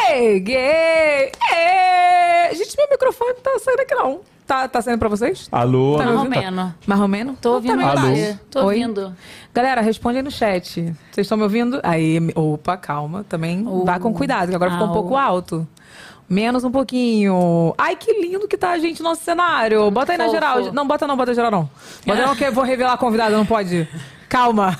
Cheguei! Gente, meu microfone não tá saindo aqui, não. Tá saindo pra vocês? Alô? Tá Mais ou ouvindo? menos. Mais ou menos? Tô ouvindo você. Tô Oi? ouvindo. Galera, responde aí no chat. Vocês estão me ouvindo? Aí, opa, calma. Também vá com cuidado, que agora ficou um pouco alto. Menos um pouquinho. Ai, que lindo que tá, gente, nosso cenário. Bota aí na Fofo. geral. Não, bota geral, não. Bota não, que eu vou revelar a convidada, não pode. Calma.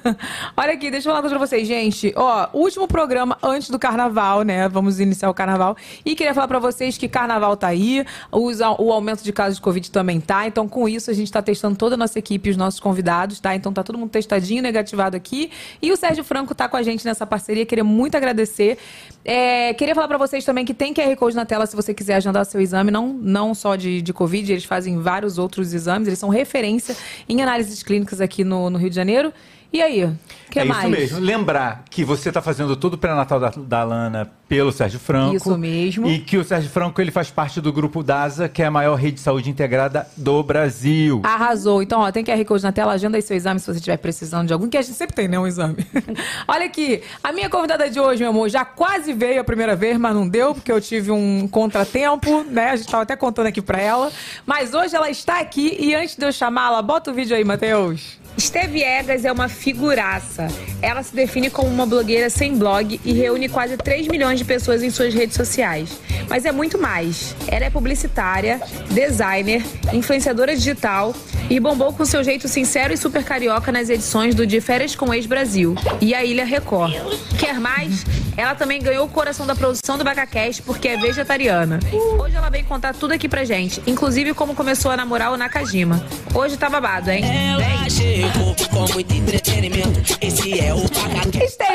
Olha aqui, deixa eu falar uma coisa pra vocês, gente. Ó, último programa antes do carnaval, né? Vamos iniciar o carnaval. E queria falar pra vocês que carnaval tá aí, o aumento de casos de Covid também tá. Então, com isso, a gente tá testando toda a nossa equipe e os nossos convidados, tá? Então, tá todo mundo testadinho, negativado aqui. E o Sérgio Franco tá com a gente nessa parceria. Queria muito agradecer. Queria falar pra vocês também que tem QR Code na tela se você quiser agendar seu exame, não só de Covid, eles fazem vários outros exames, eles são referência em análises clínicas aqui no Rio de Janeiro. E aí? O que mais? Isso mesmo. Lembrar que você está fazendo todo o pré-natal da Lana pelo Sérgio Franco. Isso mesmo. E que o Sérgio Franco ele faz parte do grupo DASA, que é a maior rede de saúde integrada do Brasil. Arrasou. Então, ó, tem QR Code na tela, agenda aí seu exame se você estiver precisando de algum, que a gente sempre tem, né, um exame. Olha aqui, a minha convidada de hoje, meu amor, já quase veio a primeira vez, mas não deu, porque eu tive um contratempo, né, a gente tava até contando aqui pra ela. Mas hoje ela está aqui e antes de eu chamá-la, bota o vídeo aí, Matheus. Esther Viegas é uma figuraça. Ela se define como uma blogueira sem blog e reúne quase 3 milhões de pessoas em suas redes sociais. Mas é muito mais. Ela é publicitária, designer, influenciadora digital e bombou com seu jeito sincero e super carioca nas edições do De Férias com Ex-Brasil e a Ilha Record. Quer mais? Ela também ganhou o coração da produção do BacaCast porque é vegetariana. Hoje ela vem contar tudo aqui pra gente, inclusive como começou a namorar o Nakajima. Hoje tá babado, hein? Vem! Com muito entretenimento, esse é o BacaCast. Esther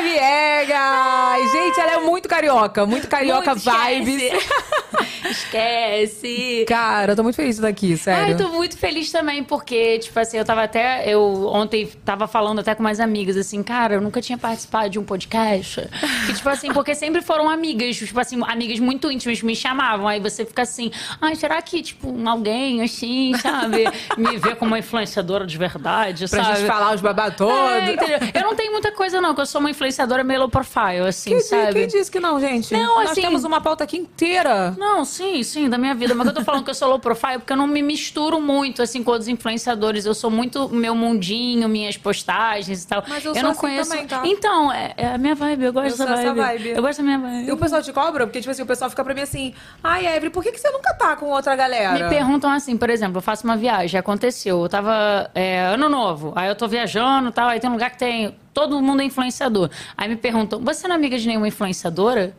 Viegas! Gente, ela é muito carioca Muito vibes. Esquece. Cara, eu tô muito feliz de estar aqui, sério. Ai, tô muito feliz também, porque, tipo assim, eu ontem tava falando até com mais amigas, assim, cara, eu nunca tinha participado de um podcast. Que, tipo assim, porque sempre foram amigas, tipo assim, amigas muito íntimas me chamavam, aí você fica assim, ai, será que, tipo, alguém, assim, sabe, me vê como uma influenciadora de verdade, Pra sabe? gente falar os babá todos. Entendeu? Eu não tenho muita coisa, não, que eu sou uma influenciadora meio low profile, assim, sabe? Quem disse que não, gente? Não, Nós assim- temos uma pauta aqui inteira. Não, sim, da minha vida. Mas eu tô falando que eu sou low profile porque eu não me misturo muito, assim, com outros influenciadores. Eu sou muito meu mundinho, minhas postagens e tal. Mas eu sou não assim conheço. também, tá? Então, é a minha vibe. Eu gosto Eu dessa sou essa vibe. vibe. Eu gosto da minha vibe. E o pessoal te cobra? Porque, tipo assim, o pessoal fica pra mim assim, ai, Evelyn, por que você nunca tá com outra galera? Me perguntam assim, por exemplo, eu faço uma viagem, aconteceu, eu tava ano novo, aí eu tô viajando e tal, aí tem um lugar que tem, todo mundo é influenciador. Aí me perguntam, você não é amiga de nenhuma influenciadora?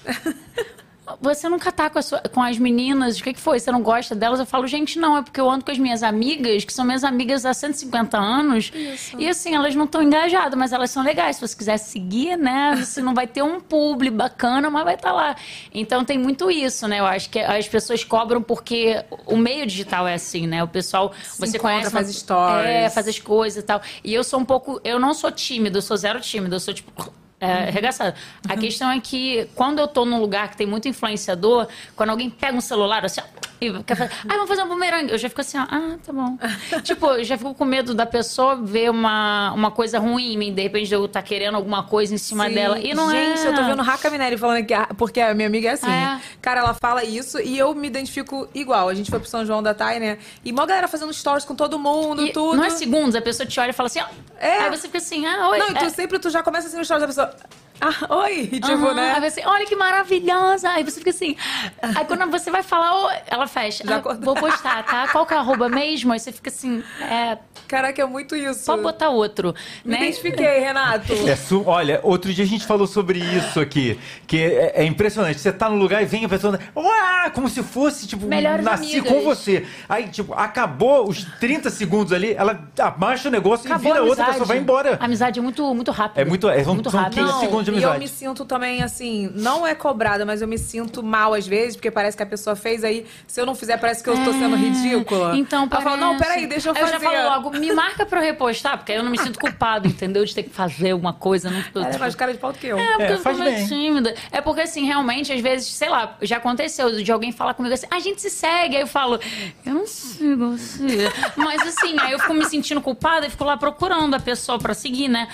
Você nunca tá com as meninas, o que foi? Você não gosta delas? Eu falo, gente, não, é porque eu ando com as minhas amigas, que são minhas amigas há 150 anos. Isso. E assim, elas não estão engajadas, mas elas são legais. Se você quiser seguir, né, você não vai ter um publi bacana, mas vai estar lá. Então tem muito isso, né? Eu acho que as pessoas cobram porque o meio digital é assim, né? O pessoal, você conhece... faz stories. Faz as coisas e tal. E eu sou um pouco... Eu não sou tímida, eu sou zero tímida, eu sou tipo... arregaçado. A questão é que quando eu tô num lugar que tem muito influenciador, quando alguém pega um celular assim, ó, e quer fazer, vamos fazer um bumerangue. Eu já fico assim, ó, tá bom. Tipo, eu já fico com medo da pessoa ver uma coisa ruim em mim, de repente eu tá querendo alguma coisa em cima dela. E não gente, eu tô vendo Raca Minelli falando aqui, porque a minha amiga é assim. Cara, ela fala isso e eu me identifico igual. A gente foi pro São João da Thay, né? E mó galera fazendo stories com todo mundo, e tudo. não é segundos, a pessoa te olha e fala assim, ó. Aí você fica assim, oi. Não, e tu já começa assim no stories da pessoa... oi, tipo, né? Aí você, olha que maravilhosa. Aí você fica assim. Aí quando você vai falar, ela fecha. Vou postar, tá? Qual que é a @ mesmo? Aí você fica assim, Caraca, é muito isso. Pode botar outro. Me né? identifiquei, Renato. Olha, outro dia a gente falou sobre isso aqui, que é impressionante. Você tá no lugar e vem a pessoa, como se fosse, tipo, Melhores nasci amigas. com você. Aí, tipo, acabou os 30 segundos ali, ela abaixa o negócio Acabou e vira a outra, a pessoa vai embora. A amizade é muito rápida. São 15 segundos de E amizade. eu me sinto também, assim, não é cobrada, mas eu me sinto mal às vezes, porque parece que a pessoa fez, aí se eu não fizer, parece que eu estou sendo ridícula. Então, ela fala, não, peraí, deixa eu fazer. Eu já falo logo, me marca pra eu repostar, porque aí eu não me sinto culpada, entendeu? De ter que fazer alguma coisa. Não, Ela é mais cara de pau do que eu. porque eu faz sou meio bem. tímida. É porque, assim, realmente, às vezes, sei lá, já aconteceu de alguém falar comigo assim, a gente se segue. Aí eu falo, eu não sigo você. Mas, assim, aí eu fico me sentindo culpada e fico lá procurando a pessoa pra seguir, né?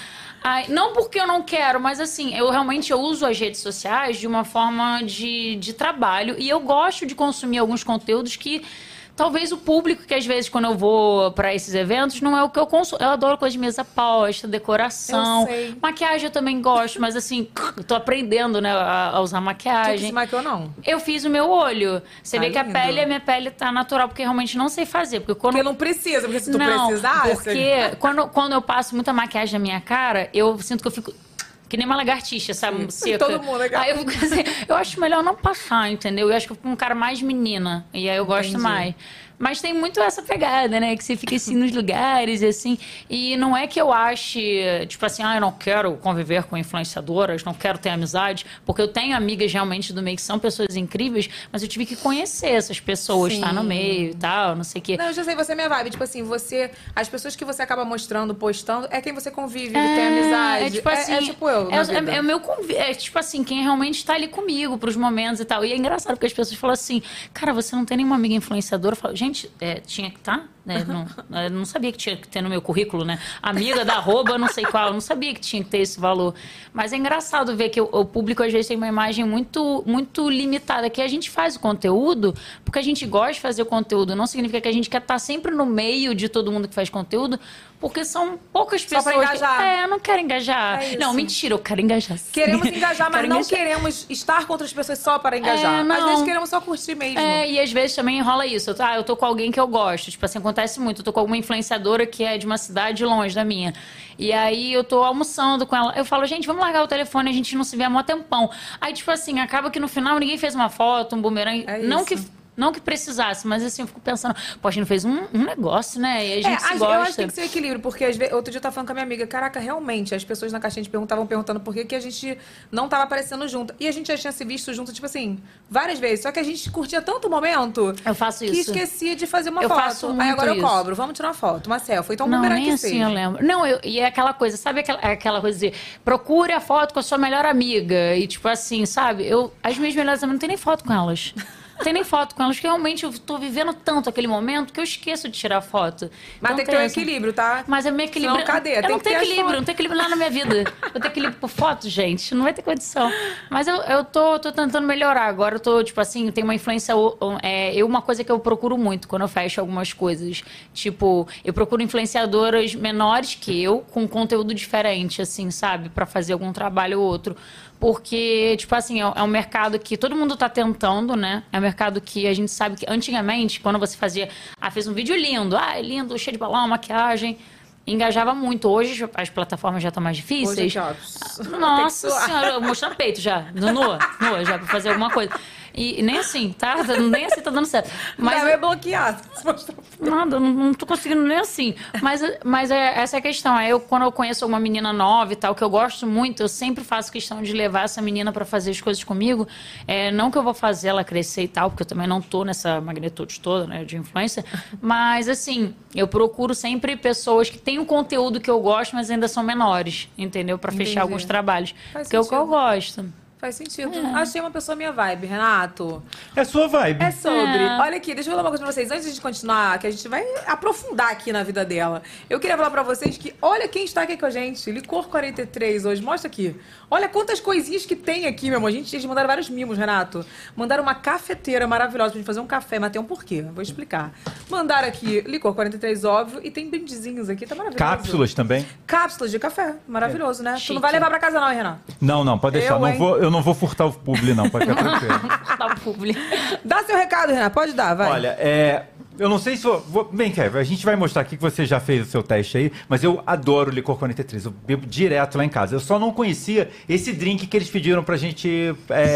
Ai, não porque eu não quero, mas assim, eu uso as redes sociais de uma forma de trabalho e eu gosto de consumir alguns conteúdos que talvez o público, que às vezes quando eu vou pra esses eventos, não é o que eu consumo. Eu adoro coisa de mesa posta, decoração. Eu sei. Maquiagem eu também gosto, mas assim, eu tô aprendendo, né, a usar Tu maquiagem. se maquiou, não? Eu fiz o meu olho. Você Tá vê que lindo. a minha pele tá natural, porque eu realmente não sei fazer. Porque quando Porque não precisa, porque se tu não, precisasse... porque quando eu passo muita maquiagem na minha cara, eu sinto que eu fico que nem uma lagartixa, sabe? Seca. Todo mundo é Aí eu fico assim, eu acho melhor não passar, entendeu? Eu acho que eu fico com um cara mais menina. E aí eu gosto Entendi. mais. Mas tem muito essa pegada, né? Que você fica assim nos lugares e assim. E não é que eu ache, tipo assim, eu não quero conviver com influenciadoras, não quero ter amizade, porque eu tenho amigas realmente do meio que são pessoas incríveis, mas eu tive que conhecer essas pessoas, Sim. estar no meio e tal, não sei o quê. Não, eu já sei, você é minha vibe. Tipo assim, as pessoas que você acaba mostrando, postando, é quem você convive, tem amizade. É tipo assim, é tipo eu, na vida. é o meu é tipo assim, quem realmente está ali comigo pros momentos e tal. E é engraçado porque as pessoas falam assim, cara, você não tem nenhuma amiga influenciadora? Eu falo, gente, tinha que estar, né? Eu não sabia que tinha que ter no meu currículo, né? Amiga da arroba, não sei qual, eu não sabia que tinha que ter esse valor. Mas é engraçado ver que o público às vezes tem uma imagem muito, muito limitada, que a gente faz o conteúdo porque a gente gosta de fazer o conteúdo, não significa que a gente quer estar sempre no meio de todo mundo que faz conteúdo, porque são poucas Só pessoas. pra engajar. Eu não quero engajar. É isso. Não, mentira, eu quero engajar. sim. Queremos engajar, mas Quero não engajar. queremos estar com outras pessoas só para engajar. não. Às vezes queremos só curtir mesmo. E às vezes também rola isso. Eu tô com alguém que eu gosto. Tipo assim, acontece muito. Eu tô com alguma influenciadora que é de uma cidade longe da minha. E aí eu tô almoçando com ela. Eu falo, gente, vamos largar o telefone, a gente não se vê há mó tempão. Aí, tipo assim, acaba que no final ninguém fez uma foto, um bumerangue. É Não que precisasse, mas assim, eu fico pensando, pô, a gente não fez um negócio, né? E a gente se eu gosta. acho que tem que ser equilíbrio, porque às vezes, outro dia eu tava falando com a minha amiga, caraca, realmente, as pessoas na caixinha estavam perguntando por que a gente não tava aparecendo junto. E a gente já tinha se visto junto, tipo assim, várias vezes. Só que a gente curtia tanto o momento Eu faço que isso. esquecia de fazer uma Eu foto. faço Aí muito agora eu isso. cobro, vamos tirar uma foto, uma selfie. Então, um Não, bumerangue nem que assim seja. eu lembro. Não, e é aquela coisa, sabe aquela coisa de procure a foto com a sua melhor amiga. E tipo assim, sabe? As minhas melhores amigas não tem nem foto com elas. Não tem nem foto com elas, porque realmente eu tô vivendo tanto aquele momento que eu esqueço de tirar foto. Mas Então tem que ter um essa. equilíbrio, tá? Mas é meu equilíbrio. Senão, cadê? Eu Tem não que tenho ter as equilíbrio, fotos. não tenho equilíbrio lá na minha vida. Eu tenho equilíbrio por foto, gente. Não vai ter condição. Mas eu tô tentando melhorar. Agora eu tô, tipo assim, tem uma influência. Uma coisa que eu procuro muito quando eu fecho algumas coisas. Tipo, eu procuro influenciadoras menores que eu, com conteúdo diferente, assim, sabe? Pra fazer algum trabalho ou outro. Porque, tipo assim, é um mercado que todo mundo tá tentando, né? É um mercado que a gente sabe que antigamente, quando você fez um vídeo lindo, lindo, cheio de balão, maquiagem, engajava muito. Hoje as plataformas já estão mais difíceis. Hoje, ó, Nossa tem que suar. senhora, mostrando peito já, nua já, pra fazer alguma coisa. E nem assim, tá? Nem assim tá dando certo. Mas Não, é bloqueado. Se mostrar- nada, não tô conseguindo nem assim. Mas essa é a questão. Quando eu conheço uma menina nova e tal, que eu gosto muito, eu sempre faço questão de levar essa menina pra fazer as coisas comigo. Não que eu vou fazer ela crescer e tal, porque eu também não tô nessa magnitude toda, né, de influência. Mas, assim, eu procuro sempre pessoas que têm o conteúdo que eu gosto, mas ainda são menores, entendeu? Pra Entendi. fechar alguns trabalhos. Faz Que é o que eu sentido. gosto. Faz sentido. Achei uma pessoa minha vibe, Renato. É sua vibe. É sobre. É. Olha aqui, deixa eu falar uma coisa pra vocês. Antes de continuar, que a gente vai aprofundar aqui na vida dela. Eu queria falar pra vocês que olha quem está aqui com a gente. Licor 43 hoje. Mostra aqui. Olha quantas coisinhas que tem aqui, meu amor. Eles mandaram vários mimos, Renato. Mandaram uma cafeteira maravilhosa pra gente fazer um café, mas tem um porquê. Vou explicar. Mandaram aqui Licor 43, óbvio. E tem brindezinhos aqui, tá maravilhoso. Cápsulas também? Cápsulas de café. Maravilhoso, né? Tu Chique. não vai levar pra casa não, hein, Renato? Não, pode deixar. Eu, hein? Eu não vou furtar o publi, não, pode ficar tranquilo. Tá público. Dá seu recado, Renato. Pode dar, vai. Olha, eu não sei se... Bem, Kevin, a gente vai mostrar aqui que você já fez o seu teste aí, mas eu adoro o Licor 43. Eu bebo direto lá em casa. Eu só não conhecia esse drink que eles pediram pra gente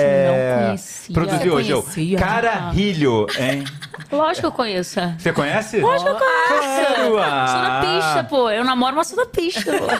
Não conhecia. produzir Você hoje. conhecia? Carrilho, hein? Lógico que eu conheço. Você conhece? Lógico que eu conheço. Claro, Sou da pista, pô. Eu namoro uma sou da pista, pô.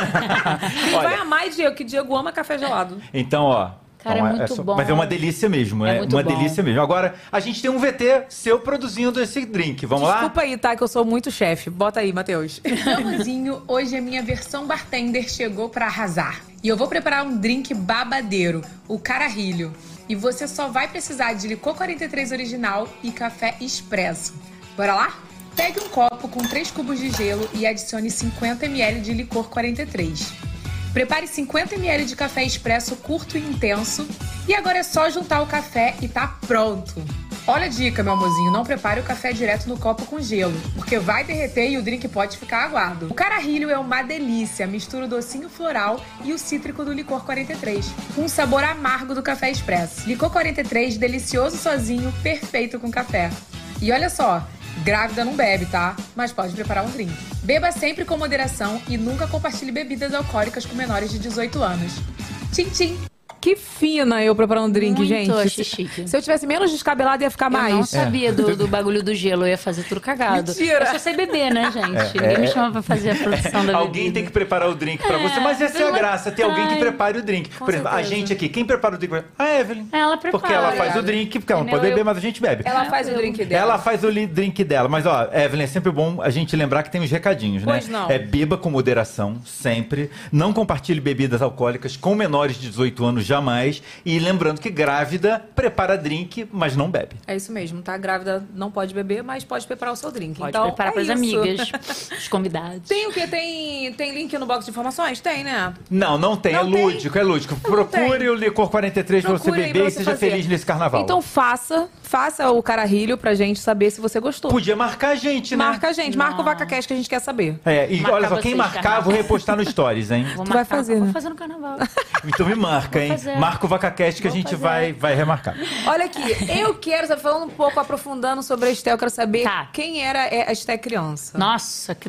Quem Olha, vai amar é Diego, que Diego ama café gelado. então, ó. Cara, então, é muito bom. Mas é uma delícia mesmo, É é muito uma bom. delícia mesmo. Agora, a gente tem um VT seu produzindo esse drink. Vamos Desculpa aí, tá? Que eu sou muito chefe. Bota aí, Matheus. Amorzinho, hoje a minha versão bartender chegou pra arrasar. E eu vou preparar um drink babadeiro, o carrilho. E você só vai precisar de licor 43 original e café expresso. Bora lá? Pegue um copo com 3 cubos de gelo e adicione 50 ml de licor 43. Prepare 50 ml de café expresso curto e intenso. E agora é só juntar o café e tá pronto. Olha a dica, meu amorzinho, não prepare o café direto no copo com gelo, porque vai derreter e o drink pode ficar aguado. O Cara-Rilho é uma delícia, mistura o docinho floral e o cítrico do licor 43, com um sabor amargo do café expresso. Licor 43, delicioso sozinho, perfeito com café. E olha só, grávida não bebe, tá? Mas pode preparar um drink. Beba sempre com moderação e nunca compartilhe bebidas alcoólicas com menores de 18 anos. Tchim, tchim! Que fina eu preparando um drink, Muito, gente. achei chique. Se eu tivesse menos descabelado, ia ficar Eu não mais. sabia do bagulho do gelo, eu ia fazer tudo cagado. Mentira. Eu só sei beber, né, gente? Ninguém me chama pra fazer a produção da Alguém bebida. tem que preparar o drink pra você, mas essa é a graça, ter alguém que Ai, prepare o drink. com Por exemplo, a certeza. gente aqui, quem prepara o drink? A Evelyn. Ela prepara. Porque ela faz o drink, porque ela não Entendeu? pode beber, Eu- mas a gente bebe. Ela faz o drink dela. Ela faz o drink dela. Mas, ó, Evelyn, é sempre bom a gente lembrar que tem os recadinhos, né? Pois não. É beba com moderação, sempre. Não compartilhe bebidas alcoólicas com menores de 18 anos, jamais. E lembrando que grávida prepara drink, mas não bebe. É isso mesmo, tá? Grávida não pode beber, mas pode preparar o seu drink. Pode então, preparar é pras isso. amigas, os convidados. Tem o quê? Tem link no box de informações? Tem, né? Não tem. Não é tem? lúdico, é lúdico. Procure tem. o Licor 43 pra você Procure aí beber pra e você seja fazer. feliz nesse carnaval. Então faça o Cara-Rilho pra gente saber se você gostou. Podia marcar a gente, né? Marca a gente, marca o VacaCast que a gente quer saber. É, e Marcar olha só, quem vocês, marcar, carnaval. vou repostar no Stories, hein? Vou Tu vai marcar, fazer, vou né? fazer no carnaval. Então me marca, hein? fazer. Marca o VacaCast que a Vou gente fazer. vai remarcar. Olha aqui, eu quero, sabe, falando um pouco, aprofundando sobre a Esté, eu quero saber Tá. quem era a Esté criança. Nossa, que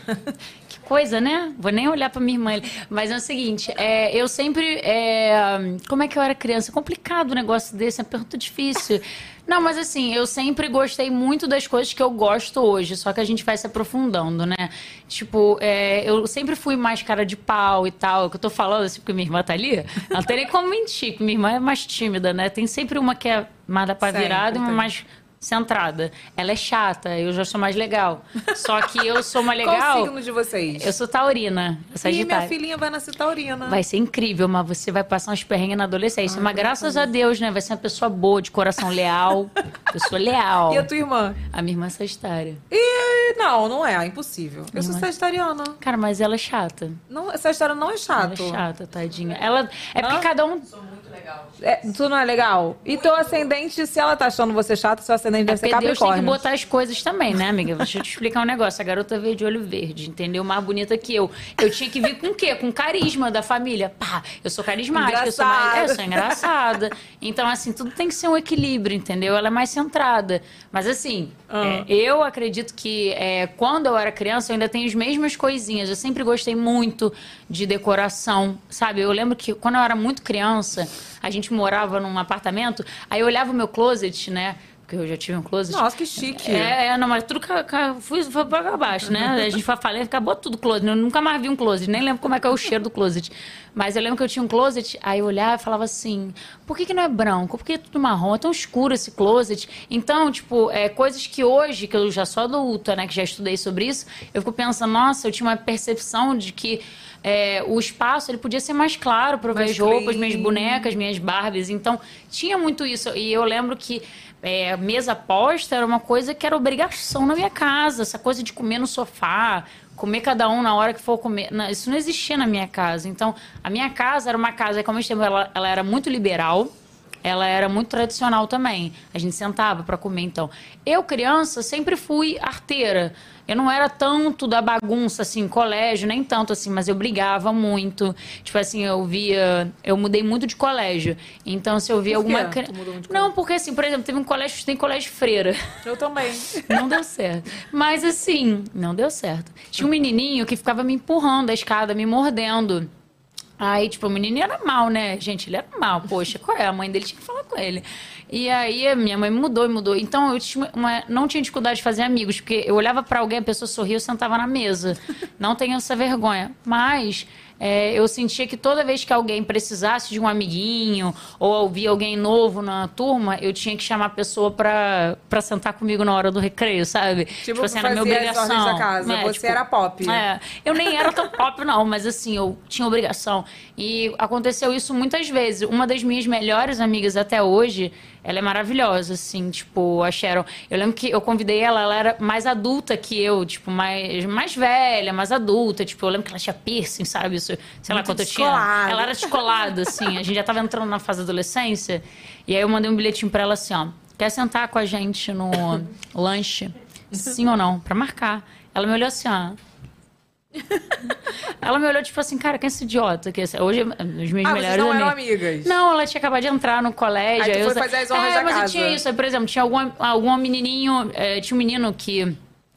coisa, né? Vou nem olhar pra minha irmã. Mas é o seguinte, eu sempre... como é que eu era criança? É complicado um negócio desse, é uma pergunta difícil. Não, mas assim, eu sempre gostei muito das coisas que eu gosto hoje, só que a gente vai se aprofundando, né? Tipo, eu sempre fui mais cara de pau e tal, que eu tô falando assim, porque minha irmã tá ali, ela não tem nem como mentir, que minha irmã é mais tímida, né? Tem sempre uma que é mais da pá Sempre virada e uma tem. mais centrada. Ela é chata, eu já sou mais legal. Só que eu sou mais Qual legal... o signo de vocês? Eu sou taurina, eu sou E minha sagitária. filhinha vai nascer taurina. Vai ser incrível, mas você vai passar uns perrengues na adolescência. Mas graças a Deus, né? Vai ser uma pessoa boa, de coração leal. Pessoa leal. E a tua irmã? A minha irmã é sagitária. Não é impossível. Eu sou Irmã. sagitariana. Cara, mas ela é chata. Não, Sagitário não é Ela chato. é chata, tadinha. Ela... É porque cada um... Tu não é legal? E teu ascendente, se ela tá achando você chato, seu ascendente deve ser Porque Deus tem que Capricórnio. botar as coisas também, né, amiga? Deixa eu te explicar um negócio. A garota veio de olho verde, entendeu? Mais bonita que eu. Eu tinha que vir com o quê? Com carisma da família. Pá, eu sou carismática, eu sou mais... Eu sou engraçada. Então, assim, tudo tem que ser um equilíbrio, entendeu? Ela é mais centrada. Mas, assim, eu acredito que quando eu era criança, eu ainda tenho as mesmas coisinhas. Eu sempre gostei muito de decoração, sabe? Eu lembro que quando eu era muito criança, a gente morava num apartamento, aí eu olhava o meu closet, né? Porque eu já tive um closet. Nossa, que chique. Não, mas tudo foi pra baixo, né? A gente foi falando, acabou tudo closet. Eu nunca mais vi um closet, nem lembro como é que é o cheiro do closet. Mas eu lembro que eu tinha um closet, aí eu olhava e falava assim, por que não é branco? Por que é tudo marrom? É tão escuro esse closet. Então, tipo, coisas que hoje, que eu já sou adulta, né? Que já estudei sobre isso, eu fico pensando, nossa, eu tinha uma percepção de que o espaço ele podia ser mais claro para ver Mais as roupas, clean. minhas bonecas, minhas Barbies. Então, tinha muito isso. E eu lembro que mesa posta era uma coisa que era obrigação na minha casa. Essa coisa de comer no sofá, comer cada um na hora que for comer. Não, isso não existia na minha casa. Então, a minha casa era uma casa que, ao mesmo tempo, ela era muito liberal. Ela era muito tradicional também. A gente sentava para comer, então. Eu, criança, sempre fui arteira. Eu não era tanto da bagunça, assim, colégio, nem tanto assim, mas eu brigava muito. Tipo assim, eu mudei muito de colégio. Então, se eu via Por quê? alguma... Tu mudou muito de Não, porque assim, por exemplo, tem colégio freira. Eu também. Não deu certo. Mas assim, não deu certo. Tinha um menininho que ficava me empurrando a escada, me mordendo. Aí, tipo, o menino era mal, né? Gente, ele era mal. Poxa, qual é? A mãe dele tinha que falar com ele. E aí, a minha mãe mudou. Então, eu não tinha dificuldade de fazer amigos, porque eu olhava pra alguém, a pessoa sorria, eu sentava na mesa. Não tenho essa vergonha. Mas eu sentia que toda vez que alguém precisasse de um amiguinho ou ouvir alguém novo na turma, eu tinha que chamar a pessoa pra sentar comigo na hora do recreio, sabe? Tipo, assim, era minha fazer as ordens obrigação. da casa. Você era pop. Eu nem era tão pop, não, mas assim, eu tinha obrigação. E aconteceu isso muitas vezes. Uma das minhas melhores amigas até hoje, ela é maravilhosa, assim, tipo, a Sharon. Eu lembro que eu convidei ela era mais adulta que eu, tipo, mais velha, mais adulta. Tipo, eu lembro que ela tinha piercing, sabe? Essas sei lá Muito quanto eu tinha. descolada. Ela era descolada, assim. A gente já tava entrando na fase da adolescência. E aí eu mandei um bilhetinho pra ela assim, ó. Quer sentar com a gente no lanche? Sim ou não? Pra marcar. Ela me olhou assim, ó. Ela me olhou tipo assim, cara, quem é esse idiota? Que hoje, os meus melhores vocês não eram amigos. amigas? Não, ela tinha acabado de entrar no colégio. Aí tu eu foi fazer as honras da mas casa. tinha isso. Aí, por exemplo, tinha algum menininho... tinha um menino que...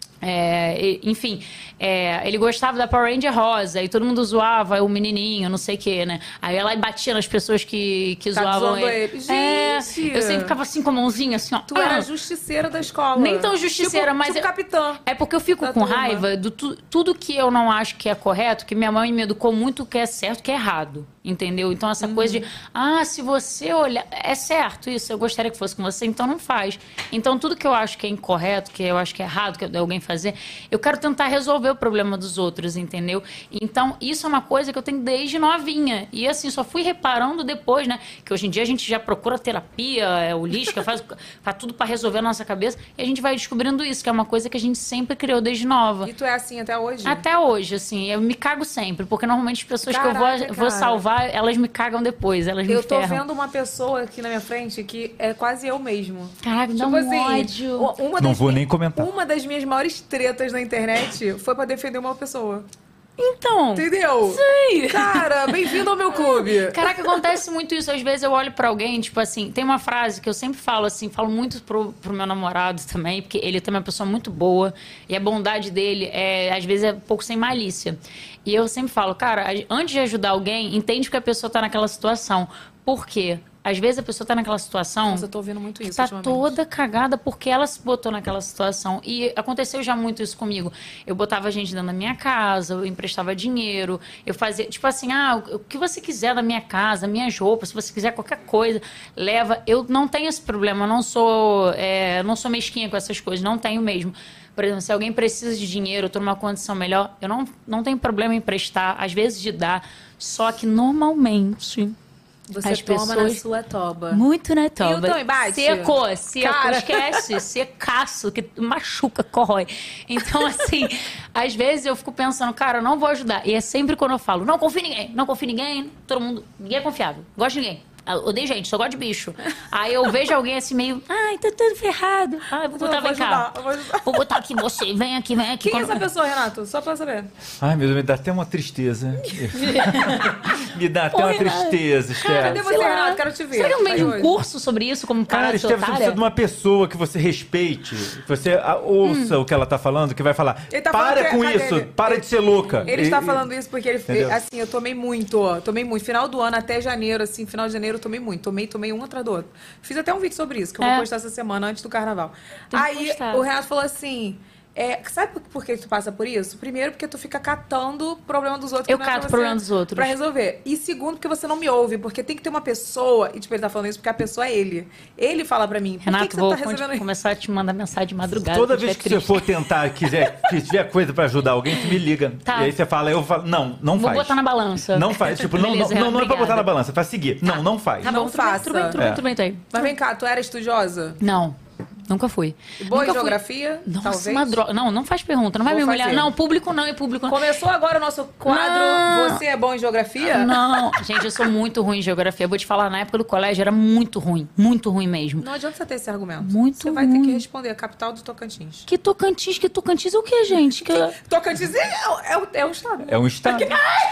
enfim, ele gostava da Power Ranger rosa e todo mundo zoava o menininho, não sei o que, né? Aí ela batia nas pessoas que zoavam zoando ele. ele. Gente! Eu sempre ficava assim com a mãozinha, assim, ó. Tu era a justiceira da escola. Nem tão justiceira, mas... Tipo capitã. É porque eu fico da com turma. raiva de tudo que eu não acho que é correto, que minha mãe me educou muito que é certo, que é errado. Entendeu? Então, essa coisa de... se você olhar... É certo isso, eu gostaria que fosse com você, então não faz. Então, tudo que eu acho que é incorreto, que eu acho que é errado, que alguém fazer, eu quero tentar resolver o problema dos outros, entendeu? Então, isso é uma coisa que eu tenho desde novinha. E, assim, só fui reparando depois, né? Que hoje em dia a gente já procura terapia holística, faz tudo para resolver a nossa cabeça. E a gente vai descobrindo isso, que é uma coisa que a gente sempre criou desde nova. E tu é assim até hoje? Até hoje, assim, eu me cago sempre, porque normalmente as pessoas que eu vou cara. salvar, elas me cagam depois, elas me Eu tô ferram. vendo uma pessoa aqui na minha frente que é quase eu mesmo. Caraca, dá Tipo um assim, ódio. Não vou nem comentar. Uma das minhas maiores tretas na internet foi pra defender uma pessoa. Então, Entendeu? sei. Cara, bem-vindo ao meu clube. Caraca, acontece muito isso. Às vezes eu olho pra alguém, tipo assim, tem uma frase que eu sempre falo assim, falo muito pro meu namorado também, porque ele também é uma pessoa muito boa e a bondade dele às vezes é um pouco sem malícia. E eu sempre falo, cara, antes de ajudar alguém, entende que a pessoa tá naquela situação. Por quê? Às vezes a pessoa tá naquela situação... Nossa, eu tô ouvindo muito isso Tá ultimamente. toda cagada porque ela se botou naquela situação. E aconteceu já muito isso comigo. Eu botava gente dentro da minha casa, eu emprestava dinheiro, eu fazia, tipo assim, o que você quiser da minha casa, minhas roupas, se você quiser qualquer coisa, leva. Eu não tenho esse problema, eu não sou mesquinha com essas coisas, não tenho mesmo. Por exemplo, se alguém precisa de dinheiro, eu tô numa condição melhor, eu não tenho problema em emprestar, às vezes de dar, só que normalmente... Você as toma pessoas... na sua toba. Muito na toba. Hilton, embate? Seco, Cara. esquece. Secaço, que machuca, corrói. Então, assim, às vezes eu fico pensando, cara, eu não vou ajudar. E é sempre quando eu falo, não confio em ninguém, todo mundo, ninguém é confiável, gosto de ninguém. Eu odeio gente, só gosto de bicho. Aí eu vejo alguém assim meio, tá tudo ferrado. Eu vou botar, vem cá. Eu vou ajudar. Vou botar aqui você, vem aqui. Quem é essa pessoa, Renato? Só pra saber. Ai, meu Deus, me dá até uma tristeza. Me dá até uma Renato. tristeza, Cadê Esther. você, Renato? Quero te ver. Será que eu meio Vai um hoje. curso sobre isso, como Cara, parar Esther, você precisa de uma pessoa que você respeite, que você ouça o que ela tá falando, que vai falar, Ele tá falando para que- com cadê isso, ele? para de ser louca. Ele está falando isso porque ele Entendeu? assim, eu tomei muito. Final do ano até janeiro, assim, final de janeiro eu tomei muito. Tomei um atrás do outro. Fiz até um vídeo sobre isso, que eu vou postar essa semana, antes do carnaval. Tem que Aí postar. o Renato falou assim... sabe por que tu passa por isso? Primeiro, porque tu fica catando o problema dos outros. Eu que não é pra cato o você- problema dos outros. Pra resolver. E segundo, porque você não me ouve. Porque tem que ter uma pessoa... E tipo, ele tá falando isso porque a pessoa é ele. Ele fala pra mim, por Renato, que você vou tá resolvendo isso? começar a te mandar mensagem de madrugada. Toda quando vez estiver que você triste. for tentar, que tiver coisa pra ajudar alguém, você me liga. Tá. E aí você fala, eu falo, não Vou faz. botar na balança. Não faz. Tipo, Beleza, não é pra obrigada. botar na balança, é pra seguir. Não faz. Tá Não bom, tudo bem, faça. tudo bem, tá aí. Mas vem cá, tu era estudiosa? Não, nunca fui. Boa em Nunca fui. geografia? Nossa, talvez? uma droga. Não faz pergunta, não vai Vou me humilhar. fazer. Não, público não, e público não. Começou agora o nosso quadro Não. Você é bom em geografia? Não, gente, eu sou muito ruim em geografia. Eu vou te falar, na época do colégio era muito ruim mesmo. Não adianta você ter esse argumento. Muito Você vai ter que ruim. responder. A capital do Tocantins. Que Tocantins é o que, gente? Tocantins é um estado. É um estado.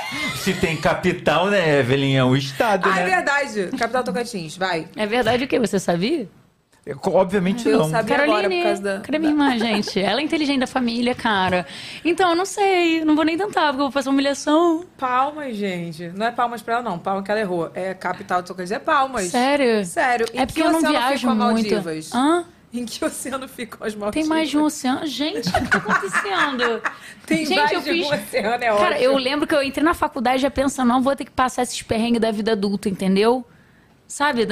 Se tem capital, né, Evelyn? É um estado, Ah, é né? verdade. Capital Tocantins, vai. É verdade o que? Você sabia? Obviamente Eu não. sabia agora Caroline, por causa da... cadê minha irmã, gente? Ela é inteligente da família, cara. Então, eu não sei, não vou nem tentar, porque eu vou fazer humilhação. Palmas, gente. Não é palmas pra ela, não. Palmas que ela errou. É capital do Tocantins, é palmas. Sério? Sério. Em É porque que eu não oceano viajo ficam muito. Maldivas? Hã? Em que oceano ficam as Maldivas? Tem mais de um oceano? Gente, o que tá acontecendo? Tem Gente, mais eu de fiz- um oceano, é Cara, ótimo. eu lembro que eu entrei na faculdade já pensando, não vou ter que passar esses perrengues da vida adulta, entendeu? Sabe?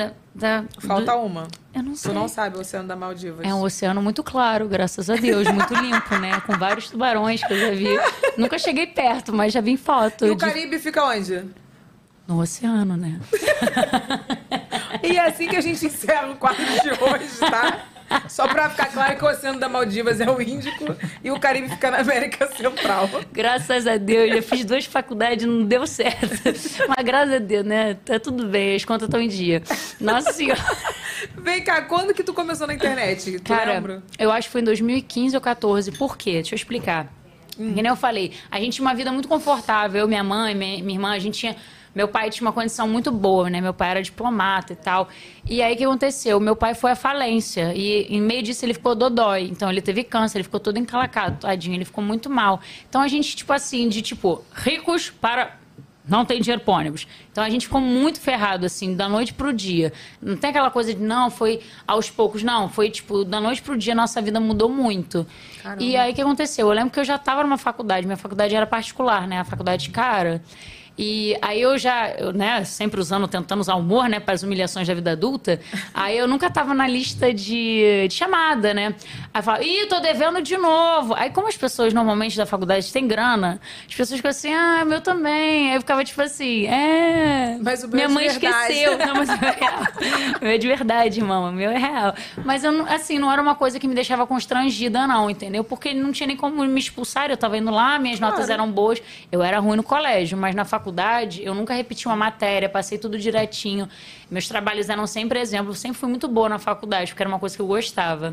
Falta uma. Eu não sei. Tu não sabe o oceano da Maldivas. É um oceano muito claro, graças a Deus, muito limpo, né? Com vários tubarões que eu já vi. Nunca cheguei perto, mas já vi foto. E o Caribe fica onde? No oceano, né? E é assim que a gente encerra o quadro de hoje, tá? Só pra ficar claro que o Oceano da Maldivas é o Índico e o Caribe fica na América Central. Graças a Deus, eu fiz 2 faculdades, não deu certo. Mas graças a Deus, né? Tá tudo bem, as contas estão em dia. Nossa Senhora. Vem cá, quando que tu começou na internet? Tu Cara, lembra? eu acho que foi em 2015 ou 2014. Por quê? Deixa eu explicar. Que nem eu falei, a gente tinha uma vida muito confortável. Eu, minha mãe, minha irmã, a gente tinha... Meu pai tinha uma condição muito boa, né? Meu pai era diplomata e tal. E aí, o que aconteceu? Meu pai foi à falência. E, em meio disso, ele ficou dodói. Então, ele teve câncer, ele ficou todo encalacado, tadinho. Ele ficou muito mal. Então, a gente, tipo assim, de, tipo, ricos para... Não tem dinheiro pro ônibus. Então, a gente ficou muito ferrado, assim, da noite pro dia. Não tem aquela coisa de, não, foi aos poucos. Não, foi, tipo, da noite pro dia, nossa vida mudou muito. Caramba. E aí, o que aconteceu? Eu lembro que eu já estava numa faculdade. Minha faculdade era particular, né? A faculdade cara... E aí né, sempre tentando usar humor, né, para as humilhações da vida adulta, aí eu nunca tava na lista de chamada, né? Aí eu falava, tô devendo de novo. Aí como as pessoas normalmente da faculdade têm grana, as pessoas ficam assim, meu também. Aí eu ficava tipo assim, mas o meu minha mãe é de verdade. esqueceu. Não, mas o meu é real. O meu é de verdade, mamãe, o meu é real. Mas eu, assim, não era uma coisa que me deixava constrangida, não, entendeu? Porque não tinha nem como me expulsar, eu tava indo lá, minhas notas eram boas, eu era ruim no colégio, mas na faculdade eu nunca repeti uma matéria, passei tudo direitinho. Meus trabalhos eram sempre exemplo. Eu sempre fui muito boa na faculdade, porque era uma coisa que eu gostava.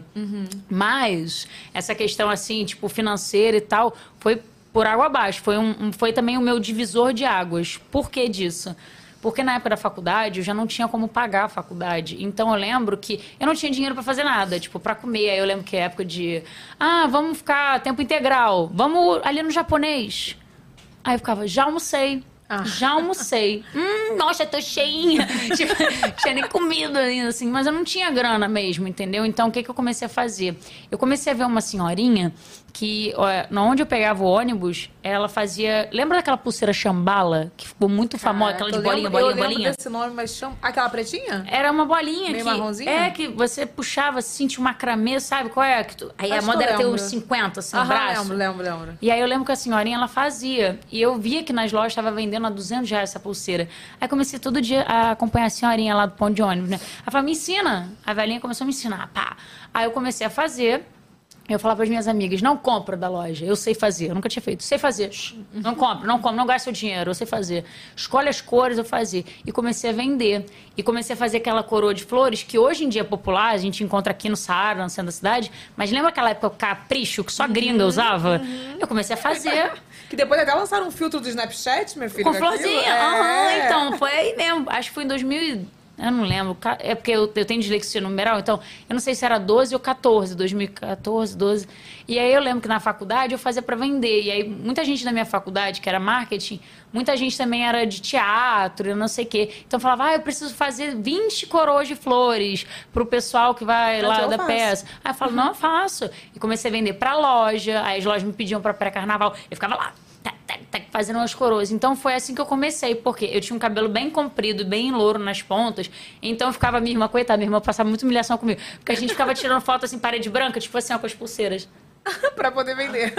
Mas essa questão, assim, tipo, financeira e tal, foi por água abaixo. Foi também o meu divisor de águas. Por que disso? Porque na época da faculdade eu já não tinha como pagar a faculdade. Então eu lembro que eu não tinha dinheiro pra fazer nada, tipo, pra comer. Aí eu lembro que é época de... vamos ficar tempo integral. Vamos ali no japonês. Aí eu ficava, já almocei. Já almocei. Nossa, tô cheinha. Tipo, tinha nem comido ainda, assim. Mas eu não tinha grana mesmo, entendeu? Então, o que eu comecei a fazer? Eu comecei a ver uma senhorinha que, onde eu pegava o ônibus, ela fazia... Lembra daquela pulseira Shambhala? Que ficou muito famosa, aquela de bolinha. Eu lembro desse nome, mas aquela pretinha? Era uma bolinha. Meio marronzinha? Que você puxava, assim, tinha um macramê, sabe? Qual é? Aí a moda era ter uns 50, assim, no braço. Lembro. E aí eu lembro que a senhorinha, ela fazia. E eu via que nas lojas estava vendendo a R$200 essa pulseira. Aí comecei todo dia a acompanhar a senhorinha lá do ponto de ônibus, né? Ela falou, me ensina. A velhinha começou a me ensinar, pá. Aí eu comecei a fazer. Eu falava para as minhas amigas, não compra da loja, eu sei fazer. Eu nunca tinha feito. Sei fazer. Não compra, não gasta seu dinheiro, eu sei fazer. Escolhe as cores, eu fazia. E comecei a vender. E comecei a fazer aquela coroa de flores, que hoje em dia é popular, a gente encontra aqui no Saara, no centro da cidade. Mas lembra aquela época, o capricho, que só gringa usava? Eu comecei a fazer. Que depois até lançaram um filtro do Snapchat, minha filha. Com florzinha. Então, foi aí mesmo. Acho que foi em 2000... Eu não lembro. É porque eu tenho dislexia numeral, então eu não sei se era 12 ou 14, 2014, 12. E aí eu lembro que na faculdade eu fazia para vender. E aí muita gente da minha faculdade, que era marketing, muita gente também era de teatro, eu não sei o quê. Então eu falava, eu preciso fazer 20 coroas de flores pro pessoal que vai lá da peça. Aí eu falo, não, eu faço. E comecei a vender pra loja, aí as lojas me pediam para pré-carnaval. Eu ficava lá, fazendo umas coroas. Então foi assim que eu comecei, porque eu tinha um cabelo bem comprido, bem louro nas pontas, então eu ficava, minha irmã, coitada, minha irmã passava muita humilhação comigo, porque a gente ficava tirando foto assim, parede branca, tipo assim, com as pulseiras. Pra poder vender.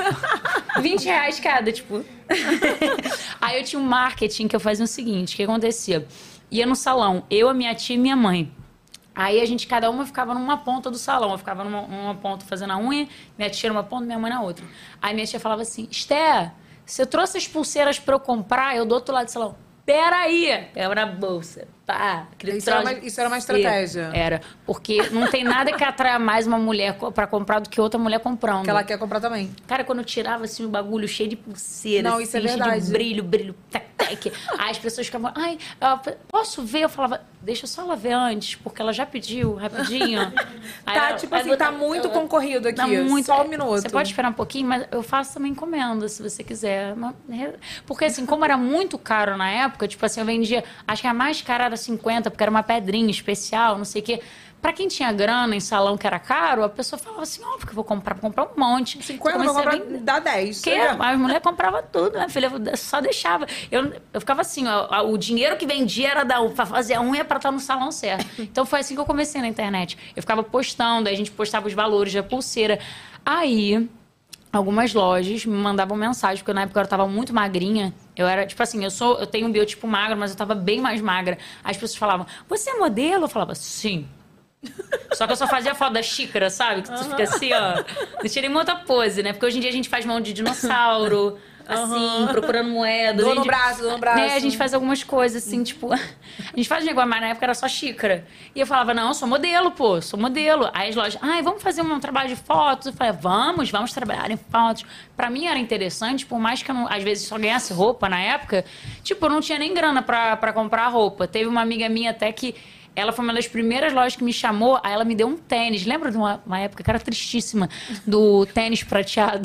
R$20 cada, tipo. Aí eu tinha um marketing que eu fazia o seguinte, o que acontecia? Ia no salão, eu, a minha tia e minha mãe. Aí a gente, cada uma ficava numa ponta do salão. Eu ficava numa ponta fazendo a unha, minha tia numa ponta, minha mãe na outra. Aí minha tia falava assim, Esté, você trouxe as pulseiras pra eu comprar? Eu do outro lado do salão. Peraí! Pegava na bolsa. Pá, isso era uma estratégia. Era. Porque não tem nada que atraia mais uma mulher pra comprar do que outra mulher comprando. Que ela quer comprar também. Cara, quando eu tirava assim o bagulho cheio de pulseira, não, assim, isso é verdade. cheio de brilho, tec. Aí as pessoas ficavam, posso ver? Eu falava, deixa só ela ver antes, porque ela já pediu, rapidinho. Aí tipo assim, tá muito concorrido aqui. Tá muito, só um minuto. Você pode esperar um pouquinho, mas eu faço também encomenda, se você quiser. Porque assim, como era muito caro na época, tipo assim, eu vendia, acho que a mais cara era 50, porque era uma pedrinha especial, não sei o quê. Pra quem tinha grana em salão que era caro, a pessoa falava assim, óbvio que eu vou comprar um monte. 50, vou comprar, dá 10. Que a mulher comprava tudo, minha filha, só deixava. Eu ficava assim, o dinheiro que vendia era pra fazer a unha pra estar no salão certo. Então foi assim que eu comecei na internet. Eu ficava postando, aí a gente postava os valores da pulseira. Aí algumas lojas me mandavam mensagem, porque na época eu estava muito magrinha. Eu era, tipo assim, eu tenho um biotipo magro, mas eu estava bem mais magra. As pessoas falavam, você é modelo? Eu falava, sim. Só que eu só fazia foto da xícara, sabe? Que tu fica assim, ó. Não tinha nenhuma outra pose, né? Porque hoje em dia a gente faz mão de dinossauro, assim, procurando moedas. Dor no braço. Né, a gente faz algumas coisas, assim, tipo... A gente faz negócio, mas na época era só xícara. E eu falava, não, sou modelo, pô, sou modelo. Aí as lojas, vamos fazer um trabalho de fotos. Eu falei, vamos trabalhar em fotos. Pra mim era interessante, por mais que eu, não, às vezes, só ganhasse roupa na época. Tipo, eu não tinha nem grana pra comprar roupa. Teve uma amiga minha até que... Ela foi uma das primeiras lojas que me chamou, aí ela me deu um tênis. Lembra de uma época que era tristíssima, do tênis prateado?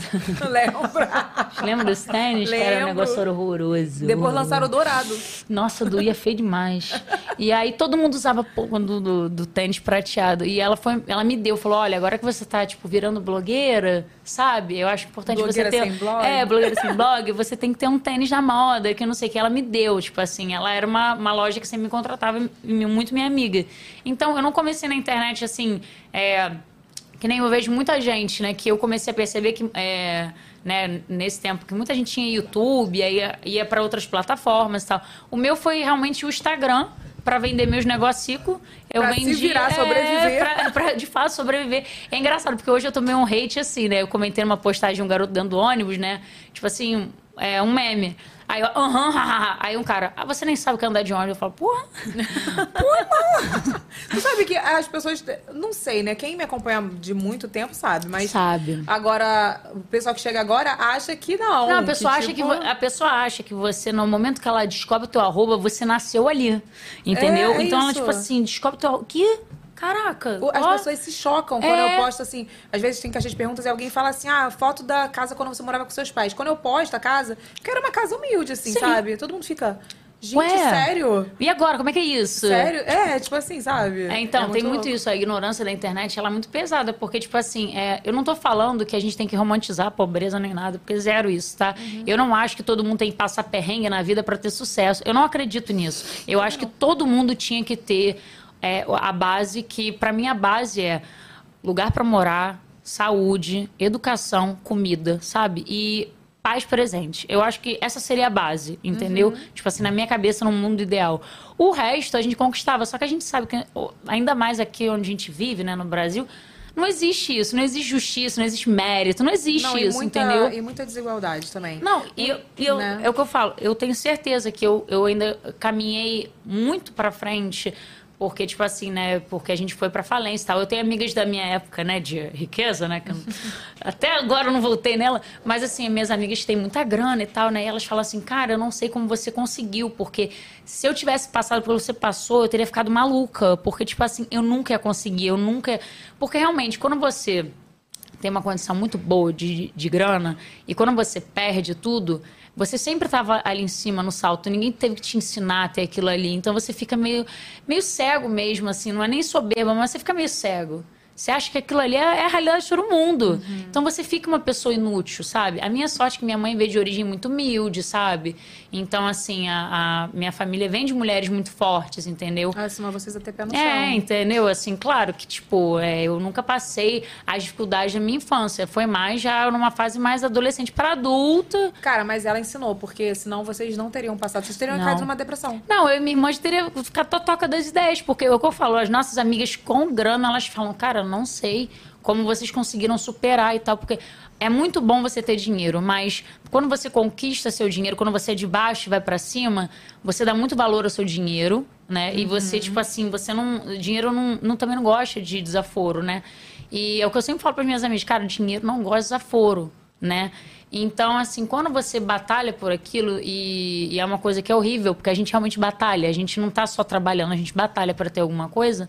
Lembra desse tênis? Lembro. Que era um negócio horroroso. Depois lançaram o dourado. Nossa, doía feio demais. E aí todo mundo usava pouco do tênis prateado. E ela me deu, falou, olha, agora que você tá, tipo, virando blogueira, sabe? Eu acho importante blogueira você ter... sem blog. Blogueira sem blog. Você tem que ter um tênis na moda, que eu não sei o que. Ela me deu, tipo assim, ela era uma loja que sempre me contratava, muito minha amiga. Então, eu não comecei na internet, assim, que nem eu vejo muita gente, né? Que eu comecei a perceber que, né, nesse tempo, que muita gente tinha YouTube, aí ia para outras plataformas e tal. O meu foi realmente o Instagram, para vender meus negócios. Eu vendi... se virar, sobreviver. Pra, de fato, sobreviver. É engraçado, porque hoje eu tomei um hate, assim, né? Eu comentei numa postagem de um garoto dentro do ônibus, né? Tipo assim, um meme. Aí eu, aí um cara, você nem sabe o que é andar de ônibus. Eu falo, porra não. Tu sabe que as pessoas, não sei, né? Quem me acompanha de muito tempo sabe, mas... Sabe. Agora, o pessoal que chega agora acha que não. Não, a pessoa acha que você, no momento que ela descobre o teu arroba, você nasceu ali, entendeu? Então ela, tipo assim, descobre o teu arroba. Que... Caraca! As pessoas se chocam quando eu posto assim. Às vezes tem caixas de perguntas e alguém fala assim: foto da casa quando você morava com seus pais. Quando eu posto a casa, porque era uma casa humilde, assim, sabe? Todo mundo fica. Gente, sério? E agora, como é que é isso? Sério? Tipo assim, sabe? Então, tem muito isso. A ignorância da internet, ela é muito pesada. Porque, tipo assim, eu não tô falando que a gente tem que romantizar a pobreza nem nada. Porque zero isso, tá? Eu não acho que todo mundo tem que passar perrengue na vida pra ter sucesso. Eu não acredito nisso. Eu acho que todo mundo tinha que ter... a base que, pra mim, a base é lugar pra morar, saúde, educação, comida, sabe? E paz presente. Eu acho que essa seria a base, entendeu? Tipo assim, na minha cabeça, num mundo ideal. O resto a gente conquistava, só que a gente sabe que, ainda mais aqui onde a gente vive, né, no Brasil, não existe isso, não existe justiça, não existe mérito, não existe isso, entendeu? E muita desigualdade também. Não, né? É o que eu falo, eu tenho certeza que eu ainda caminhei muito pra frente. Porque, tipo assim, né? Porque a gente foi pra falência e tal. Eu tenho amigas da minha época, né? De riqueza, né? Que até agora eu não voltei nela. Mas, assim, minhas amigas têm muita grana e tal, né? E elas falam assim, cara, eu não sei como você conseguiu. Porque se eu tivesse passado pelo que você passou, eu teria ficado maluca. Porque, tipo assim, eu nunca ia conseguir. Porque, realmente, quando você tem uma condição muito boa de grana e quando você perde tudo... Você sempre estava ali em cima, no salto. Ninguém teve que te ensinar a ter aquilo ali. Então, você fica meio cego mesmo, assim. Não é nem soberba, mas você fica meio cego. Você acha que aquilo ali é a realidade de todo mundo. Então, você fica uma pessoa inútil, sabe? A minha sorte é que minha mãe veio de origem muito humilde, sabe? Então, assim, a minha família vem de mulheres muito fortes, entendeu? Senão vocês até pé no chão. Entendeu? Assim, claro que, tipo, eu nunca passei as dificuldades da minha infância. Foi mais já numa fase mais adolescente para adulta. Cara, mas ela ensinou, porque senão vocês não teriam passado. Vocês teriam caído numa depressão. Não, eu e minha irmã teria ficado totoca das ideias. Porque o que eu falo, as nossas amigas com grana, elas falam, cara, não sei como vocês conseguiram superar e tal, porque é muito bom você ter dinheiro, mas quando você conquista seu dinheiro, quando você é de baixo e vai pra cima, você dá muito valor ao seu dinheiro, né? E você, tipo assim, você não... Dinheiro também não gosta de desaforo, né? E é o que eu sempre falo para minhas amigas, cara, dinheiro não gosta de desaforo, né? Então, assim, quando você batalha por aquilo, e é uma coisa que é horrível, porque a gente realmente batalha, a gente não tá só trabalhando, a gente batalha para ter alguma coisa...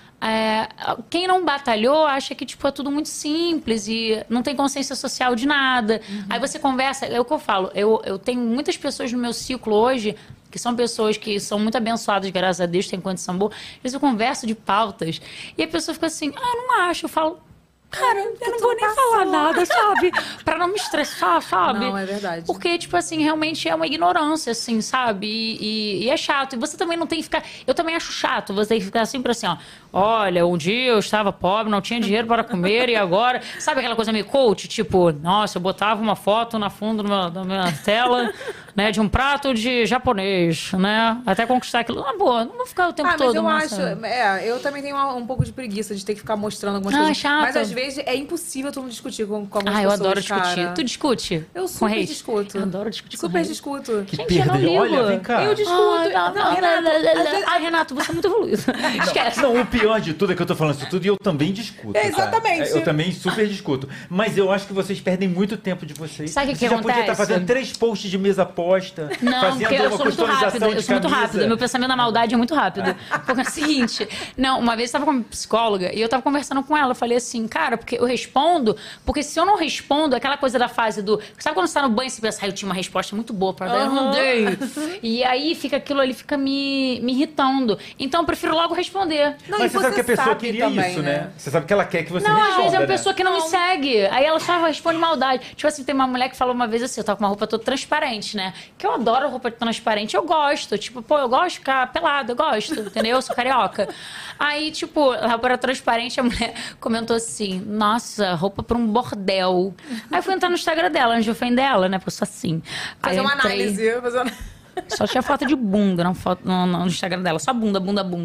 quem não batalhou acha que tipo, é tudo muito simples e não tem consciência social de nada. Aí você conversa, é o que eu falo, eu tenho muitas pessoas no meu ciclo hoje que são pessoas que são muito abençoadas, graças a Deus, têm condição boa. Às vezes eu converso de pautas e a pessoa fica assim, não acho. Eu falo, cara, eu não vou nem falar nada, sabe? Pra não me estressar, sabe? Não, é verdade. Porque, tipo assim, realmente é uma ignorância, assim, sabe? E é chato. E você também não tem que ficar... Eu também acho chato você tem que ficar sempre assim, ó. Olha, um dia eu estava pobre, não tinha dinheiro para comer e agora... Sabe aquela coisa meio coach? Tipo, nossa, eu botava uma foto na fundo da minha tela né, de um prato de japonês, né, até conquistar aquilo. Na boa, não vou ficar o tempo todo. Mas eu acho, eu também tenho um pouco de preguiça de ter que ficar mostrando algumas coisas. Chato. Mas às vezes é impossível tu não discutir com algumas pessoas, eu adoro discutir. cara. Tu discute? Eu super hate? discuto. Eu adoro discutir com Super hate. discuto. Que Gente, eu não perda. ligo. Olha, vem cá. Eu discuto. Não, Renato, Renato, você é muito evoluído. Esquece. Não, o pior de tudo é que eu tô falando isso tudo e eu também discuto. cara. Exatamente. Eu também super discuto. Mas eu acho que vocês perdem muito tempo de vocês. Sabe o que Você já podia estar acontece? fazendo 3 posts de mesa posta, Não, fazendo porque eu uma sou muito rápida. customização Eu de sou muito camisa. rápida. Meu pensamento da maldade é muito rápido. Porque é o seguinte... Não, uma vez eu tava com uma psicóloga e eu tava conversando com ela. Eu falei assim, cara, porque eu respondo... Porque se eu não respondo, aquela coisa da fase do... Sabe quando você tá no banho e você pensa, eu tinha uma resposta muito boa pra dar, eu não dei. E aí fica aquilo ali, fica me irritando. Então eu prefiro logo responder. Não, Mas e você sabe que a pessoa sabe queria também, isso, né? Você sabe que ela quer que você Não, responda, às vezes é uma né? pessoa que não me segue. Aí ela só responde maldade. Tipo assim, tem uma mulher que falou uma vez assim, eu tava com uma roupa toda transparente, né? Que eu adoro roupa transparente, eu gosto. Tipo, pô, eu gosto de ficar pelada, eu gosto, entendeu? Eu sou carioca. Aí, tipo, a roupa era transparente, a mulher comentou assim, nossa, roupa pra um bordel. Aí eu fui entrar no Instagram dela, antes de ofender ela, né? Porque eu sou assim. Aí Fazer eu uma entrei, análise. Só tinha foto de bunda no Instagram dela. Só bunda.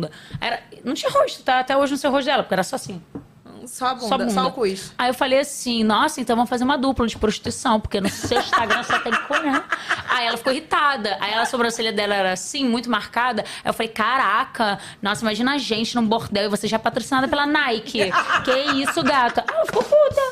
Não tinha rosto, tá? Até hoje não sei o rosto dela, porque era só assim. Só a bunda, só o cus. Aí eu falei assim, nossa, então vamos fazer uma dupla de prostituição, porque no seu Instagram só tem cor, né? Aí ela ficou irritada. Aí a sobrancelha dela era assim, muito marcada. Aí eu falei, caraca, nossa, imagina a gente num bordel e você já é patrocinada pela Nike. Que isso, gata? Ah, ela ficou puta.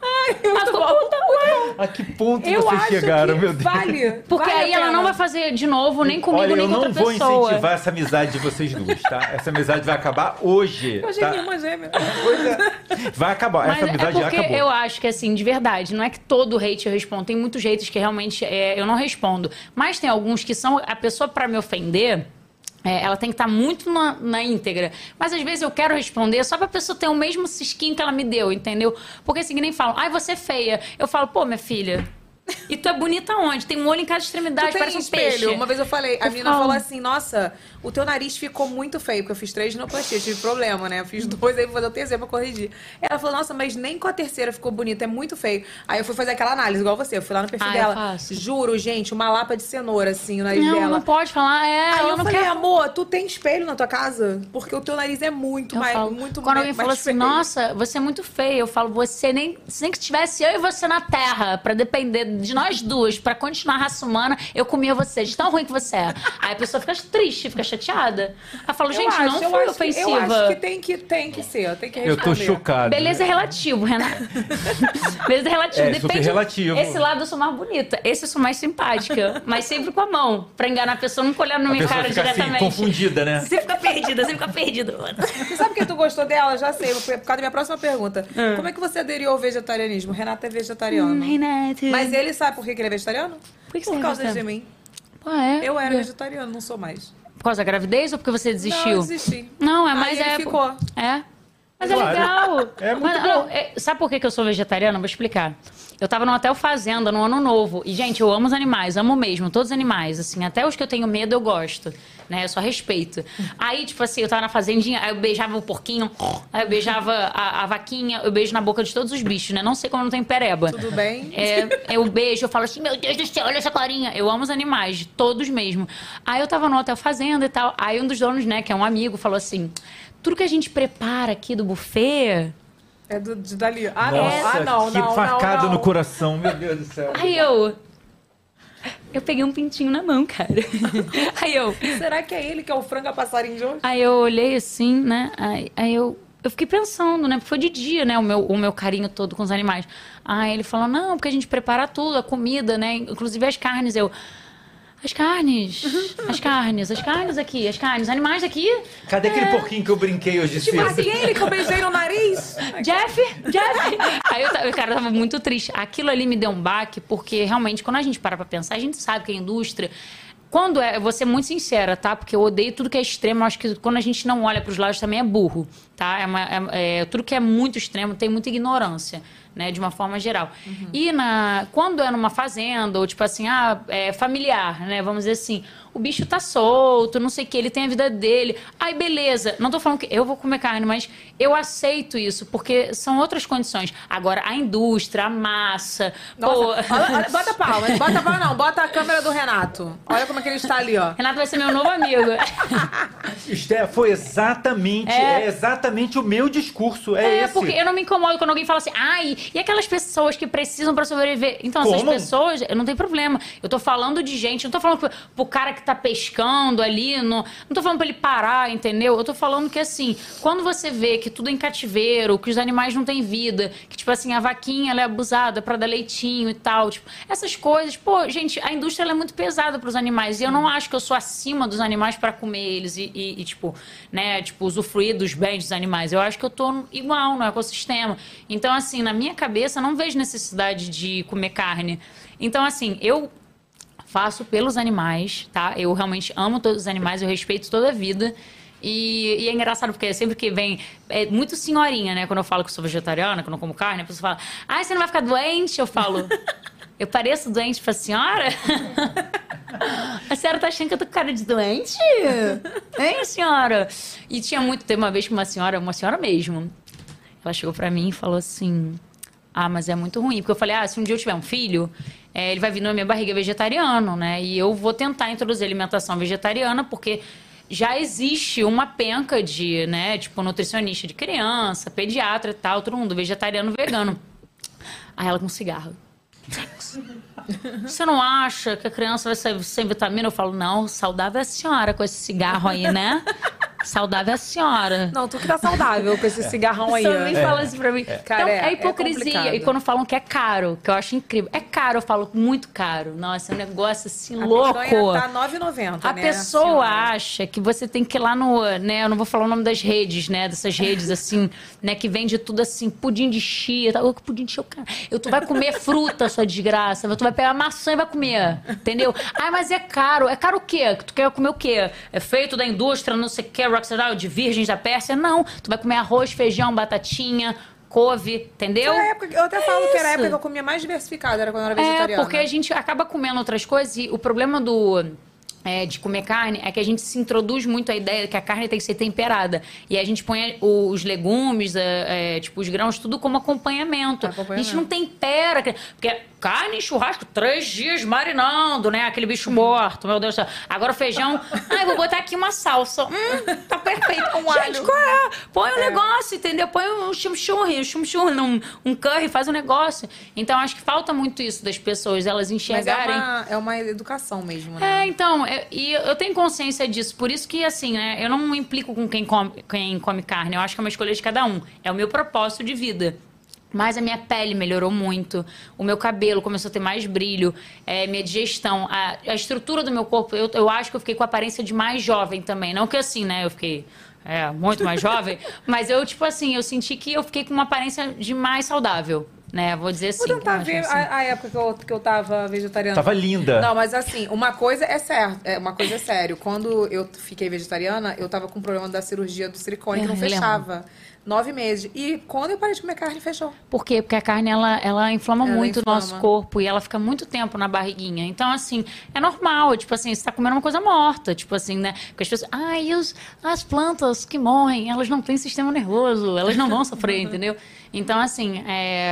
Ela ficou puta, ué. A que ponto Eu vocês acho chegaram, que meu Deus? vale. Porque vale aí a ela pena. não vai fazer de novo, nem comigo, Olha, nem eu com outra não vou pessoa. incentivar essa amizade de vocês duas, tá? Essa amizade vai acabar hoje. Eu tá? achei uma gêmea. Pois é. Vai acabar. Mas Essa amizade é já porque acabou. eu acho que, assim, de verdade, não é que todo hate eu respondo. Tem muitos haters que realmente eu não respondo. Mas tem alguns que são a pessoa pra me ofender... ela tem que estar muito na íntegra. Mas às vezes eu quero responder só pra pessoa ter o mesmo cisquinho que ela me deu, entendeu? Porque assim, que nem falam, ai, você é feia. Eu falo, pô, minha filha, e tu é bonita onde? Tem um olho em cada extremidade, Tu tem parece um espelho. peixe. Uma vez eu falei, a Eu menina falo. falou assim, nossa, o teu nariz ficou muito feio, porque eu fiz 3 rinoplastias, tive problema, né? Eu fiz 2, aí vou fazer o terceiro pra corrigir. Ela falou, nossa, mas nem com a terceira ficou bonito, é muito feio. Aí eu fui fazer aquela análise, igual você, eu fui lá no perfil Eu dela. faço. Juro, gente, uma lapa de cenoura, assim, o nariz Não, dela. não pode falar, Aí ela eu não falei, quer... amor, tu tem espelho na tua casa? Porque o teu nariz é muito Eu mais, falo. muito Quando mais alguém falou assim, feio. nossa, você é muito feia, eu falo, você nem que tivesse eu e você na Terra, pra depender de nós duas, pra continuar a raça humana, eu comia você, de tão ruim que você é. Aí a pessoa fica triste, fica chateada. Aí eu falo, gente, não foi ofensiva. Eu acho que tem que ser, tem que responder. Eu tô chocado. Beleza é relativo, Renato. Beleza é relativo. É, super Depende. relativo. Esse lado eu sou mais bonita. Esse eu sou mais simpática. Mas sempre com a mão. Pra enganar a pessoa, nunca olhando na A minha pessoa cara fica assim, diretamente. confundida, né? Você fica perdida, mano. Você sabe que tu gostou dela? Já sei, por causa da minha próxima pergunta. Como é que você aderiu ao vegetarianismo? O Renato é vegetariano. Renato. Mas ele sabe por que ele é vegetariano? Por que você Por é causa de vegetariano? mim. Pô, é? Eu era vegetariano, não sou mais. Por causa da gravidez ou porque você desistiu? Não, eu desisti. Não, é Aí mais ele ficou. É. Mas Claro. é legal. É muito Mas, bom. não, sabe por que eu sou vegetariana? Vou explicar. Eu tava no Hotel Fazenda no Ano Novo. E, gente, eu amo os animais, amo mesmo, todos os animais. Assim, até os que eu tenho medo eu gosto. Né? Eu só respeito. Aí, tipo assim, eu tava na fazendinha, aí eu beijava o porquinho, aí eu beijava a vaquinha, eu beijo na boca de todos os bichos, né? Não sei como não tem pereba. Tudo bem? Eu beijo, eu falo assim, meu Deus do céu, olha essa carinha. Eu amo os animais, todos mesmo. Aí eu tava no Hotel Fazenda e tal. Aí um dos donos, né, que é um amigo, falou assim, tudo que a gente prepara aqui do buffet... É de dali. Ah, Nossa, não. que facada no coração, meu Deus do céu. Aí eu peguei um pintinho na mão, cara. Será que é ele que é o frango a passarinho de hoje? Aí eu olhei assim, né? Aí eu fiquei pensando, né? Porque foi de dia, né? O meu carinho todo com os animais. Aí ele falou, não, porque a gente prepara tudo, a comida, né? Inclusive as carnes. As carnes aqui, as carnes, os animais aqui. Cadê aquele porquinho que eu brinquei hoje Tipo cedo? assim, ele que eu beijei no nariz? Jeff. Aí o cara tava muito triste. Aquilo ali me deu um baque, porque realmente, quando a gente para pra pensar, a gente sabe que a indústria... eu vou ser muito sincera, tá? Porque eu odeio tudo que é extremo. Eu acho que quando a gente não olha pros lados também é burro, tá? Tudo que é muito extremo tem muita ignorância, né? De uma forma geral. E quando é numa fazenda, ou tipo assim, familiar, né? Vamos dizer assim, o bicho tá solto, não sei o que, ele tem a vida dele. Ai, beleza. Não tô falando que eu vou comer carne, mas eu aceito isso, porque são outras condições. Agora, a indústria, a massa... Nossa, olha, bota palma, bota palma não, bota a câmera do Renato. Olha como é que ele está ali, ó. Renato vai ser meu novo amigo. Foi exatamente o meu discurso, esse. Porque eu não me incomodo quando alguém fala assim, ai, e aquelas pessoas que precisam pra sobreviver? Então, essas pessoas, não tem problema. Eu tô falando de gente, não tô falando pro cara que tá pescando ali, não tô falando pra ele parar, entendeu? Eu tô falando que, assim, quando você vê que tudo é em cativeiro, que os animais não têm vida, que, tipo assim, a vaquinha, ela é abusada pra dar leitinho e tal, tipo, essas coisas, gente, a indústria, ela é muito pesada pros animais, e eu não acho que eu sou acima dos animais pra comer eles e tipo, né, tipo, usufruir dos bens dos animais. Eu acho que eu tô igual no ecossistema. Então, assim, na minha cabeça, eu não vejo necessidade de comer carne. Então, assim, eu faço pelos animais, tá? Eu realmente amo todos os animais, eu respeito toda a vida. E é engraçado, porque sempre que vem... É muito senhorinha, né? Quando eu falo que eu sou vegetariana, que eu não como carne, a pessoa fala... Ai, você não vai ficar doente? Eu falo... Eu pareço doente pra senhora? A senhora tá achando que eu tô com cara de doente? Hein, senhora? E teve uma vez que uma senhora mesmo, ela chegou pra mim e falou assim... mas é muito ruim. Porque eu falei, se um dia eu tiver um filho... ele vai vir na minha barriga vegetariano, né? E eu vou tentar introduzir alimentação vegetariana, porque já existe uma penca de, né? Tipo, nutricionista de criança, pediatra e tal, todo mundo vegetariano, vegano. Aí ela com cigarro. Você não acha que a criança vai sair sem vitamina? Eu falo, não, saudável é a senhora com esse cigarro aí, né? Saudável é a senhora. Não, tu que tá saudável com esse cigarrão aí. Você nem fala isso pra mim. Cara, então, é hipocrisia. E quando falam que é caro, que eu acho incrível. É caro, eu falo muito caro. Nossa, é um negócio assim louco. A picanha tá R$9,90, A pessoa acha que você tem que ir lá no... né, eu não vou falar o nome das redes, né? Dessas redes, assim, né? Que vende tudo assim, pudim de chia. Tá? Pudim de chia, cara. Tu vai comer fruta, sua desgraça. Tu vai pegar maçã e vai comer. Entendeu? Mas é caro. É caro o quê? Tu quer comer o quê? É feito da indústria, não sei o quê, de virgens da Pérsia. Não. Tu vai comer arroz, feijão, batatinha, couve, entendeu? Eu até falo que era a época que eu comia mais diversificada, era quando eu era vegetariana. Porque a gente acaba comendo outras coisas e o problema de comer carne é que a gente se introduz muito a ideia que a carne tem que ser temperada. E a gente põe os legumes, tipo, os grãos, tudo como acompanhamento. A gente não tempera. Porque carne, churrasco, 3 dias marinando, né? Aquele bicho morto, meu Deus do céu. Agora o feijão, vou botar aqui uma salsa. Tá perfeito. Gente, qual é? Põe um negócio, entendeu? Põe um chimichurri, um curry, faz um negócio. Então, acho que falta muito isso das pessoas, elas enxergarem... Mas é uma educação mesmo, né? Então, e eu tenho consciência disso. Por isso que, assim, né? Eu não me implico com quem come carne. Eu acho que é uma escolha de cada um. É o meu propósito de vida. Mas a minha pele melhorou muito, o meu cabelo começou a ter mais brilho, minha digestão, a estrutura do meu corpo, eu acho que eu fiquei com a aparência de mais jovem também. Não que assim, né, eu fiquei muito mais jovem, mas eu, tipo assim, eu senti que eu fiquei com uma aparência de mais saudável. Né, vou dizer assim. Vou tentar ver assim. A época que eu tava vegetariana. Tava linda. Não, mas assim, uma coisa é certo, uma coisa é sério. Quando eu fiquei vegetariana, eu tava com um problema da cirurgia do silicone que não fechava. 9 meses. E quando eu parei de comer carne, fechou. Por quê? Porque a carne, ela inflama muito o nosso corpo e ela fica muito tempo na barriguinha. Então, assim, é normal. Tipo assim, você tá comendo uma coisa morta. Tipo assim, né? Porque as pessoas... as plantas que morrem, elas não têm sistema nervoso. Elas não vão sofrer, entendeu? Então, assim,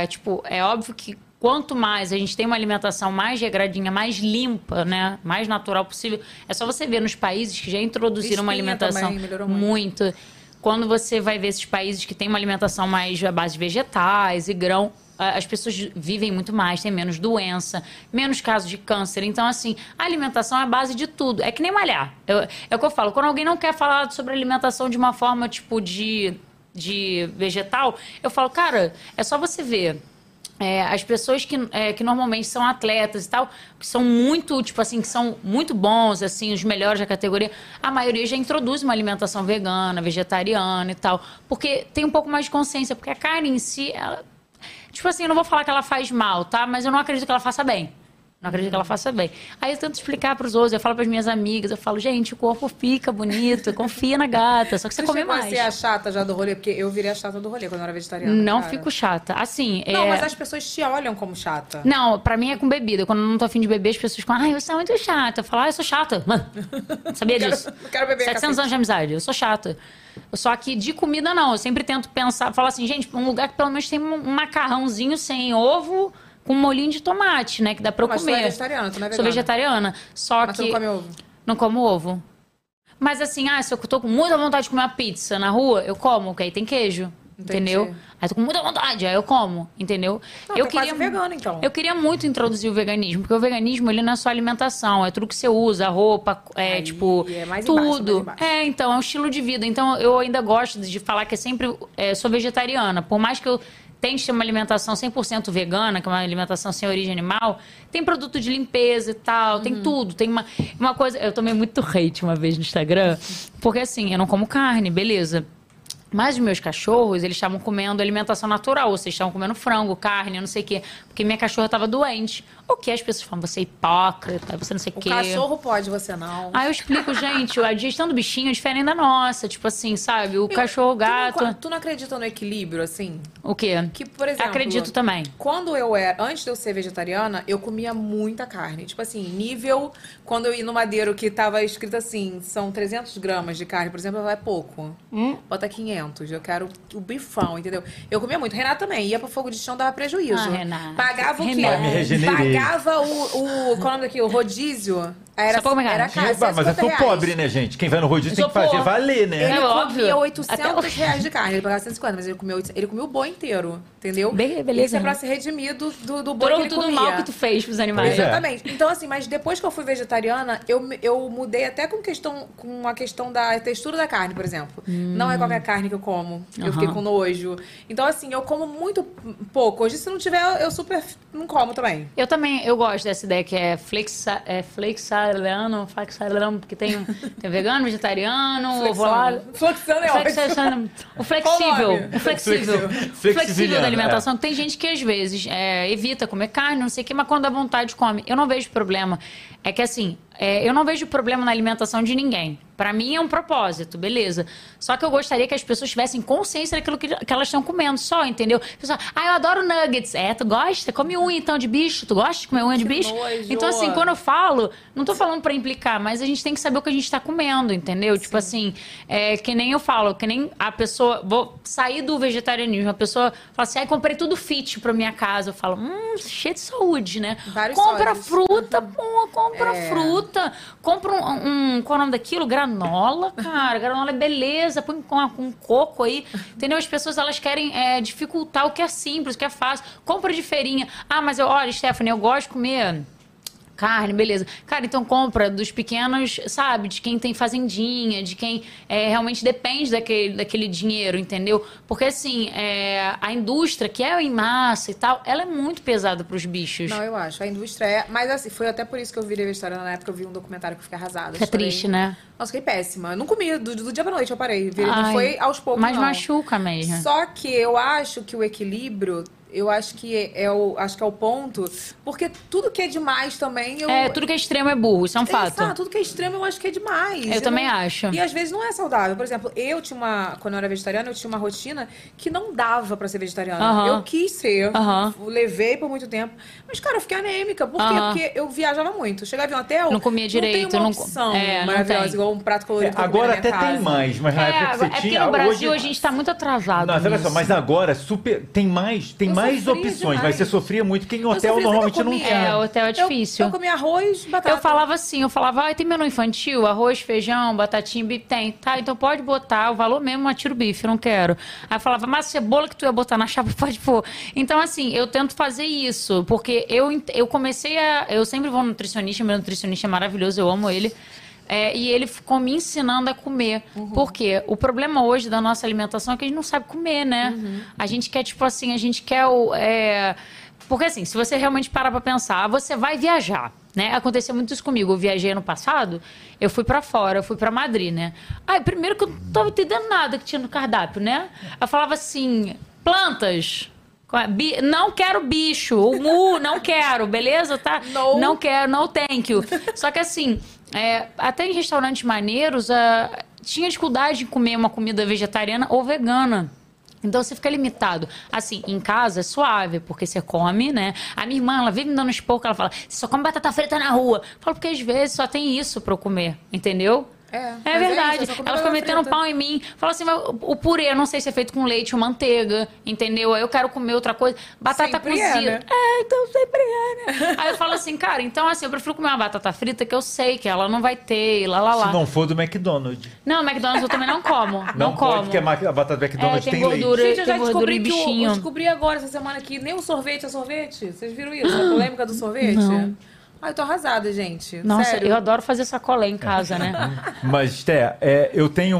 é óbvio que quanto mais a gente tem uma alimentação mais regradinha, mais limpa, né? Mais natural possível. É só você ver nos países que já introduziram uma alimentação muito... Quando você vai ver esses países que têm uma alimentação mais à base de vegetais e grão, as pessoas vivem muito mais, têm menos doença, menos casos de câncer. Então, assim, a alimentação é a base de tudo. É que nem malhar. É o que eu falo. Quando alguém não quer falar sobre alimentação de uma forma, tipo, de vegetal, eu falo, cara, é só você ver... as pessoas que normalmente são atletas e tal, que são muito, tipo assim, que são muito bons, assim, os melhores da categoria, a maioria já introduz uma alimentação vegana, vegetariana e tal, porque tem um pouco mais de consciência, porque a carne em si, ela, tipo assim, eu não vou falar que ela faz mal, tá? Mas eu não acredito que ela faça bem. Não acredito que ela faça bem. Aí eu tento explicar pros outros, eu falo pras minhas amigas, eu falo, gente, o corpo fica bonito, confia na gata, só que você come mais. Você é a chata já do rolê? Porque eu virei a chata do rolê quando eu era vegetariana. Não cara. fico chata. Assim, Não, mas as pessoas te olham como chata. Não, pra mim é com bebida. Quando eu não tô afim de beber, as pessoas falam, ai, você é muito chata. Eu falo, eu sou chata. Mano, sabia disso? Não quero beber 700 café. anos de amizade, eu sou chata. Só que de comida, não. Eu sempre tento pensar, falar assim, gente, um lugar que pelo menos tem um macarrãozinho sem ovo com molhinho de tomate, né? Que dá pra eu Mas comer. tu é vegetariana, tu não é vegana. Sou vegetariana. Só Mas que... tu não come ovo? Não como ovo. Mas assim, se eu tô com muita vontade de comer uma pizza na rua, eu como, que aí tem queijo. Entendi. Entendeu? Aí tô com muita vontade, aí eu como, entendeu? Não, eu tu é quase vegana, então. Eu queria muito introduzir o veganismo, porque o veganismo, ele não é só alimentação, é tudo que você usa, roupa, Aí, tipo, é mais tudo. embaixo, mais embaixo. Então, é um estilo de vida. Então, eu ainda gosto de falar que sou vegetariana. Por mais que eu tente ter uma alimentação 100% vegana, que é uma alimentação sem origem animal, tem produto de limpeza e tal, tem tudo. Tem uma coisa... Eu tomei muito hate uma vez no Instagram, porque assim, eu não como carne, beleza. Mas os meus cachorros, eles estavam comendo alimentação natural, ou seja, estavam comendo frango, carne, não sei o quê, porque minha cachorra estava doente. O que as pessoas falam, você é hipócrita, você não sei o quê. O cachorro pode, você não. Aí eu explico, gente, a digestão do bichinho é diferente da nossa, tipo assim, sabe? O cachorro, o gato... Tu não acredita no equilíbrio, assim? O quê? Que, por exemplo... Acredito também. Quando antes de eu ser vegetariana, eu comia muita carne. Tipo assim, nível... Quando eu ia no Madeiro, que tava escrito assim, são 300 gramas de carne, por exemplo, é pouco. Bota 500, eu quero o bifão, entendeu? Eu comia muito. Renata também, ia pro fogo de chão, dava prejuízo. Renata. Pagava o quê? Renata. Me regenerei. Pagava qual é o nome daqui? O rodízio. Era, Só pra comer carne. era caro, Mas eu tô 150 pobre, reais. né, gente? Quem vai no rodízio tem que Isopor. fazer valer, né? Ele É óbvio. comia 800 Até reais de carne. Ele pagava 150, mas ele comia o boi inteiro, entendeu? Beleza, Isso é pra né? se redimir do boi que Durou ele tudo comia. mal que tu fez pros animais. Pois é. Exatamente. Então, assim, mas depois que eu fui vegetariana, eu mudei até com a questão da textura da carne, por exemplo. Não é qualquer carne que eu como. Eu fiquei com nojo. Então, assim, eu como muito pouco. Hoje, se não tiver, eu super não como também. Eu gosto dessa ideia que é flexariano, porque tem vegano, vegetariano, ovolado. Flexando é ótimo. O flexível. nome? O flexível. Flexível. Flexível da alimentação. Tem gente que às vezes evita comer carne, não sei o que, mas quando dá vontade come. Eu não vejo problema. É que assim, eu não vejo problema na alimentação de ninguém. Pra mim é um propósito, beleza. Só que eu gostaria que as pessoas tivessem consciência daquilo que elas estão comendo só, entendeu? Pessoal, eu adoro nuggets. Tu gosta? Come unha então de bicho. Tu gosta de comer unha de bicho? nojo. Então assim, quando eu falo, não tô falando pra implicar, mas a gente tem que saber o que a gente tá comendo, entendeu? Tipo assim, que nem eu falo, que nem a pessoa... Vou sair do vegetarianismo. A pessoa fala assim, comprei tudo fit pra minha casa. Eu falo, cheio de saúde, né? Vários Compra sólidos. fruta, pô, compra fruta. Compra qual é o nome daquilo? Granola, cara. Granola é beleza. Põe com coco aí. Entendeu? As pessoas, elas querem dificultar o que é simples, o que é fácil. Compra de feirinha. Mas olha, Stephanie, eu gosto de comer carne, beleza. Cara, então compra dos pequenos, sabe? De quem tem fazendinha, de quem realmente depende daquele dinheiro, entendeu? Porque, assim, a indústria, que é em massa e tal, ela é muito pesada pros bichos. Não, eu acho. A indústria é... Mas, assim, foi até por isso que eu virei vegetariana na época. Eu vi um documentário que eu fiquei arrasada. Fica triste, né? Nossa, fiquei péssima. Eu não comi. Do dia pra noite eu parei. Não Ai, foi aos poucos, mas não. machuca mesmo. Só que eu acho que o equilíbrio... Eu acho que é o ponto, porque tudo que é demais também... Tudo que é extremo é burro, isso é um fato. Exato, tudo que é extremo eu acho que é demais. Eu também acho. E às vezes não é saudável. Por exemplo, quando eu era vegetariana, eu tinha uma rotina que não dava pra ser vegetariana. Eu quis ser, levei por muito tempo. Mas, cara, eu fiquei anêmica. Por quê? Porque eu viajava muito. Chegava em um hotel... Não comia direito. Não tem uma opção maravilhosa, igual um prato colorido que eu Agora comia na até minha tem casa. mais, mas na época que você porque tinha... no Brasil a gente tá muito atrasado Não, olha só, nisso. mas agora tem mais sofria opções, demais. mas você sofria muito, porque em hotel sofria, normalmente sabe o não que eu comia? tem. Hotel é difícil. Eu comia arroz, batata. Eu falava assim, tem menu infantil, arroz, feijão, batatinha, bife, tem. Tá, então pode botar o valor mesmo, mas tira o bife, eu não quero. Aí eu falava, mas a cebola que tu ia botar na chapa, pode pôr. Então, assim, eu tento fazer isso, porque eu comecei eu sempre vou no nutricionista, meu nutricionista é maravilhoso, eu amo ele. E ele ficou me ensinando a comer. Por quê? O problema hoje da nossa alimentação é que a gente não sabe comer, né? A gente quer, tipo assim, porque assim, se você realmente parar pra pensar, você vai viajar, né? Aconteceu muito isso comigo. Eu viajei ano passado, eu fui pra fora, eu fui pra Madrid, né? Primeiro que eu não tava entendendo nada que tinha no cardápio, né? Eu falava assim, plantas. Não quero bicho. O mu, não quero, beleza? Tá? No. Não quero, no thank you. Só que assim, até em restaurantes maneiros, tinha dificuldade de comer uma comida vegetariana ou vegana. Então você fica limitado. Assim, em casa é suave, porque você come, né? A minha irmã, ela vive me dando esporro, ela fala, você só come batata frita na rua. Eu falo, porque às vezes só tem isso pra eu comer, entendeu? Mas verdade. isso, Ela fica metendo pau em mim. Fala assim, mas o purê, eu não sei se é feito com leite ou manteiga, entendeu? Aí eu quero comer outra coisa. Batata Sempre cozida. né? Então sempre né? Aí eu falo assim, cara, então assim, eu prefiro comer uma batata frita que eu sei que ela não vai ter, e lá. Se não for do McDonald's. Não, McDonald's eu também não como. Não como. Pode, porque a batata do McDonald's tem tem leite. gordura. Gente, eu já Tem gordura descobri e que bichinho. eu descobri agora, essa semana, que nem o sorvete é sorvete. Vocês viram isso? A polêmica do sorvete? Não. Ai, eu tô arrasada, gente. Nossa, Sério. eu adoro fazer sacolé em casa, né? Mas, Té, eu tenho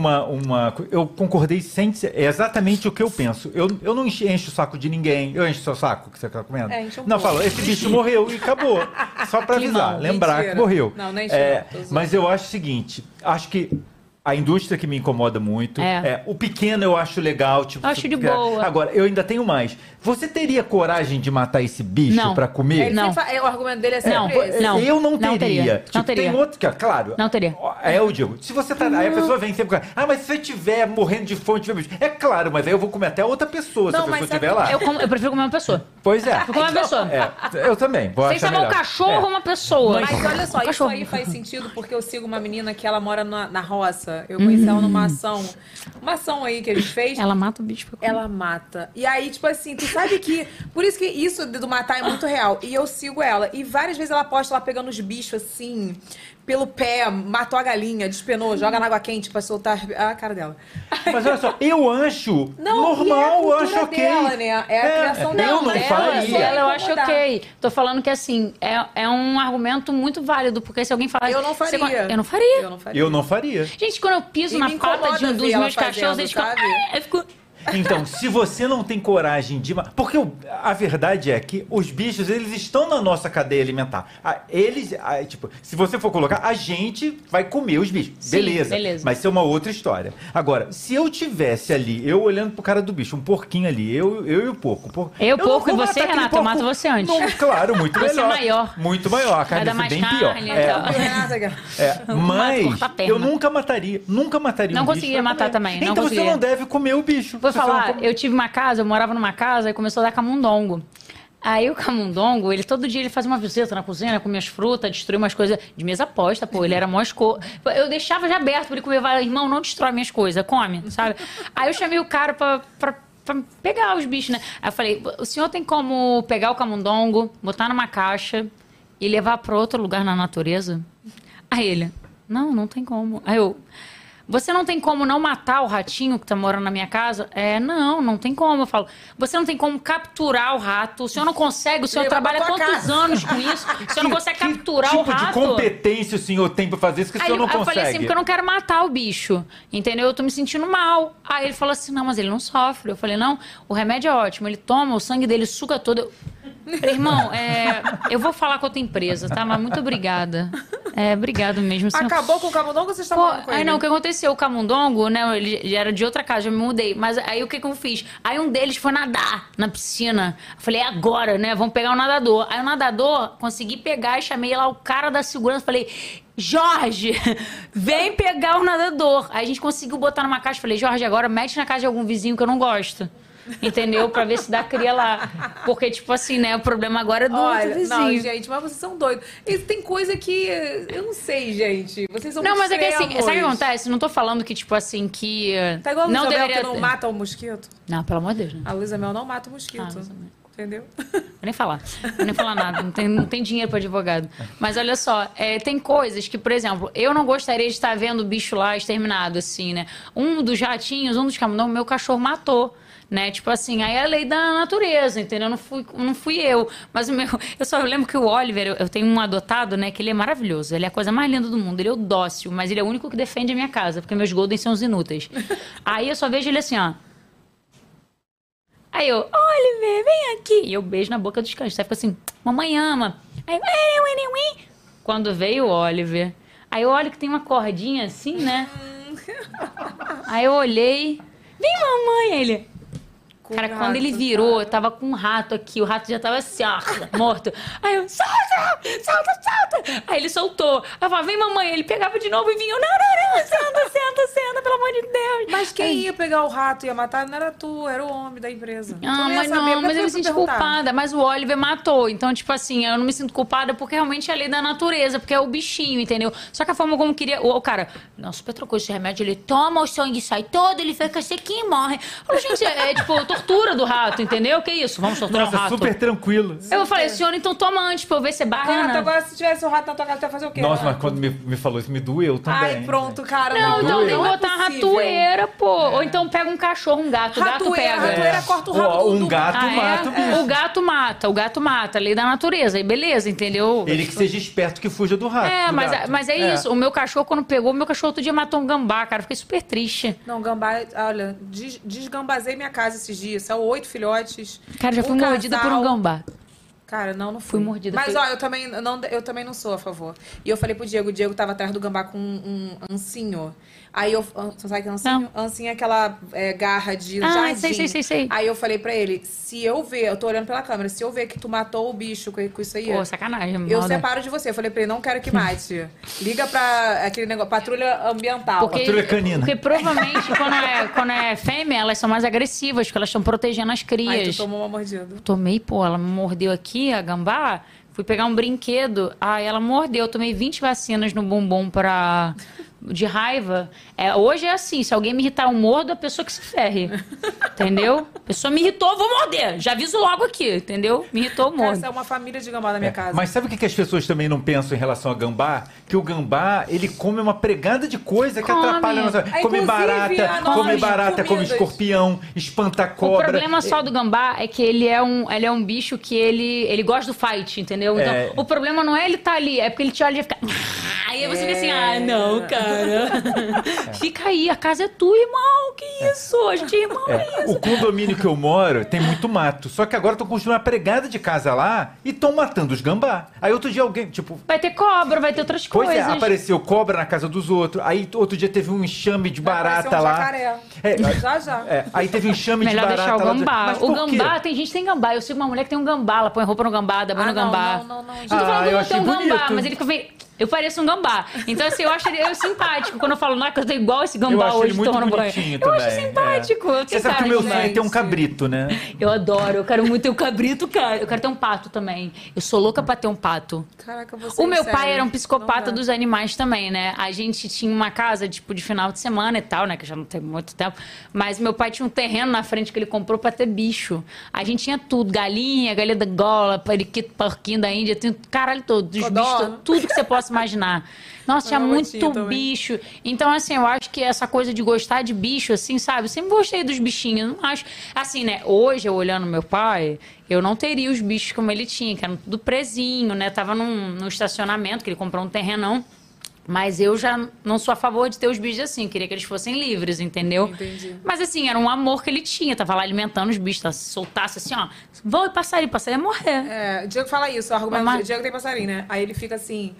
eu concordei sem... É exatamente o que eu penso. Eu não encho o saco de ninguém. Eu encho o seu saco que você tá comendo? Enche um não, pouco. falo, esse bicho morreu e acabou. Só pra avisar, lembrar Mentira. que morreu. Não enche não, tô zoando. mas eu acho o seguinte, acho que a indústria que me incomoda muito. O pequeno eu acho legal. Tipo, Acho de boa. Agora, eu ainda tenho mais. Você teria coragem de matar esse bicho Não. pra comer? Ele Não. sempre o argumento dele é sempre Não. esse. Não. Eu não Não teria. teria. Tipo, Não teria. Tem outro que, claro. Não teria. Eu digo, se você tá. Aí a pessoa vem sempre. Mas se você estiver morrendo de fome, tiver bicho. É claro, mas aí eu vou comer até outra pessoa Não, se a mas pessoa sabe- estiver lá. Eu prefiro comer uma pessoa. Pois é. Vou comer uma pessoa. Eu também. Vou Sem achar saber um melhor. cachorro ou uma pessoa. Mas olha só, isso cachorro. aí faz sentido porque eu sigo uma menina que ela mora na roça. Eu conheci ela numa ação. Uma ação aí que a gente fez. Ela mata o bicho pra comer. Ela mata. E aí, tipo assim, tu sabe que... Por isso que isso do matar é muito real. E eu sigo ela. E várias vezes ela posta ela pegando os bichos assim... Pelo pé, matou a galinha, despenou, joga na água quente pra soltar a cara dela. Mas olha só, eu acho Não, e é a normal, eu cultura acho ok. dela, né? É a criação dela. Eu não Ela faria. Ela eu acho incomodar. ok. Tô falando que assim, é um argumento muito válido, porque se alguém falar. Eu não você- faria. Eu não faria. Eu não faria. Eu não faria. Gente, quando eu piso E na me pata incomoda de um dos ver ela meus cachorros, fazendo, eles ficam. sabe? Eu fico. Então, se você não tem coragem de... Porque a verdade é que os bichos, eles estão na nossa cadeia alimentar. Tipo, se você for colocar, a gente vai comer os bichos. Sim, beleza. beleza. Mas isso é uma outra história. Agora, se eu tivesse ali, eu olhando pro cara do bicho, um porquinho ali, eu e o porco. Eu, não porco, vou e você, matar aquele Renata, eu porco. mato você antes. Não, claro, muito Você é melhor. maior. Muito maior. A carne dar vai ser mais bem pior. carne, então. Renata, Mas cortar a perna. eu nunca mataria Não um bicho conseguiria pra matar comer. também, não Então você conseguiria. não deve comer o bicho. Vou Se você não falar, come- eu tive uma casa, eu morava numa casa e começou a dar camundongo. Aí o camundongo, todo dia ele fazia uma visita na cozinha, comia as frutas, destruía umas coisas de mesa posta, pô, ele era mó Eu deixava já aberto pra ele comer, vai, irmão, não destrói minhas coisas, come, sabe? Aí eu chamei o cara pra pegar os bichos, né? Aí eu falei, o senhor tem como pegar o camundongo, botar numa caixa e levar pra outro lugar na natureza? Aí ele, não tem como. Aí eu... Você não tem como não matar o ratinho que tá morando na minha casa? Não tem como. Eu falo, você não tem como capturar o rato. O senhor não consegue, o senhor Levar pra trabalha tua quantos casa. anos com isso? O senhor não consegue capturar tipo o rato? de competência o senhor tem pra fazer isso que o senhor não Aí eu consegue? falei assim, porque eu não quero matar o bicho, entendeu? Eu tô me sentindo mal. Aí ele falou assim, não, mas ele não sofre. Eu falei, não, o remédio é ótimo, ele toma, o sangue dele suga todo. Eu falei, irmão, eu vou falar com outra empresa, tá? Mas muito obrigada. Obrigado mesmo. senhor. Acabou com o camundongo ou vocês estão Pô, falando com ele? aí não, o que aconteceu? O camundongo, né? Ele era de outra casa, eu me mudei. Mas aí o que eu fiz? Aí um deles foi nadar na piscina. Eu falei, agora, né? Vamos pegar o nadador. Aí o nadador, consegui pegar e chamei lá o cara da segurança. Falei, Jorge, vem pegar o nadador. Aí a gente conseguiu botar numa caixa. Falei, Jorge, agora mete na casa de algum vizinho que eu não gosto. Entendeu? Pra ver se dá cria lá. Porque, tipo assim, né? O problema agora é do outro Olha, vizinho. não, gente, mas vocês são doidos. E tem coisa que eu não sei, gente. Vocês são Não, muito mas é que assim, extremos. sabe o que acontece? Não tô falando que, tipo assim, que. Tá igual a não Luísa Mel deveria que não ter. mata o mosquito. Não, pelo amor de Deus, né? A Luísa Mel não mata o mosquito. Luísa Mel. Entendeu? Vou nem falar. Vou nem falar nada. Não tem dinheiro para advogado. Mas olha só, tem coisas que, por exemplo, eu não gostaria de estar vendo o bicho lá exterminado, assim, né? Um dos ratinhos, um dos camundongos, meu cachorro matou. Né? Tipo assim, aí é a lei da natureza, entendeu? Não fui eu. Mas eu só lembro que o Oliver, eu tenho um adotado, né? Que ele é maravilhoso. Ele é a coisa mais linda do mundo. Ele é o dócil, mas ele é o único que defende a minha casa, porque meus Goldens são os inúteis. Aí eu só vejo ele assim, ó. Aí eu, Oliver, vem aqui. E eu beijo na boca dos cães. Aí fica assim, mamãe ama. Aí, quando veio o Oliver, aí eu olho que tem uma cordinha assim, né? Aí eu olhei, vem mamãe, ele... Cara, quando ele virou, eu tava com um rato aqui. O rato já tava assim, ó, morto. Aí eu, solta! Aí ele soltou. Aí eu falava, vem mamãe. Ele pegava de novo e vinha. Eu, não, senta, pelo amor de Deus. Mas quem ia pegar o rato e ia matar não era tu, era o homem da empresa. Ah, mas eu me senti culpada. Mas o Oliver matou. Então, tipo assim, eu não me sinto culpada porque realmente é a lei da natureza, porque é o bichinho, entendeu? Só que a forma como queria... O cara, não, super trocou esse remédio, ele toma, o sangue sai todo, ele fica sequinho e morre. Eu falei, gente, é tipo tortura do rato, entendeu? Que isso? Vamos torturar o rato. Super tranquilo. Eu falei, senhor, então toma antes pra eu ver se é barra. Gato, agora se tivesse um rato na tua casa, tu ia fazer o quê? Nossa, mas quando me falou isso, me doeu também. Ai, pronto, cara. Não, então tem que botar uma possível. ratoeira, pô. Ou então pega um cachorro, um gato. O gato pega. Ratoeira corta o rabo do gato mata o bicho. O gato mata, lei da natureza. E beleza, entendeu? Ele que seja esperto que fuja do rato. Mas é isso. O meu cachorro, quando pegou, meu cachorro outro dia matou um gambá, cara. Fiquei super triste. Não, gambá, olha, desgambazei minha casa esses dias. São 8 filhotes. Cara, já fui mordida por um gambá. Cara, não fui mordida. Mas, ó, eu também não sou a favor. E eu falei pro Diego, o Diego tava atrás do gambá com um ancinho. Aí eu... Você sabe que é ancinho? Não. Ancinho é aquela garra de jardim. Sei. Aí eu falei pra ele, se eu ver... Eu tô olhando pela câmera. Se eu ver que tu matou o bicho com isso aí... Pô, sacanagem. Eu separo de você. Eu falei pra ele, não quero que mate. Liga pra aquele negócio... Patrulha ambiental. Patrulha canina. Porque provavelmente, quando é fêmea, elas são mais agressivas, porque elas estão protegendo as crias. Aí tu tomou uma mordida. Tomei, pô, ela me mordeu aqui, a gambá. Fui pegar um brinquedo, aí ela mordeu. Eu tomei 20 vacinas no bumbum de raiva. Hoje é assim, se alguém me irritar, eu mordo, a pessoa que se ferre. Entendeu? A pessoa me irritou, eu vou morder. Já aviso logo aqui, entendeu? Me irritou, eu mordo. Essa é uma família de gambá na minha casa. Mas sabe o que as pessoas também não pensam em relação a gambá? Que o gambá, ele come uma pregada de coisa que atrapalha a nossa... Come barata, come escorpião, espanta cobra. O problema só do gambá é que ele é um bicho que ele gosta do fight, entendeu? Então, o problema não é ele estar ali, é porque ele te olha e fica... Aí você fica assim, não, cara. Fica aí, a casa é tua, irmão. Que isso? A gente é irmão, é isso. O condomínio que eu moro tem muito mato. Só que agora estão construindo uma pregada de casa lá e estão matando os gambá. Aí outro dia alguém, tipo... Vai ter cobra, vai ter outras coisas. Pois é, apareceu cobra na casa dos outros. Aí outro dia teve um enxame de barata lá. Jacaré. Já. Aí teve um enxame de barata lá. Melhor deixar o gambá. Mas o gambá, tem gente que tem gambá. Eu sigo uma mulher que tem um gambá. Ela põe roupa no gambá, dá banho no gambá. Não. Não tô falando que eu tenho um gambá, mas ele fica... Eu pareço um gambá. Então, assim, eu acho ele simpático. Quando eu falo, não, que eu tô igual esse gambá hoje tomando banho. Eu acho simpático. Você sabe que o meu sonho é ter um cabrito, né? Eu adoro. Eu quero muito ter um cabrito, cara. Eu quero ter um pato também. Eu sou louca pra ter um pato. Caraca, você O meu pai era um psicopata dos animais também, né? A gente tinha uma casa, tipo, de final de semana e tal, né? Que já não tem muito tempo. Mas meu pai tinha um terreno na frente que ele comprou pra ter bicho. A gente tinha tudo. Galinha da gola, periquito, porquinho da Índia. Tinha caralho todo. Dos bichos, tudo que você possa imaginar. Nossa, tinha muito bicho. Então, assim, eu acho que essa coisa de gostar de bicho, assim, sabe? Eu sempre gostei dos bichinhos. Não acho... Assim, né? Hoje, eu olhando meu pai, eu não teria os bichos como ele tinha, que eram tudo presinho, né? Tava num estacionamento, que ele comprou um terrenão. Mas eu já não sou a favor de ter os bichos assim. Queria que eles fossem livres, entendeu? Entendi. Mas assim, era um amor que ele tinha. Tava lá alimentando os bichos. Se soltasse assim, ó. Vão e passarinho ia morrer. O Diego fala isso. O argumento, o Diego tem passarinho, né? Aí ele fica assim...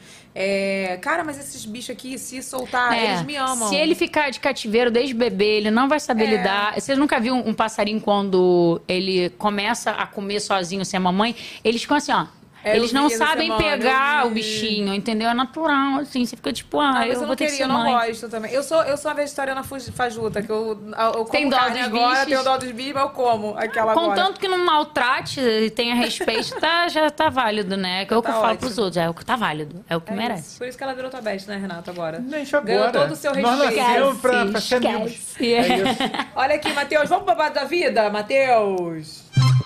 cara, mas esses bichos aqui, se soltar, eles me amam. Se ele ficar de cativeiro desde bebê, ele não vai saber lidar. Vocês nunca viram um passarinho quando ele começa a comer sozinho sem a mamãe? Eles ficam assim, ó. Eles não sabem pegar o bichinho, entendeu? É natural, assim. Você fica tipo, eu vou ter que ser mãe. Eu não gosto também. Eu sou uma vegetariana fajuta, que eu como tem dó carne dos agora, bichos. tenho dó dos bichos, mas eu como aquela agora. Contanto que não maltrate e tenha respeito, já tá válido, né? Que é o que eu falo pros outros. É o que tá válido. É o que merece. Isso. Por isso que ela virou tua besta, né, Renata, agora? Deixa agora. Ganhou todo o seu respeito. Nós nascemos pra ser amigos. Olha aqui, Matheus. Vamos pro babado da vida, Matheus?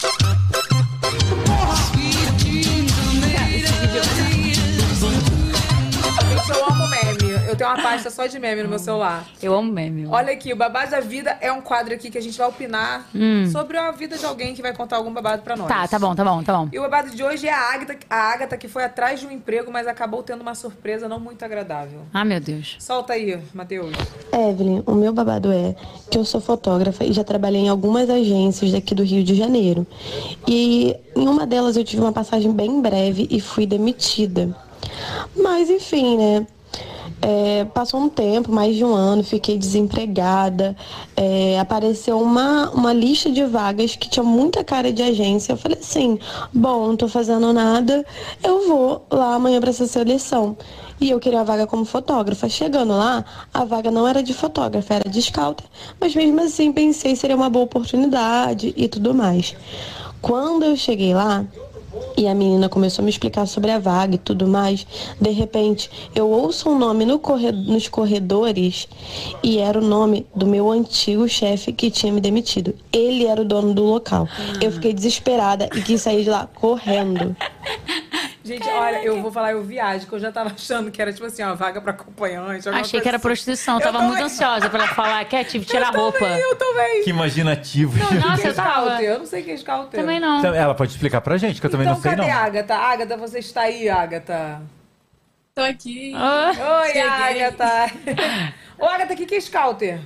Eu amo meme. Eu tenho uma pasta só de meme no meu celular. Eu amo meme. Olha aqui, o Babado da Vida é um quadro aqui que a gente vai opinar sobre a vida de alguém que vai contar algum babado pra nós. Tá bom. E o babado de hoje é a Agatha, que foi atrás de um emprego, mas acabou tendo uma surpresa não muito agradável. Ah, meu Deus. Solta aí, Matheus. Evelyn, o meu babado é que eu sou fotógrafa e já trabalhei em algumas agências daqui do Rio de Janeiro. E em uma delas eu tive uma passagem bem breve e fui demitida. Mas, enfim, né? Passou um tempo, mais de um ano, fiquei desempregada. Apareceu uma lista de vagas que tinha muita cara de agência. Eu falei assim, bom, não tô fazendo nada, eu vou lá amanhã para essa seleção. E eu queria a vaga como fotógrafa. Chegando lá, a vaga não era de fotógrafa, era de scouter. Mas mesmo assim, pensei que seria uma boa oportunidade e tudo mais. Quando eu cheguei lá, e a menina começou a me explicar sobre a vaga e tudo mais. De repente, eu ouço um nome nos corredores e era o nome do meu antigo chefe que tinha me demitido. Ele era o dono do local. Eu fiquei desesperada e quis sair de lá correndo. Gente, olha, eu vou falar, eu viajo, que eu já tava achando que era tipo assim, uma vaga pra acompanhante. Achei que era prostituição, tava muito ansiosa pra ela falar que tive que tirar a roupa. Eu também. Que imaginativo. Nossa, eu tava. Eu não sei quem é scouter. Também não. Então, ela pode explicar pra gente, que eu também não sei, Então, não. cadê a Agatha? Agatha, você está aí, Agatha? Tô aqui. Oi, Cheguei. Agatha. Ô, Agatha, o que é scouter?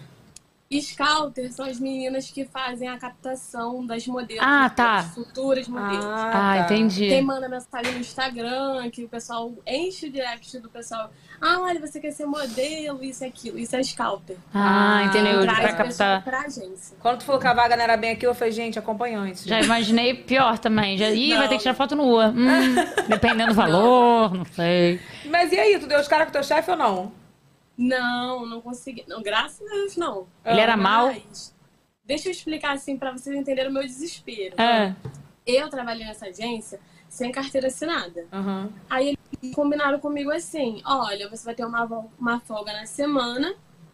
Scouter são as meninas que fazem a captação das modelos. Ah, tá. Das futuras modelos. Ah, entendi. Quem manda mensagem no Instagram, que o pessoal enche o direct do pessoal. Ah, olha, você quer ser modelo, isso e aquilo. Isso é Scouter. Entendeu? Traz Pra a pessoa captar. pra agência. Quando tu falou que a vaga não era bem aquilo, eu falei, gente, acompanhante. Já imaginei pior também. Ih, vai ter que tirar foto nua. Dependendo do valor, não sei. Mas e aí, tu deu os caras com teu chefe ou não? Não consegui. Não, graças a Deus, não. Ele era mau? Mas, deixa eu explicar assim pra vocês entenderem o meu desespero. Eu trabalhei nessa agência sem carteira assinada. Aí eles combinaram comigo assim, olha, você vai ter uma folga na semana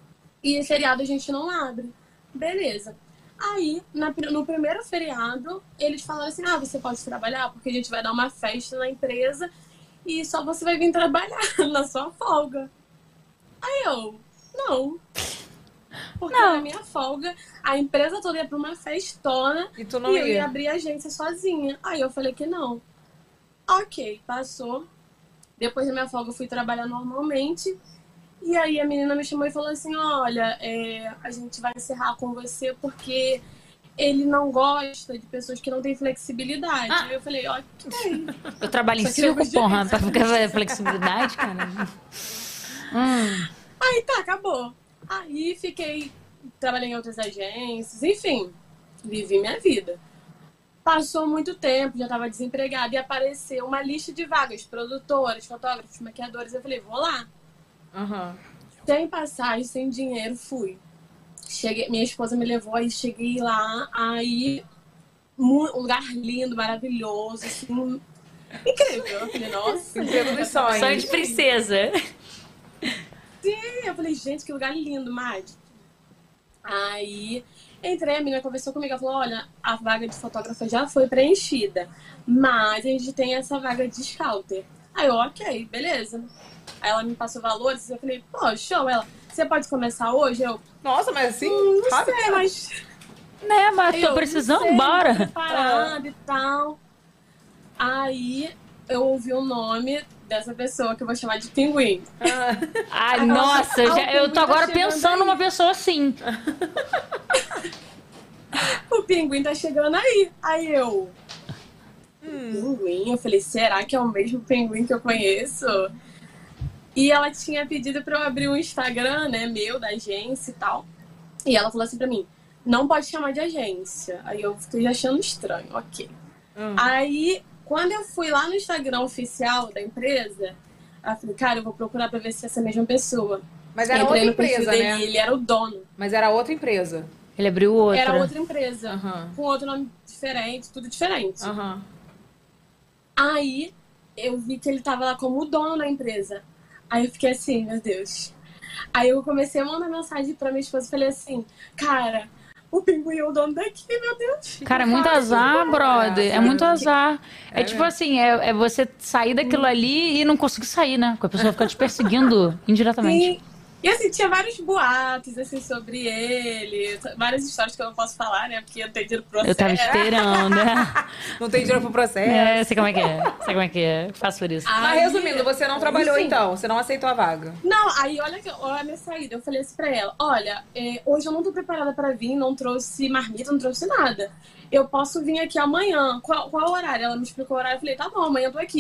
e feriado a gente não abre. Beleza. Aí, no primeiro feriado, eles falaram assim, você pode trabalhar porque a gente vai dar uma festa na empresa e só você vai vir trabalhar na sua folga. Aí eu, não. Porque na minha folga, a empresa toda ia pra uma festona e tu não eu ia abrir a agência sozinha. Aí eu falei que não. Ok, passou. Depois da minha folga eu fui trabalhar normalmente. E aí a menina me chamou e falou assim, olha, a gente vai encerrar com você porque ele não gosta de pessoas que não têm flexibilidade. Aí eu falei, ok. Eu trabalho em circo, porra, pra ficar flexibilidade, cara. Aí tá, acabou. Aí trabalhei em outras agências, enfim, vivi minha vida. Passou muito tempo, já tava desempregada e apareceu uma lista de vagas, produtoras, fotógrafos, maquiadores. Eu falei, vou lá. Sem passagem, sem dinheiro, fui. Cheguei, minha esposa me levou, aí cheguei lá, aí um lugar lindo, maravilhoso, assim, incrível. Eu falei, nossa, emprego dos sonhos. Sonho de princesa. Sim, eu falei, gente, que lugar lindo, mágico. Aí entrei, a menina conversou comigo, ela falou, olha, a vaga de fotógrafa já foi preenchida, mas a gente tem essa vaga de scouter. Aí eu, ok, beleza. Aí ela me passou valores, eu falei, pô, show. Ela, você pode começar hoje? Eu, nossa, mas assim, não sei, mas... Né, mas tô precisando, bora. Preparada e tal. Aí eu ouvi o nome dessa pessoa que eu vou chamar de Pinguim. Ai, nossa, eu tô agora pensando numa pessoa assim. O Pinguim tá chegando aí. Aí eu... Pinguim? Eu falei, será que é o mesmo Pinguim que eu conheço? E ela tinha pedido pra eu abrir um Instagram, né, meu, da agência e tal. E ela falou assim pra mim, não pode chamar de agência. Aí eu fiquei achando estranho, ok. Aí, quando eu fui lá no Instagram oficial da empresa, eu falei, cara, eu vou procurar pra ver se é essa mesma pessoa. Mas era outra empresa, né? Ele era o dono. Mas era outra empresa. Ele abriu outra. Era outra empresa, com outro nome diferente, tudo diferente. Aí, eu vi que ele tava lá como o dono da empresa. Aí eu fiquei assim, meu Deus. Aí eu comecei a mandar mensagem pra minha esposa e falei assim, cara, o Pinguim é o dono daqui, meu Deus. Cara, é muito azar, brother. É muito azar. É tipo assim, é você sair daquilo ali e não conseguir sair, né? Porque a pessoa fica te perseguindo indiretamente. Sim. E assim, tinha vários boatos, assim, sobre ele. Várias histórias que eu não posso falar, né? Porque eu não tenho dinheiro pro processo. Eu tava esperando, né? Não tem dinheiro pro processo. Sei como é que é. Sei como é que é. Faço por isso. Mas resumindo, você não trabalhou então? Você não aceitou a vaga? Não, aí olha a minha saída. Eu falei assim pra ela, olha, hoje eu não tô preparada pra vir, não trouxe marmita, não trouxe nada. Eu posso vir aqui amanhã. Qual horário? Ela me explicou o horário. Eu falei, tá bom, amanhã eu tô aqui.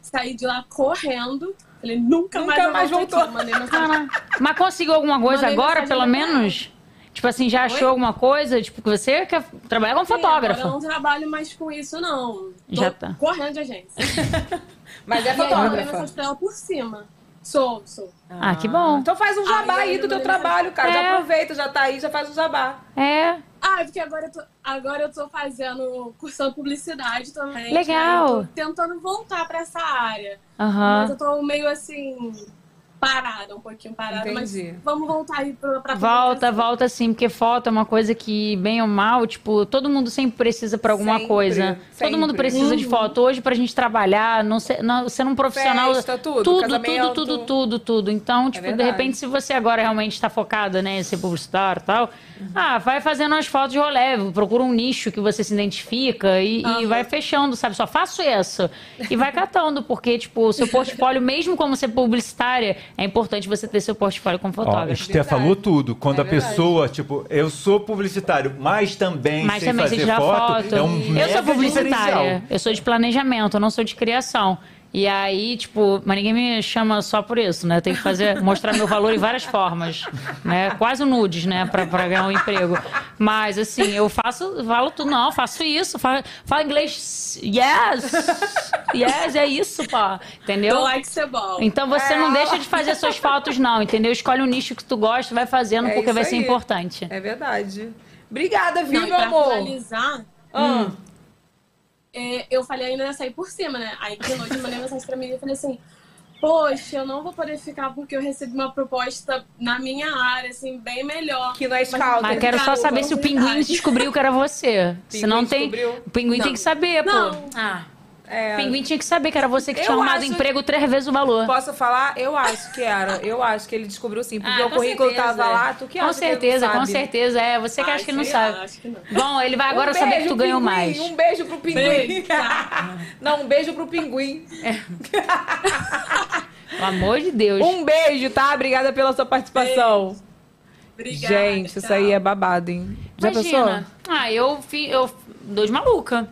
saí de lá correndo. Falei, nunca mais voltou. Mas conseguiu alguma coisa agora, pelo menos? Tipo assim, já achou alguma coisa? Tipo, que você quer trabalhar como fotógrafo. Agora eu não trabalho mais com isso, não. Já tá. Correndo de agência. Mas é E aí, eu fotógrafa. mandei mensagem pra ela por cima. Sou. Ah, que bom. Então faz um jabá aí do teu trabalho, cara. É. Já aproveita, já tá aí, já faz um jabá. É. Porque agora eu tô fazendo, cursando publicidade também. Legal. Tô tentando voltar pra essa área. Aham. Mas eu tô meio assim, parada, um pouquinho parada. Entendi. Mas vamos voltar aí pra Volta sim, porque foto é uma coisa que, bem ou mal, tipo, todo mundo sempre precisa pra alguma Sempre, coisa. Todo mundo sempre. precisa de foto. Hoje, pra gente trabalhar, sendo um profissional... Festa, tudo, casamento. Tudo. Então, tipo, de verdade. repente, se você agora realmente tá focada, né, em ser publicitário e tal, vai fazendo umas fotos de rolê, procura um nicho que você se identifica e vai fechando, sabe? Só faço isso. E vai catando, porque, tipo, o seu portfólio, mesmo como ser publicitária, é importante você ter seu portfólio como Ó, fotógrafo. Esther falou tudo. Quando a verdade. pessoa, tipo, eu sou publicitário, mas também Mas sei também fazer sei tirar foto. é um Eu mega sou publicitária, diferencial. eu sou de planejamento, eu não sou de criação. E aí, tipo, mas ninguém me chama só por isso, né? Eu tenho que mostrar meu valor em várias formas, né? Quase nudes, né? Pra ganhar um emprego. Mas, assim, eu falo tudo, não, faço isso, falo inglês, yes, é isso, pá, entendeu? Don't like ser bom. Então você não deixa de fazer suas fotos, não, entendeu? Escolhe um nicho que tu gosta, vai fazendo, porque isso vai ser aí. importante. É verdade. Obrigada, viu, Não, e meu pra amor? finalizar, eu falei ainda ia sair por cima, né? Aí de noite eu mandei mensagem pra mim e falei assim, poxa, eu não vou poder ficar porque eu recebi uma proposta na minha área, assim, bem melhor. Que não é scouter. Mas quero só saber se o pinguim descobriu que era você. Se não tem. descobriu? O pinguim tem que saber, pô. Não. O pinguim tinha que saber que era você que Eu tinha arrumado acho emprego 3 vezes o valor. Posso falar? Eu acho que era. Eu acho que ele descobriu sim. Porque o com currículo certeza. tava lá. Tu que Com acha que ele não certeza, com sabe? certeza. É, você que acha que não sei lá, sabe. acho que não. Bom, ele vai agora Um saber que beijo, tu ganhou pinguim. mais. Um beijo pro pinguim. Beijo. Não, um beijo pro pinguim. Pelo amor de Deus. Um beijo, tá? Obrigada pela sua participação. Obrigada, Gente, isso aí é babado, hein? Já Imagina. pensou? Eu dou de maluca.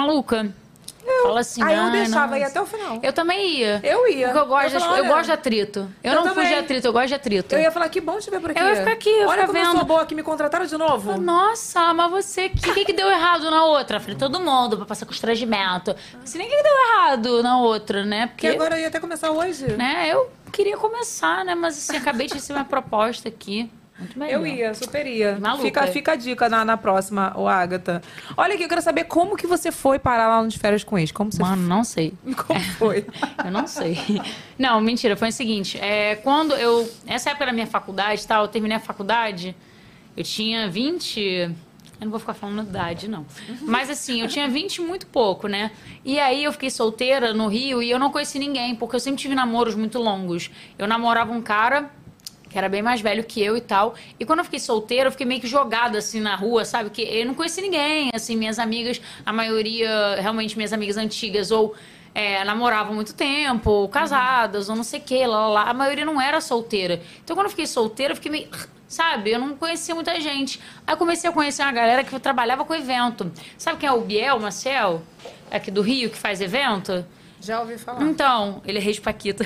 Fala assim, Aí eu "Ai, deixava não." ir até o final. Eu também ia. Eu ia. Porque eu gosto, Eu falava, eu gosto de atrito. Eu não fujo também. de atrito, eu gosto de atrito. Eu ia falar, que bom te ver por aqui. Eu ia ficar aqui, eu ia Olha ficar como eu vendo. sou boa, que me contrataram de novo. Nossa, mas você... O que deu errado na outra? Eu falei, todo mundo, pra passar constrangimento. Se nem que deu errado na outra, né? Que Porque, agora eu ia até começar hoje. né, eu queria começar, né? Mas assim, acabei de receber uma proposta aqui. Muito melhor. Eu ia, super ia. Maluca. Fica a dica na próxima, ô Agatha. Olha aqui, eu quero saber como que você foi parar lá no De Férias com Ex. Como você Mano, não sei. Como foi? Eu não sei. Não, mentira, foi o seguinte. Quando nessa época da minha faculdade, eu terminei a faculdade, eu tinha 20... Eu não vou ficar falando idade, não. Mas assim, eu tinha 20 muito pouco, né? E aí eu fiquei solteira no Rio e eu não conheci ninguém, porque eu sempre tive namoros muito longos. Eu namorava um cara que era bem mais velho que eu e tal. E quando eu fiquei solteira, eu fiquei meio que jogada, assim, na rua, sabe? Que eu não conheci ninguém, assim, minhas amigas, a maioria, realmente, minhas amigas antigas, ou namoravam muito tempo, ou casadas, ou não sei o que, lá. A maioria não era solteira. Então, quando eu fiquei solteira, eu fiquei meio... Sabe? Eu não conhecia muita gente. Aí eu comecei a conhecer uma galera que trabalhava com evento. Sabe quem é o Biel Maciel? Aqui do Rio, que faz evento? Já ouvi falar. Então, ele é rei de Paquita.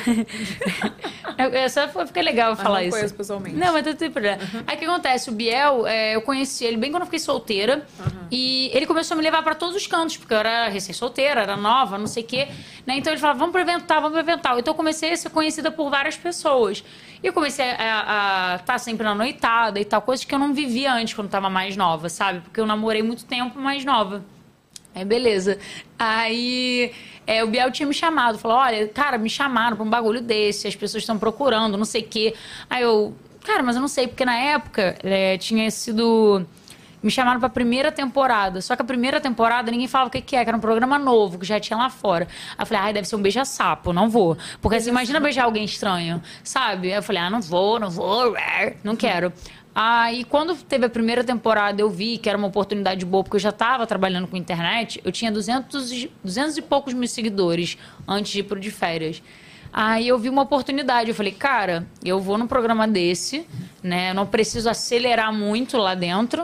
Só fica legal falar não isso. conheço pessoalmente. Não, mas não tem problema. Aí o que acontece? O Biel, eu conheci ele bem quando eu fiquei solteira. E ele começou a me levar pra todos os cantos, porque eu era recém-solteira, era nova, não sei o quê. Né? Então ele falava, vamos pro evental. Então eu comecei a ser conhecida por várias pessoas. E eu comecei a estar sempre na noitada e tal, coisas que eu não vivia antes, quando eu tava mais nova, sabe? Porque eu namorei muito tempo mais nova. Aí, beleza. Aí, o Biel tinha me chamado. Falou, olha, cara, me chamaram pra um bagulho desse. As pessoas estão procurando, não sei o quê. Aí eu, cara, mas eu não sei. Porque na época, tinha sido... Me chamaram pra primeira temporada. Só que a primeira temporada, ninguém falava o que era. Que era um programa novo, que já tinha lá fora. Aí eu falei, deve ser um beija-sapo. Não vou. Porque assim, imagina beijar alguém estranho, sabe? Aí eu falei, não vou. Não quero. Aí, quando teve a primeira temporada, eu vi que era uma oportunidade boa, porque eu já estava trabalhando com internet. Eu tinha 200 e poucos mil seguidores antes de ir pro De Férias. Aí eu vi uma oportunidade. Eu falei, cara, eu vou num programa desse, né? Eu não preciso acelerar muito lá dentro,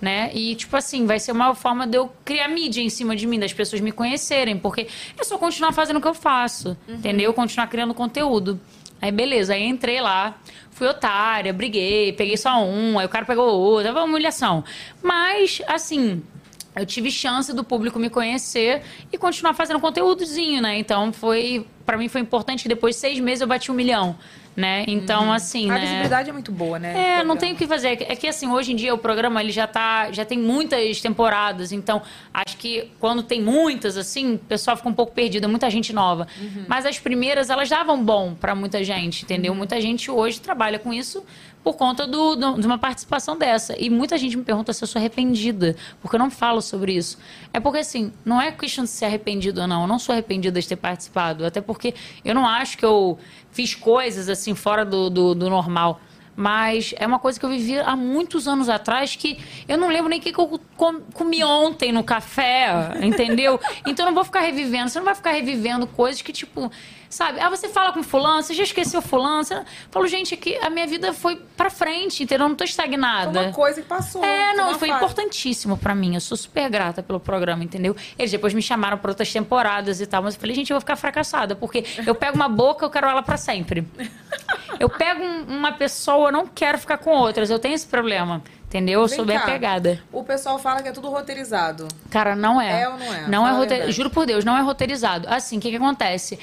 né? E, tipo assim, vai ser uma forma de eu criar mídia em cima de mim, das pessoas me conhecerem, porque é só continuar fazendo o que eu faço, entendeu? Continuar criando conteúdo. Aí, beleza, aí entrei lá, fui otária, briguei, peguei só um, aí o cara pegou outro, foi uma humilhação. Mas, assim, eu tive chance do público me conhecer e continuar fazendo conteúdozinho, né? Então, pra mim foi importante que depois de 6 meses eu bati 1 milhão. Né? Então, assim, A visibilidade é muito boa, né? Não tem o que fazer. É que, assim, hoje em dia o programa ele já tem muitas temporadas. Então, acho que quando tem muitas, assim, o pessoal fica um pouco perdido. Muita gente nova. Mas as primeiras, elas davam bom pra muita gente, entendeu? Muita gente hoje trabalha com isso por conta de uma participação dessa. E muita gente me pergunta se eu sou arrependida, porque eu não falo sobre isso. É porque, assim, não é questão de ser arrependido ou não. Eu não sou arrependida de ter participado. Até porque eu não acho que eu fiz coisas, assim, fora do normal. Mas é uma coisa que eu vivi há muitos anos atrás que eu não lembro nem o que eu comi ontem no café, entendeu? Então eu não vou ficar revivendo. Você não vai ficar revivendo coisas que, tipo... Sabe? Você fala com fulano, você já esqueceu fulano. Eu falo, gente, aqui a minha vida foi pra frente, entendeu? Eu não tô estagnada. Foi uma coisa que passou. Foi importantíssimo pra mim. Eu sou super grata pelo programa, entendeu? Eles depois me chamaram pra outras temporadas e tal, mas eu falei, gente, eu vou ficar fracassada, porque eu pego uma boca, eu quero ela pra sempre. Eu pego uma pessoa, eu não quero ficar com outras. Eu tenho esse problema. Entendeu? Eu sou bem apegada. O pessoal fala que é tudo roteirizado. Cara, não é. É ou não é? Não é roteirizado. Juro por Deus, não é roteirizado. Assim, o que acontece?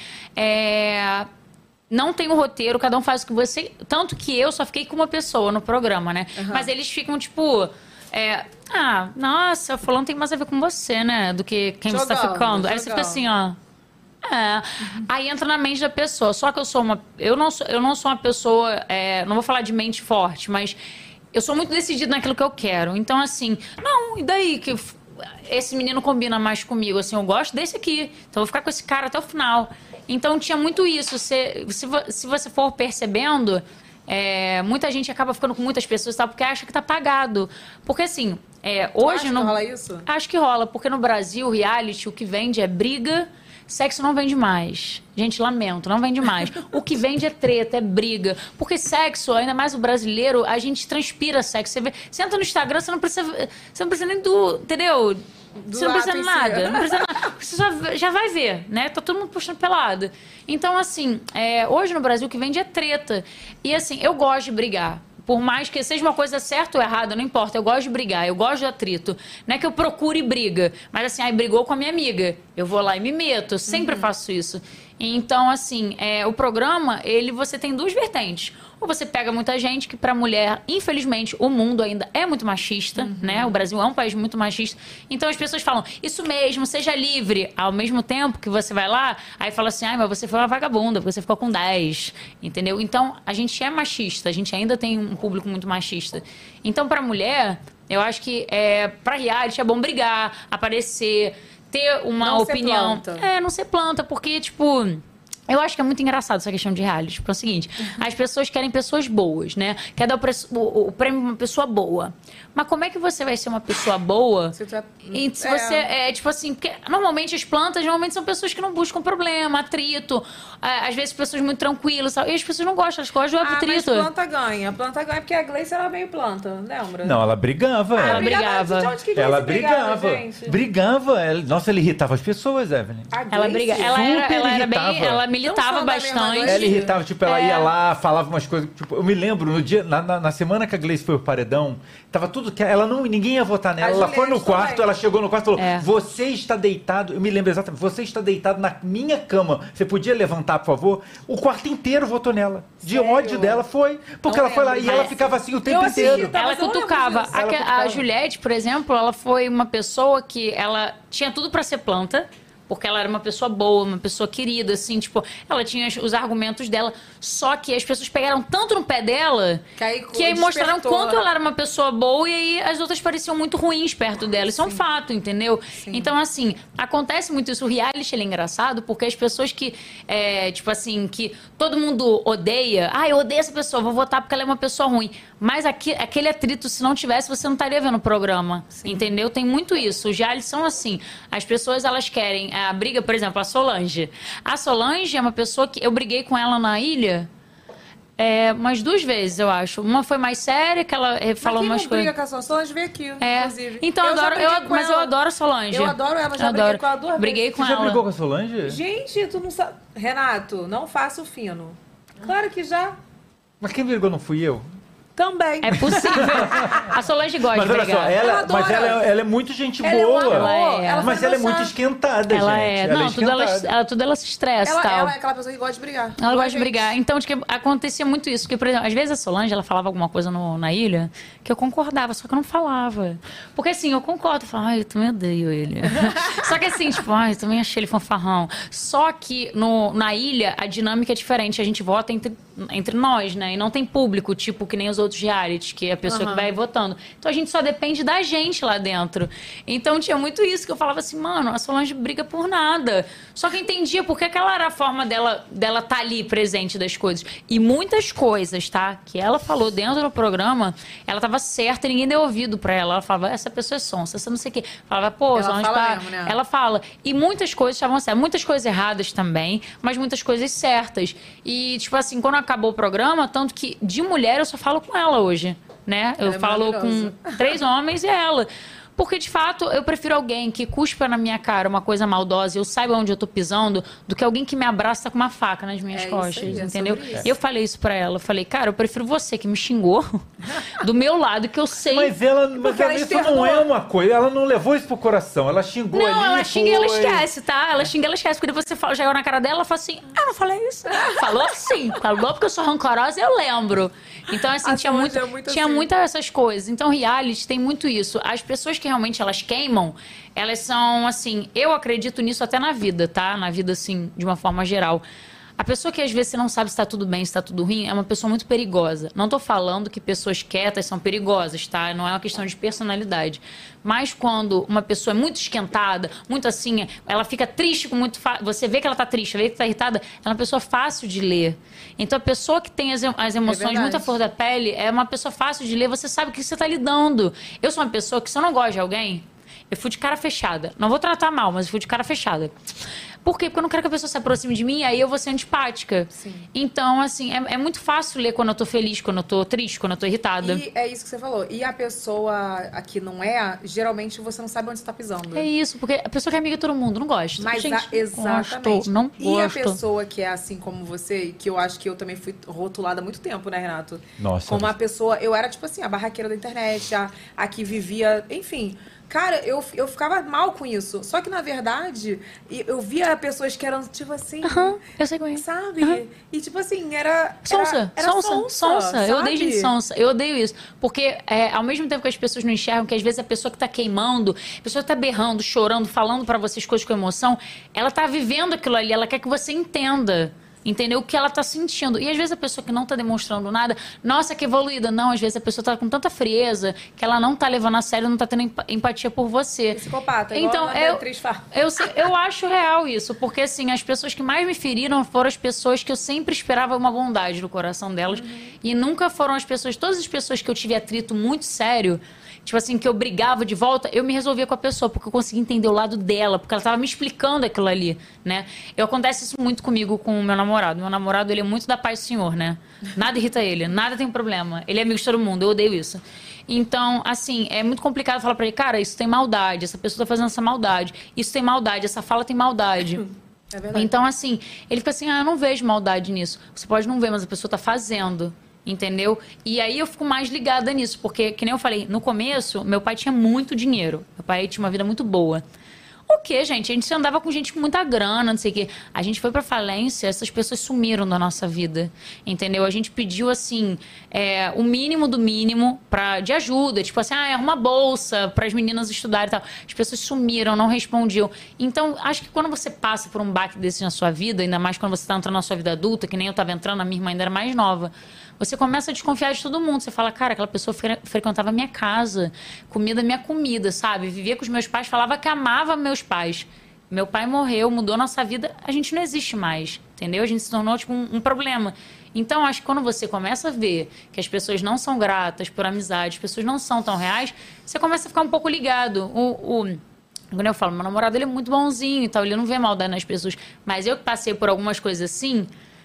Não tem um roteiro, cada um faz o que você... Tanto que eu só fiquei com uma pessoa no programa, né? Mas eles ficam, tipo... nossa, fulano tem mais a ver com você, né? Do que quem você tá ficando. Aí você fica assim, ó... Aí entra na mente da pessoa. Só que eu não sou uma pessoa... não vou falar de mente forte, mas... Eu sou muito decidida naquilo que eu quero. Então, assim, e daí que esse menino combina mais comigo? Assim, eu gosto desse aqui. Então, eu vou ficar com esse cara até o final. Então, tinha muito isso. Se você for percebendo, muita gente acaba ficando com muitas pessoas, tá? Porque acha que tá pagado. Porque, assim, hoje... Acha que rola isso? Acho que rola. Porque no Brasil, reality, o que vende é briga... Sexo não vende mais. Gente, lamento, não vende mais. O que vende é treta, é briga. Porque sexo, ainda mais o brasileiro, a gente transpira sexo. Você entra no Instagram, você não precisa nem entendeu? Você não precisa de nada. Não precisa nada. Você já vai ver, né? Tá todo mundo postando pelado. Então, assim, hoje no Brasil o que vende é treta. E, assim, eu gosto de brigar. Por mais que seja uma coisa certa ou errada, não importa. Eu gosto de brigar, eu gosto de atrito. Não é que eu procure briga, mas assim, brigou com a minha amiga. Eu vou lá e me meto. Eu sempre faço isso. Então, assim, o programa, você tem 2 vertentes. Ou você pega muita gente, que pra mulher, infelizmente, o mundo ainda é muito machista, né? O Brasil é um país muito machista. Então as pessoas falam, isso mesmo, seja livre. Ao mesmo tempo que você vai lá, aí fala assim, mas você foi uma vagabunda, porque você ficou com 10, entendeu? Então, a gente é machista, a gente ainda tem um público muito machista. Então, pra mulher, eu acho que pra reality é bom brigar, aparecer, ter uma opinião. Não ser planta, porque, tipo... Eu acho que é muito engraçado essa questão de reality. Porque é o seguinte, as pessoas querem pessoas boas, né? Quer dar o prêmio pra uma pessoa boa. Mas como é que você vai ser uma pessoa boa se você tipo assim... Porque normalmente as plantas são pessoas que não buscam problema, atrito. Às vezes pessoas muito tranquilas. E as pessoas não gostam, elas gostam do atrito. Mas planta ganha. Planta ganha porque a Gleice era meio planta, lembra? Não, ela brigava. Ela brigava. De onde que ela brigava. Brigava. Nossa, ela irritava as pessoas, Evelyn. Ela briga. Ela militava bastante. Ela irritava, tipo, ela ia lá, falava umas coisas. Tipo, eu me lembro, no dia, na semana que a Gleice foi pro paredão, tava tudo que ninguém ia votar nela. Ela foi no quarto, ela chegou no quarto e falou: você está deitado, eu me lembro exatamente, você está deitado na minha cama. Você podia levantar, por favor? O quarto inteiro votou nela. De ódio dela foi. Porque ela foi lá e ela ficava assim o tempo inteiro. Ela cutucava. A Juliette, por exemplo, ela foi uma pessoa que ela tinha tudo pra ser planta. Porque ela era uma pessoa boa, uma pessoa querida, assim, tipo... Ela tinha os argumentos dela. Só que as pessoas pegaram tanto no pé dela... Que aí mostraram quanto ela era uma pessoa boa... E aí as outras pareciam muito ruins perto dela. Isso é um fato, entendeu? Sim. Então, assim, acontece muito isso. O reality, ele é engraçado porque as pessoas que... tipo assim, que todo mundo odeia... eu odeio essa pessoa, vou votar porque ela é uma pessoa ruim. Mas aquele atrito, se não tivesse, você não estaria vendo o programa. Sim. Entendeu? Tem muito isso. Os realities são assim. As pessoas, elas querem... A briga, por exemplo, a Solange. A Solange é uma pessoa que... Eu briguei com ela na ilha. Umas 2 vezes, eu acho. Uma foi mais séria, que ela falou umas coisas. Briga com a Solange veio aqui, inclusive. Então, mas eu adoro a Solange. Eu adoro ela, já briguei com ela 2 vezes. Briguei com ela. Você já brigou com a Solange? Gente, tu não sabe... Renato, não faça o fino. Claro que já. Mas quem brigou não fui eu? Também. É possível. A Solange gosta de brigar. Mas ela é muito gente boa. Mas ela é muito esquentada, ela gente. Não, tudo ela se estressa e tal. Ela é aquela pessoa que gosta de brigar. Ela gosta de brigar. Então, acontecia muito isso. Porque, por exemplo, às vezes a Solange, ela falava alguma coisa na ilha que eu concordava, só que eu não falava. Porque assim, eu concordo. Eu falava, eu também odeio ele. Só que assim, tipo, eu também achei ele fanfarrão. Só que na ilha, a dinâmica é diferente. A gente vota entre nós, né? E não tem público, tipo, que nem os outros realities, que é a pessoa que vai votando. Então a gente só depende da gente lá dentro. Então tinha muito isso, que eu falava assim, mano, a Solange briga por nada. Só que eu entendia porque aquela era a forma dela tá ali presente das coisas. E muitas coisas, tá? Que ela falou dentro do programa, ela tava certa e ninguém deu ouvido pra ela. Ela falava, essa pessoa é sonsa, essa não sei o quê. Falava, pô, Solange tá... Mesmo, né? Ela fala. E muitas coisas estavam certas. Muitas coisas erradas também, mas muitas coisas certas. E, tipo assim, quando acabou o programa, tanto que de mulher eu só falo com ela hoje, né? Eu falo com 3 homens e ela. Porque, de fato, eu prefiro alguém que cuspa na minha cara uma coisa maldosa e eu saiba onde eu tô pisando, do que alguém que me abraça com uma faca nas minhas costas, entendeu? E eu falei isso pra ela. Eu falei, cara, eu prefiro você que me xingou do meu lado, que eu sei... Mas isso não é uma coisa. Ela não levou isso pro coração. Ela xingou ali. Não, ela xinga e ela esquece, tá? Ela xinga e ela esquece. Porque você já na cara dela, ela fala assim, eu não falei isso. Falou sim. Falou porque eu sou rancorosa e eu lembro. Então, assim, tinha muitas essas coisas. Então, reality tem muito isso. As pessoas que realmente elas queimam, elas são, assim, eu acredito nisso até na vida, tá? Na vida, assim, de uma forma geral. A pessoa que às vezes você não sabe se tá tudo bem, se tá tudo ruim, é uma pessoa muito perigosa. Não tô falando que pessoas quietas são perigosas, tá? Não é uma questão de personalidade. Mas quando uma pessoa é muito esquentada, muito assim, ela fica triste com muito... Você vê que ela tá triste, vê que tá irritada, ela é uma pessoa fácil de ler. Então a pessoa que tem as emoções muito à flor da pele é uma pessoa fácil de ler, você sabe o que você tá lidando. Eu sou uma pessoa que se eu não gosto de alguém, eu fui de cara fechada. Não vou tratar mal, mas eu fui de cara fechada. Por quê? Porque eu não quero que a pessoa se aproxime de mim e aí eu vou ser antipática. Sim. Então, assim, é muito fácil ler quando eu tô feliz, quando eu tô triste, quando eu tô irritada. E é isso que você falou. E a pessoa aqui não é, geralmente você não sabe onde você tá pisando. É isso, porque a pessoa que é amiga de todo mundo não gosta. Mas gente, exatamente. Não gosto. E a pessoa que é assim como você, que eu acho que eu também fui rotulada há muito tempo, né, Renato? Nossa. Como uma pessoa, eu era tipo assim, a barraqueira da internet, a que vivia, enfim... Cara, eu ficava mal com isso. Só que, na verdade, eu via pessoas que eram, tipo assim... eu sei como é. Sabe? E, tipo assim, era sonsa. Eu odeio gente sonsa. Eu odeio isso. Porque, ao mesmo tempo que as pessoas não enxergam, que às vezes a pessoa que tá queimando, a pessoa que tá berrando, chorando, falando pra vocês coisas com emoção, ela tá vivendo aquilo ali, ela quer que você entenda. Entendeu? O que ela tá sentindo. E às vezes a pessoa que não tá demonstrando nada, nossa, que evoluída. Não, às vezes a pessoa tá com tanta frieza que ela não tá levando a sério, não tá tendo empatia por você. Psicopata, então, eu acho real isso. Porque, assim, as pessoas que mais me feriram foram as pessoas que eu sempre esperava uma bondade no coração delas. E nunca foram as pessoas... Todas as pessoas que eu tive atrito muito sério... Tipo assim, que eu brigava de volta, eu me resolvia com a pessoa, porque eu conseguia entender o lado dela, porque ela tava me explicando aquilo ali, né? Acontece isso muito comigo com o meu namorado. Meu namorado, ele é muito da paz do Senhor, né? Nada irrita ele, nada tem problema. Ele é amigo de todo mundo, eu odeio isso. Então, assim, é muito complicado falar pra ele, cara, isso tem maldade, essa pessoa tá fazendo essa maldade, isso tem maldade, essa fala tem maldade. É verdade. Então, assim, ele fica assim, eu não vejo maldade nisso. Você pode não ver, mas a pessoa tá fazendo. Entendeu? E aí eu fico mais ligada nisso, porque, que nem eu falei, no começo, meu pai tinha muito dinheiro. Meu pai tinha uma vida muito boa. O quê, gente? A gente andava com gente com muita grana, não sei o quê. A gente foi pra falência, essas pessoas sumiram da nossa vida, entendeu? A gente pediu, assim, o mínimo do mínimo de ajuda. Tipo assim, arruma bolsa para as meninas estudarem e tal. As pessoas sumiram, não respondiam. Então, acho que quando você passa por um baque desse na sua vida, ainda mais quando você tá entrando na sua vida adulta, que nem eu tava entrando, a minha irmã ainda era mais nova, você começa a desconfiar de todo mundo. Você fala, cara, aquela pessoa frequentava a minha casa, comia da minha comida, sabe? Vivia com os meus pais, falava que amava meus pais. Meu pai morreu, mudou nossa vida, a gente não existe mais, entendeu? A gente se tornou, tipo, um problema. Então, acho que quando você começa a ver que as pessoas não são gratas por amizade, as pessoas não são tão reais, você começa a ficar um pouco ligado. Quando eu falo, meu namorado, ele é muito bonzinho e tal, ele não vê maldade nas pessoas. Mas eu que passei por algumas coisas assim...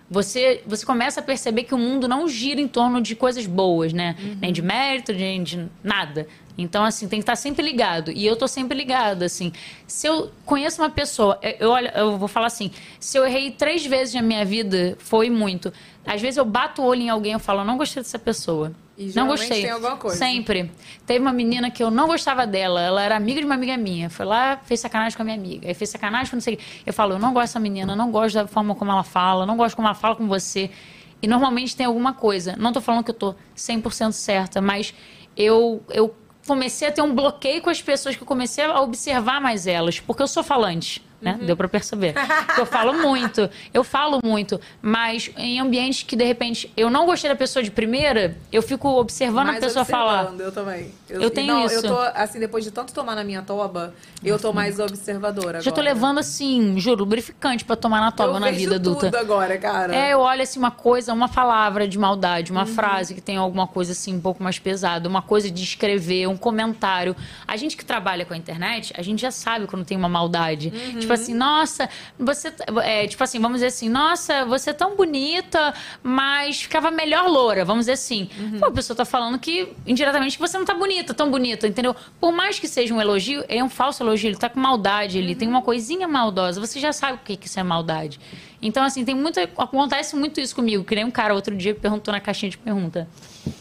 você começa a perceber que o mundo não gira em torno de coisas boas, né? Nem de mérito, nem de nada. Então, assim, tem que estar sempre ligado. E eu tô sempre ligada, assim. Se eu conheço uma pessoa... Eu vou falar assim, se eu errei 3 vezes na minha vida, foi muito. Às vezes eu bato o olho em alguém e falo, não gostei dessa pessoa. E não gostei. Tem alguma coisa. Sempre. Teve uma menina que eu não gostava dela. Ela era amiga de uma amiga minha. Foi lá, fez sacanagem com a minha amiga. Aí fez sacanagem com não sei o quê. Eu falo, eu não gosto dessa menina, não gosto da forma como ela fala, não gosto como ela fala com você. E normalmente tem alguma coisa. Não tô falando que eu tô 100% certa, mas eu comecei a ter um bloqueio com as pessoas, que eu comecei a observar mais elas. Porque eu sou falante. Né? Deu pra perceber. Eu falo muito, mas em ambientes que de repente eu não gostei da pessoa de primeira, eu fico observando a pessoa falar. Eu também. Eu tenho isso. Eu tô, assim, depois de tanto tomar na minha toba, eu tô mais observadora. Já tô levando, assim, juro, lubrificante pra tomar na toba na vida adulta. Tudo agora, cara. Eu olho assim uma coisa, uma palavra de maldade, uma frase que tem alguma coisa assim um pouco mais pesada, uma coisa de escrever, um comentário. A gente que trabalha com a internet, a gente já sabe quando tem uma maldade. Tipo assim, nossa, você... tipo assim, vamos dizer assim, nossa, você é tão bonita, mas ficava melhor loura, vamos dizer assim. Pô, a pessoa tá falando que, indiretamente, que você não tá bonita, tão bonita, entendeu? Por mais que seja um elogio, é um falso elogio, ele tá com maldade, ele tem uma coisinha maldosa, você já sabe o que isso é maldade. Então, assim, acontece muito isso comigo, que nem um cara outro dia perguntou na caixinha de pergunta.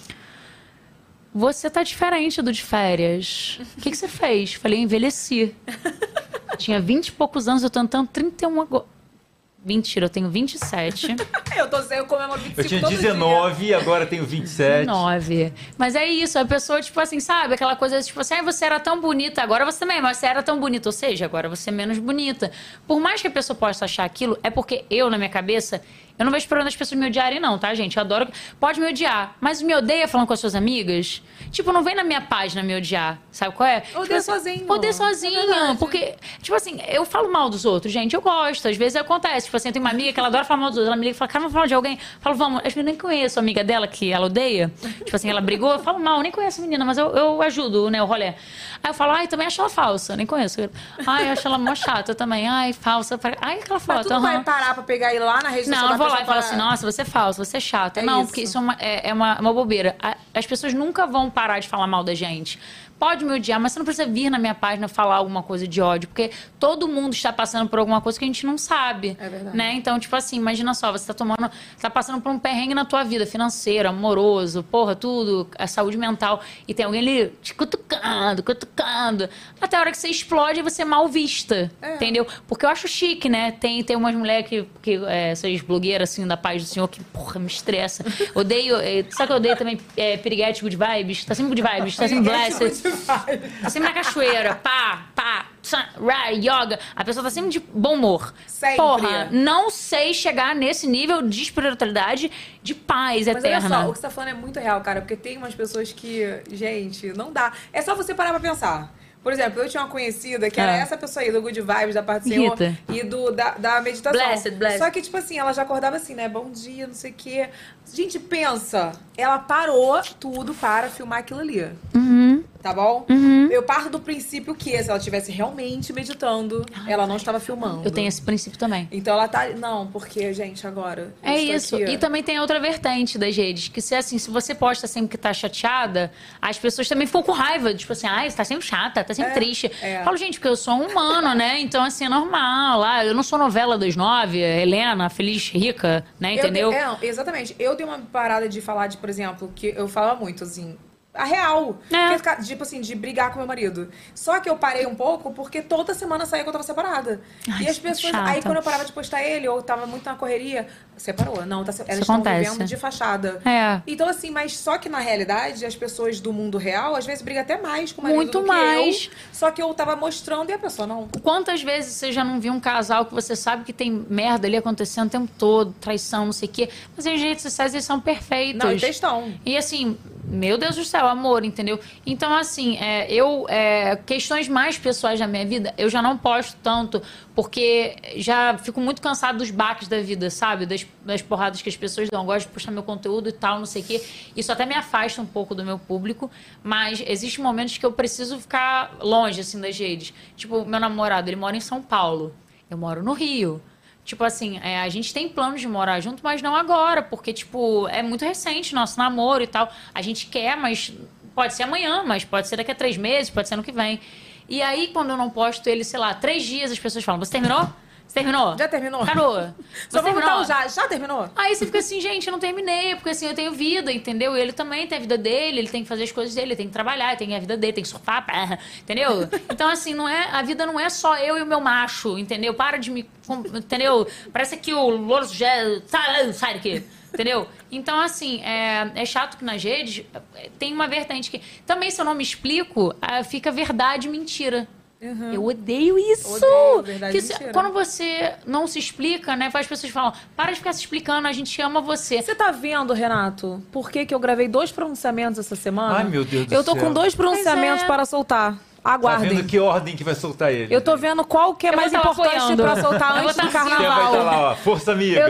Você tá diferente do de férias. O que você fez? Falei, envelheci. Tinha 20 e poucos anos, eu tô tentando 31 agora. Mentira, eu tenho 27. Eu comemoro 25 Eu tinha 19 e agora tenho 27. 19. Mas é isso, a pessoa, tipo assim, sabe? Aquela coisa, tipo assim, você era tão bonita, agora você também, mas você era tão bonita. Ou seja, agora você é menos bonita. Por mais que a pessoa possa achar aquilo, é porque eu, na minha cabeça... Eu não vejo esperando as pessoas me odiarem, não, tá, gente? Eu adoro... Pode me odiar, mas me odeia falando com as suas amigas? Tipo, não vem na minha página me odiar. Sabe qual é? Odeia sozinho. Odeia sozinho. Porque, tipo assim, eu falo mal dos outros, gente. Eu gosto. Às vezes acontece. Tipo assim, eu tenho uma amiga que ela adora falar mal dos outros. Ela me liga e fala, cara, vamos falar de alguém. Eu falo, vamos. Acho que eu nem conheço a amiga dela que ela odeia. Tipo assim, ela brigou. Eu falo mal, nem conheço a menina, mas eu ajudo, né, o rolê. Aí eu falo, ai, também acho ela falsa. Nem conheço. Ai, acho ela mó chata também. Ai, falsa. Ai, aquela foto. Mas tu não vai parar pra pegar ele lá na rede social? Não, eu vou lá e falo assim, nossa, você é falsa, você é chata. Não, porque isso é uma bobeira. As pessoas nunca vão parar de falar mal da gente. Pode me odiar, mas você não precisa vir na minha página falar alguma coisa de ódio, porque todo mundo está passando por alguma coisa que a gente não sabe. É verdade. Né? Então, tipo assim, imagina só, você tá passando por um perrengue na tua vida, financeiro, amoroso, porra, tudo, a saúde mental, e tem alguém ali te cutucando, até a hora que você explode e você é mal vista, entendeu? Porque eu acho chique, né? Tem umas mulheres que essas blogueiras, assim, da paz do Senhor, que, porra, me estressa. Odeio, sabe que eu odeio também piriguete, good vibes? Tá sempre good vibes, tá sempre blessed. Tá sempre na cachoeira, pá, yoga. A pessoa tá sempre de bom humor. Sempre. Porra, não sei chegar nesse nível de espiritualidade, de paz eterna. Mas olha só, o que você tá falando é muito real, cara. Porque tem umas pessoas que, gente, não dá. É só você parar pra pensar. Por exemplo, eu tinha uma conhecida que era essa pessoa aí, do Good Vibes, da parte do Senhor e da meditação. Blessed. Só que, tipo assim, ela já acordava assim, né? Bom dia, não sei o quê. Gente, pensa. Ela parou tudo para filmar aquilo ali. Tá bom? Eu parto do princípio que, se ela estivesse realmente meditando, ela não estava filmando. Eu tenho esse princípio também. Então ela tá... Não, porque, gente, agora... É isso. Aqui, e também tem outra vertente das redes, que se você posta sempre que tá chateada, as pessoas também ficam com raiva. Tipo assim, você tá sempre chata, tá sempre triste. Eu falo, gente, porque eu sou um humano, né? Então, assim, é normal. Eu não sou novela das 9, Helena, feliz, rica, né? Entendeu? Exatamente. Eu dei uma parada de falar de, por exemplo, que eu falava muito, assim... A real. Tipo assim, de brigar com meu marido. Só que eu parei um pouco porque toda semana saía que eu tava separada. Ai, e as pessoas... chata. Aí quando eu parava de postar ele, ou tava muito na correria, separou. Não, elas estão vivendo de fachada. Então assim, mas só que na realidade, as pessoas do mundo real, às vezes brigam até mais com o marido muito do mais. que eu. Só que eu tava mostrando e a pessoa não. Quantas vezes você já não viu um casal que você sabe que tem merda ali acontecendo o tempo todo, traição, não sei o quê, mas as redes sociais eles são perfeitos. Não, e textão. E assim... Meu Deus do céu, amor, entendeu? Então, assim, questões mais pessoais da minha vida, eu já não posto tanto, porque já fico muito cansado dos baques da vida, sabe? Das porradas que as pessoas dão. Eu gosto de postar meu conteúdo e tal, não sei o quê. Isso até me afasta um pouco do meu público, mas existem momentos que eu preciso ficar longe, assim, das redes. Tipo, meu namorado, ele mora em São Paulo. Eu moro no Rio. Tipo assim, a gente tem plano de morar junto, mas não agora, porque, tipo, é muito recente nosso namoro e tal. A gente quer, mas pode ser amanhã, mas pode ser daqui a 3 meses, pode ser ano que vem. E aí, quando eu não posto ele, sei lá, 3 dias, as pessoas falam, você terminou? Você terminou? Já terminou? Carô. Só vamos já terminou? Aí você fica assim, gente, eu não terminei, porque assim, eu tenho vida, entendeu? E ele também tem a vida dele, ele tem que fazer as coisas dele, ele tem que trabalhar, ele tem a vida dele, tem que surfar, entendeu? Então, assim, a vida não é só eu e o meu macho, entendeu? Para de me... Entendeu? Parece que o Louro já... Sai daqui. Entendeu? Então, assim, é chato que nas redes tem uma vertente que... Também, se eu não me explico, fica verdade e mentira. Uhum. Eu odeio isso. Odeio, verdade, quando você não se explica, né? As pessoas falam, para de ficar se explicando, a gente ama você. Você tá vendo, Renato, por que eu gravei 2 pronunciamentos essa semana? Ai, meu Deus do céu. Eu tô com 2 pronunciamentos para soltar. Aguardem. Tá vendo que ordem que vai soltar ele? Eu tô vendo qual que é mais importante pra soltar antes do carnaval. Você vai estar lá, ó, força amiga.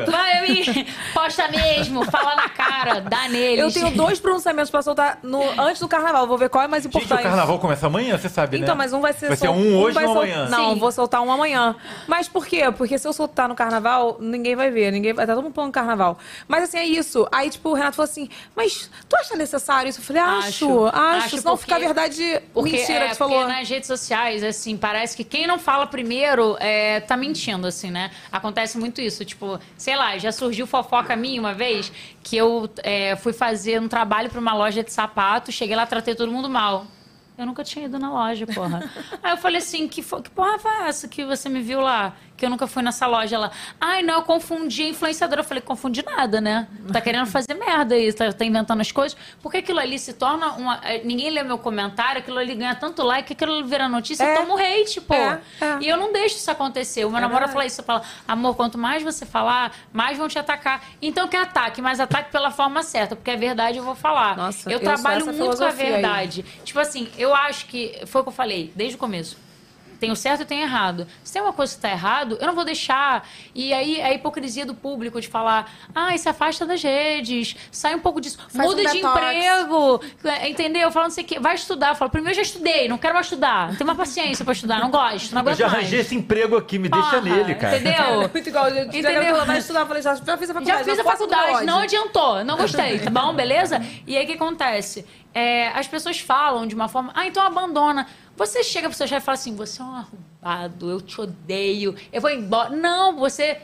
Posta mesmo, fala na cara, dá neles. Eu tenho 2 pronunciamentos pra soltar antes do carnaval. Vou ver qual é mais importante. Gente, o carnaval começa amanhã, você sabe, né? Então, mas um vai ser... Vai ser um hoje e um amanhã. Não, vou soltar um amanhã. Mas por quê? Porque se eu soltar no carnaval, ninguém vai ver. Tá todo mundo falando carnaval. Mas assim, é isso. Aí, tipo, o Renato falou assim, mas tu acha necessário isso? Eu falei, acho. Senão fica a verdade mentira que você falou. Porque nas redes sociais, assim, parece que quem não fala primeiro tá mentindo, assim, né? Acontece muito isso. Tipo, sei lá, já surgiu fofoca minha uma vez que eu fui fazer um trabalho pra uma loja de sapato, cheguei lá, tratei todo mundo mal. Eu nunca tinha ido na loja, porra. Aí eu falei assim, que porra foi essa que você me viu lá? Que eu nunca fui nessa loja lá. Ai, não, eu confundi a influenciadora. Eu falei, confundi nada, né? Tá querendo fazer merda aí, tá inventando as coisas. Porque aquilo ali se torna uma... Ninguém lê meu comentário, aquilo ali ganha tanto like, que aquilo vira notícia e toma um hate, pô. E eu não deixo isso acontecer. O meu namorado fala isso, fala, amor, quanto mais você falar, mais vão te atacar. Então que ataque, mas ataque pela forma certa, porque a verdade eu vou falar. Nossa, eu trabalho muito com a verdade. Aí. Tipo assim, eu acho que... Foi o que eu falei, desde o começo. Tem o certo e tem o errado. Se tem uma coisa que está errado, eu não vou deixar. E aí a hipocrisia do público de falar, se afasta das redes, sai um pouco disso, muda de emprego, entendeu? Falando assim, vai estudar. Eu falo, primeiro eu já estudei, não quero mais estudar. Não tenho mais paciência para estudar, não gosto, não aguento mais. Eu já arranjei esse emprego aqui, me deixa nele, cara. Entendeu? Muito igual, entendeu? Vai estudar, eu falei, já fiz a faculdade. Já fiz a faculdade, não adiantou, não gostei, tá bom? Beleza? E aí o que acontece? As pessoas falam de uma forma, então abandona. Você chega pro seu chefe e fala assim, você é um arrombado, eu te odeio, eu vou embora. Não, você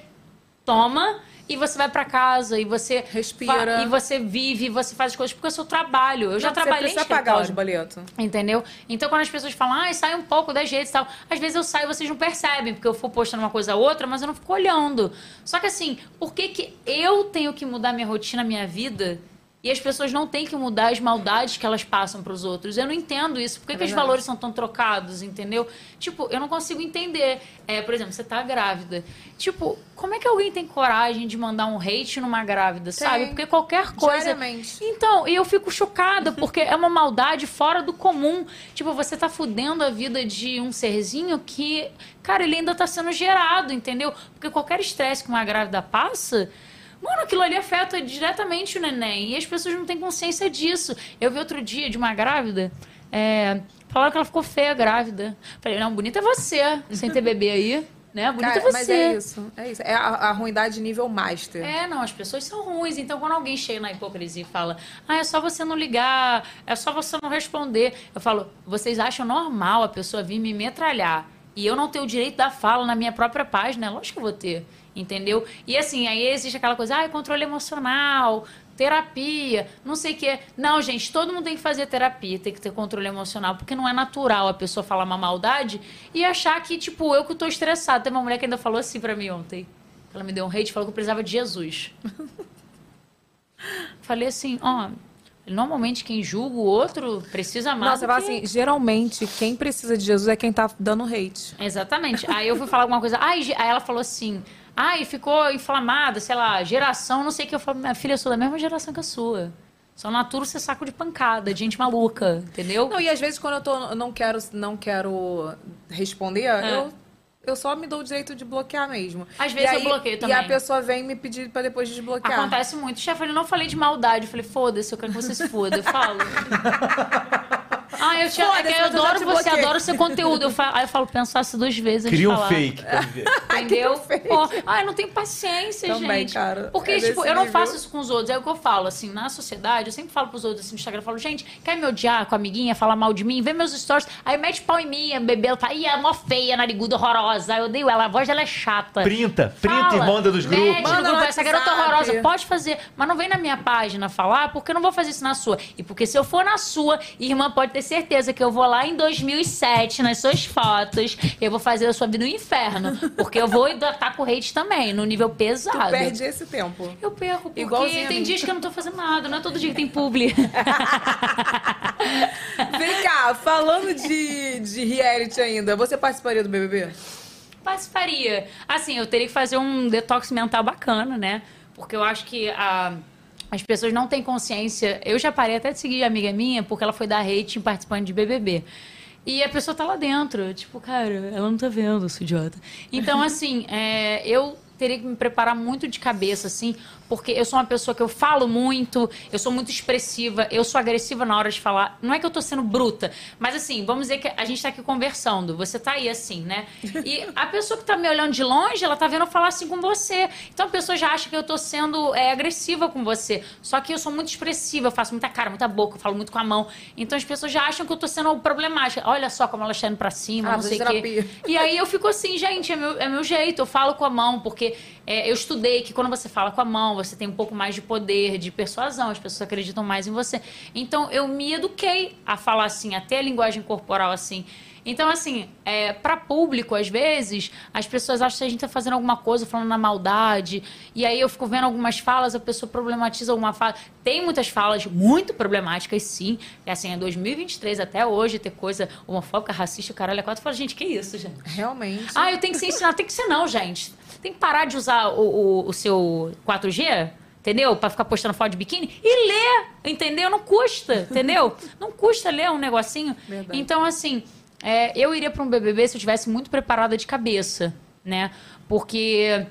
toma e você vai pra casa e você... Respira. E você vive, você faz as coisas porque é o seu trabalho. Eu já trabalhei em escritório. Você precisa pagar os boletos. Entendeu? Então, quando as pessoas falam, sai um pouco das redes e tal, às vezes eu saio e vocês não percebem, porque eu for postando uma coisa ou outra, mas eu não fico olhando. Só que assim, por que eu tenho que mudar minha rotina, minha vida... E as pessoas não têm que mudar as maldades que elas passam para os outros. Eu não entendo isso. Por que os valores são tão trocados, entendeu? Tipo, eu não consigo entender. Por exemplo, você tá grávida. Tipo, como é que alguém tem coragem de mandar um hate numa grávida, sabe? Porque qualquer coisa... Diariamente. Então, e eu fico chocada, porque é uma maldade fora do comum. Tipo, você tá fudendo a vida de um serzinho que, cara, ele ainda tá sendo gerado, entendeu? Porque qualquer estresse que uma grávida passa... Mano, aquilo ali afeta diretamente o neném. E as pessoas não têm consciência disso. Eu vi outro dia de uma grávida, falaram que ela ficou feia grávida. Falei, não, bonita é você, sem ter bebê aí. Né? Bonita é você. Mas é isso. É a ruindade nível master. Não, as pessoas são ruins. Então, quando alguém chega na hipocrisia e fala, é só você não ligar, é só você não responder. Eu falo, vocês acham normal a pessoa vir me metralhar e eu não ter o direito da fala na minha própria página? Lógico que eu vou ter. Entendeu? E assim, aí existe aquela coisa, controle emocional, terapia, não sei o quê. Não, gente, todo mundo tem que fazer terapia, tem que ter controle emocional, porque não é natural a pessoa falar uma maldade e achar que, tipo, eu que tô estressada. Tem uma mulher que ainda falou assim pra mim ontem. Ela me deu um hate, falou que eu precisava de Jesus. Falei assim, normalmente quem julga o outro precisa mais. Não, você fala assim, geralmente quem precisa de Jesus é quem tá dando hate. Exatamente. Aí eu fui falar alguma coisa, aí ela falou assim... ficou inflamada, sei lá, geração, não sei o que. Eu falo, minha filha, eu sou da mesma geração que a sua. Só naturo ser saco de pancada, de gente maluca, entendeu? Não, e às vezes quando eu não quero responder, eu só me dou o direito de bloquear mesmo. Às vezes eu bloqueio também. E a pessoa vem me pedir pra depois desbloquear. Acontece muito. Chefe, eu não falei de maldade. Eu falei, foda-se, eu quero que você se foda. Eu falo. eu adoro você, adoro seu conteúdo. Aí eu falo, pensasse 2 vezes antes de falar. Cria um fake. Entendeu? Eu não tenho paciência, também, gente. Cara, porque, tipo, eu não faço isso com os outros. É o que eu falo, assim, na sociedade, eu sempre falo pros outros, assim, no Instagram, eu falo, gente, quer me odiar com a amiguinha, falar mal de mim? Vê meus stories. Aí mete pau em mim, a bebê, ela tá, é mó feia, nariguda, horrorosa. Eu odeio ela, a voz dela é chata. Printa e manda dos grupos. Manda no grupo, essa garota horrorosa, pode fazer. Mas não vem na minha página falar, porque eu não vou fazer isso na sua. E porque se eu for na sua, irmã, pode ter certeza que eu vou lá em 2007, nas suas fotos, e eu vou fazer a sua vida um inferno. Porque eu vou dar com hate também, no nível pesado. Tu perde esse tempo. Eu perco, porque tem dias que eu não tô fazendo nada, não é todo dia que tem publi. Vem cá, falando de reality ainda, você participaria do BBB? Participaria. Assim, eu teria que fazer um detox mental bacana, né? Porque eu acho que as pessoas não têm consciência. Eu já parei até de seguir a amiga minha, porque ela foi dar hate em participante de BBB. E a pessoa tá lá dentro. Tipo, cara, ela não tá vendo, sua idiota. Então, assim, eu teria que me preparar muito de cabeça, assim, porque eu sou uma pessoa que eu falo muito, eu sou muito expressiva, eu sou agressiva na hora de falar. Não é que eu tô sendo bruta, mas assim, vamos dizer que a gente tá aqui conversando, você tá aí assim, né? E a pessoa que tá me olhando de longe, ela tá vendo eu falar assim com você. Então a pessoa já acha que eu tô sendo agressiva com você. Só que eu sou muito expressiva, eu faço muita cara, muita boca, eu falo muito com a mão. Então as pessoas já acham que eu tô sendo problemática. Olha só como ela está indo pra cima, não sei o quê. E aí eu fico assim, gente, é meu jeito, eu falo com a mão, porque eu estudei que quando você fala com a mão, você tem um pouco mais de poder, de persuasão, as pessoas acreditam mais em você. Então, eu me eduquei a falar assim, até a linguagem corporal assim. Então, assim, para público, às vezes, as pessoas acham que a gente tá fazendo alguma coisa, falando na maldade. E aí eu fico vendo algumas falas, a pessoa problematiza alguma fala. Tem muitas falas muito problemáticas, sim. Assim, em 2023, até hoje, ter coisa homofóbica, racista, caralho, é 4. Eu falo, gente, que isso, gente? Realmente. Eu tenho que ser ensinado. Tem que ser não, gente. Tem que parar de usar o seu 4G, entendeu? Pra ficar postando foto de biquíni e ler, entendeu? Não custa, entendeu? Não custa ler um negocinho. Verdade. Então, assim, eu iria pra um BBB se eu estivesse muito preparada de cabeça, né? Porque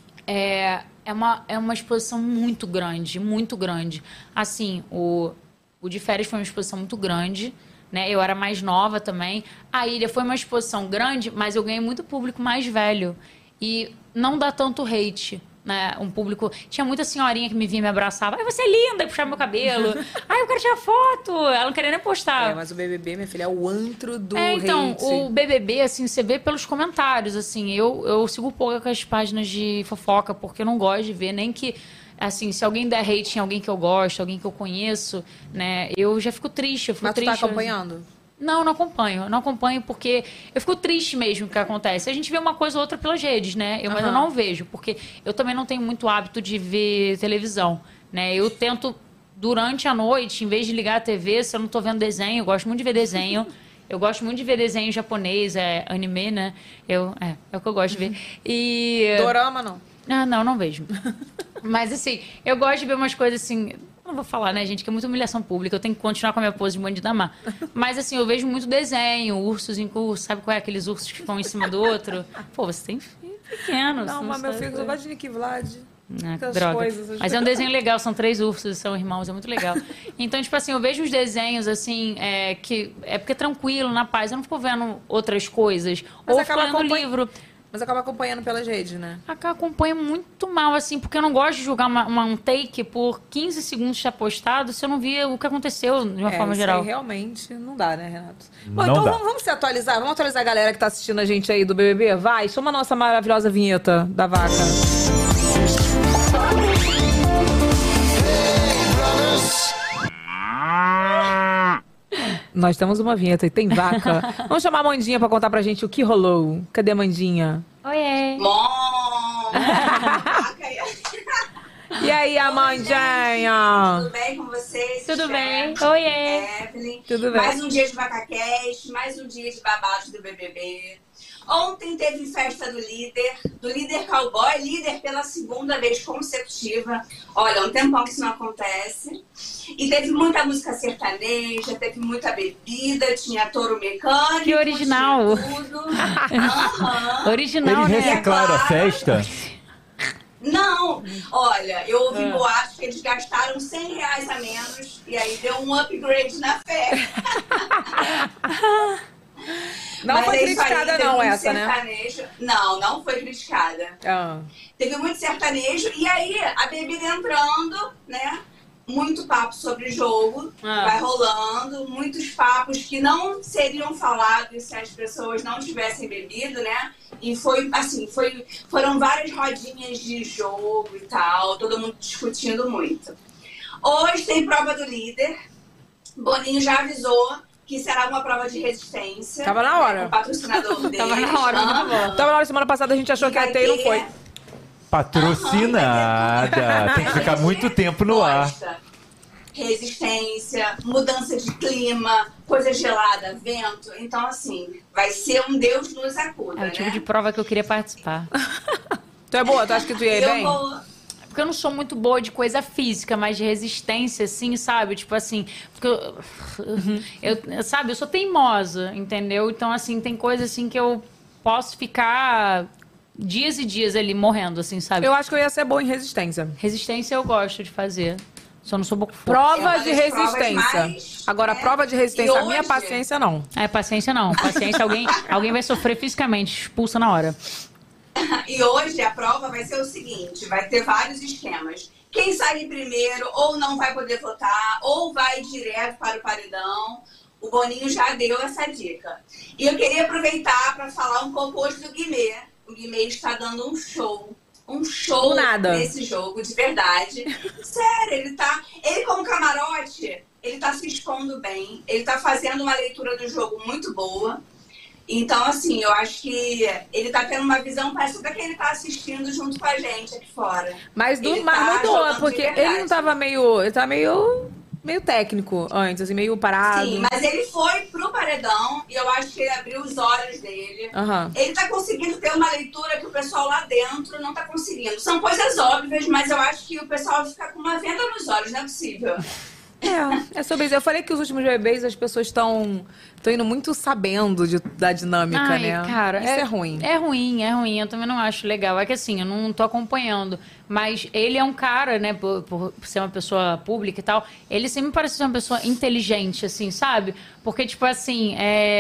é uma exposição muito grande, muito grande. Assim, o de férias foi uma exposição muito grande, né? Eu era mais nova também. A ilha foi uma exposição grande, mas eu ganhei muito público mais velho. E não dá tanto hate, né? Um público... Tinha muita senhorinha que me vinha e me abraçava. Ai, você é linda! E puxava meu cabelo. Ai, eu quero tirar foto! Ela não queria nem postar. Mas o BBB, minha filha, é o antro do então, hate. o BBB, assim, você vê pelos comentários, assim. Eu sigo pouco com as páginas de fofoca, porque eu não gosto de ver, nem que... Assim, se alguém der hate em alguém que eu gosto, alguém que eu conheço, né? Eu já fico triste, Mas tu tá acompanhando? Não acompanho. Não acompanho porque eu fico triste mesmo com o que acontece. A gente vê uma coisa ou outra pelas redes, né? Mas eu não vejo, porque eu também não tenho muito hábito de ver televisão, né? Eu tento, durante a noite, em vez de ligar a TV, se eu não tô vendo desenho, eu gosto muito de ver desenho. Eu gosto muito de ver desenho japonês, anime, né? É o que eu gosto de ver. E... Dorama, não? Não vejo. Mas, assim, eu gosto de ver umas coisas assim... Não vou falar, né, gente, que é muita humilhação pública. Eu tenho que continuar com a minha pose de bandida má. Mas, assim, eu vejo muito desenho, ursos em curso. Sabe qual é? Aqueles ursos que ficam em cima do outro. Pô, você tem filho pequeno. Não, mas meu filho só gosta de Nick Vlad. Droga. Coisas. Mas é um desenho legal, são 3 ursos, são irmãos, é muito legal. Então, tipo assim, eu vejo uns desenhos, assim, que é porque é tranquilo, na paz. Eu não fico vendo outras coisas. Mas ou fico lendo livro. Mas acaba acompanhando pelas redes, né? Acompanho muito mal, assim, porque eu não gosto de julgar um take por 15 segundos já postado se eu não vi o que aconteceu de uma forma geral. Realmente não dá, né, Renato? Bom, não então dá. Vamos se atualizar? Vamos atualizar a galera que tá assistindo a gente aí do BBB? Vai, chama a nossa maravilhosa vinheta da vaca. Nós temos uma vinheta e tem vaca. Vamos chamar a Mandinha pra contar pra gente o que rolou. Cadê a Mandinha? Oiê! E aí, Amandinha? Tudo bem com vocês? Tudo bem? Oiê! Evelyn. Tudo bem. Mais um dia de VacaCast, mais um dia de babado do BBB. Ontem teve festa do líder cowboy, líder pela 2ª vez consecutiva. Olha, um tempão que isso não acontece. E teve muita música sertaneja, teve muita bebida, tinha touro mecânico. Que original! Tudo. Original, Eles né? reciclaram a festa? Não, olha, eu ouvi boatos que eles gastaram R$100 a menos e aí deu um upgrade na fé. Não foi criticada não essa, sertanejo. Né? Não foi criticada. Teve muito sertanejo e aí a bebida entrando, né? Muito papo sobre jogo, vai rolando, muitos papos que não seriam falados se as pessoas não tivessem bebido, né? E foi assim, foram várias rodinhas de jogo e tal, todo mundo discutindo muito. Hoje tem prova do líder, Boninho já avisou que será uma prova de resistência. Tava na hora. O patrocinador dele. Tava na hora, Tava na hora, semana passada a gente achou que ia ter e não foi. Patrocinada. Tem que ficar muito tempo no ar. Resistência, mudança de clima, coisa gelada, vento. Então, assim, vai ser um Deus nos acuda, É o tipo de prova que eu queria participar. Tu é boa? Tu acha que tu ia ir bem? Porque eu não sou muito boa de coisa física, mas de resistência, assim, sabe? Tipo assim, porque eu sou teimosa, entendeu? Então, assim, tem coisa assim que eu posso ficar dias e dias ali morrendo, assim, sabe? Eu acho que eu ia ser boa em resistência. Resistência eu gosto de fazer. Só não sou boa. Prova de resistência. Agora, prova de resistência, a minha paciência não. Paciência não. Paciência, alguém vai sofrer fisicamente, expulsa na hora. E hoje a prova vai ser o seguinte, vai ter vários esquemas. Quem sair primeiro ou não vai poder votar, ou vai direto para o paredão. O Boninho já deu essa dica. E eu queria aproveitar para falar um pouco hoje do Guimê. O Guimê está dando um show nesse jogo, de verdade. Sério, ele como camarote, ele tá se expondo bem, ele tá fazendo uma leitura do jogo muito boa. Então, assim, eu acho que ele tá tendo uma visão, parece que ele tá assistindo junto com a gente aqui fora. Mas muito boa, porque ele não tava ele tá meio técnico antes, assim, meio parado. Sim, mas ele foi pro paredão e eu acho que ele abriu os olhos dele. Ele tá conseguindo ter uma leitura que o pessoal lá dentro não tá conseguindo. São coisas óbvias, mas eu acho que o pessoal fica com uma venda nos olhos, não é possível. É sobre isso. Eu falei que os últimos bebês as pessoas estão indo muito sabendo da dinâmica, né? Cara, isso é ruim. É ruim. Eu também não acho legal. É que assim, eu não tô acompanhando. Mas ele é um cara, né, por ser uma pessoa pública e tal, ele sempre parece ser uma pessoa inteligente, assim, sabe? Porque, tipo assim,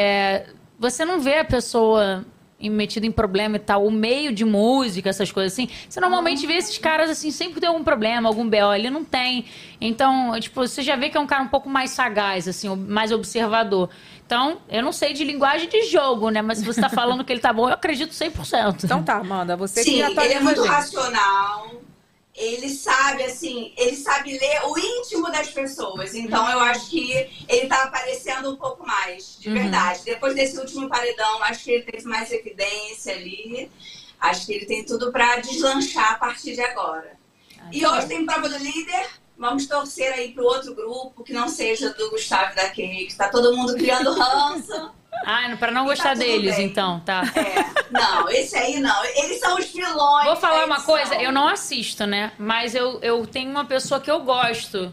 você não vê a pessoa metido em problema e tal, o meio de música, essas coisas assim, você normalmente vê esses caras assim, sempre tem algum problema, algum BO, ele não tem. Então, tipo, você já vê que é um cara um pouco mais sagaz, assim, mais observador. Então, eu não sei de linguagem de jogo, né? Mas se você tá falando que ele tá bom, eu acredito 100%. Então tá, Amanda, você que atualiza. Ele é muito racional. Ele sabe, assim, ele sabe ler o íntimo das pessoas. Então, eu acho que ele tá aparecendo um pouco mais, de verdade. Depois desse último paredão, acho que ele teve mais evidência ali. Acho que ele tem tudo pra deslanchar a partir de agora. E hoje tem prova do líder. Vamos torcer aí pro outro grupo, que não seja do Gustavo e da Kay, que tá todo mundo criando ranço. Pra não gostar deles, bem. Então, tá. Não, esse aí não. Eles são os vilões. Vou falar uma coisa, eu não assisto, né? Mas eu tenho uma pessoa que eu gosto.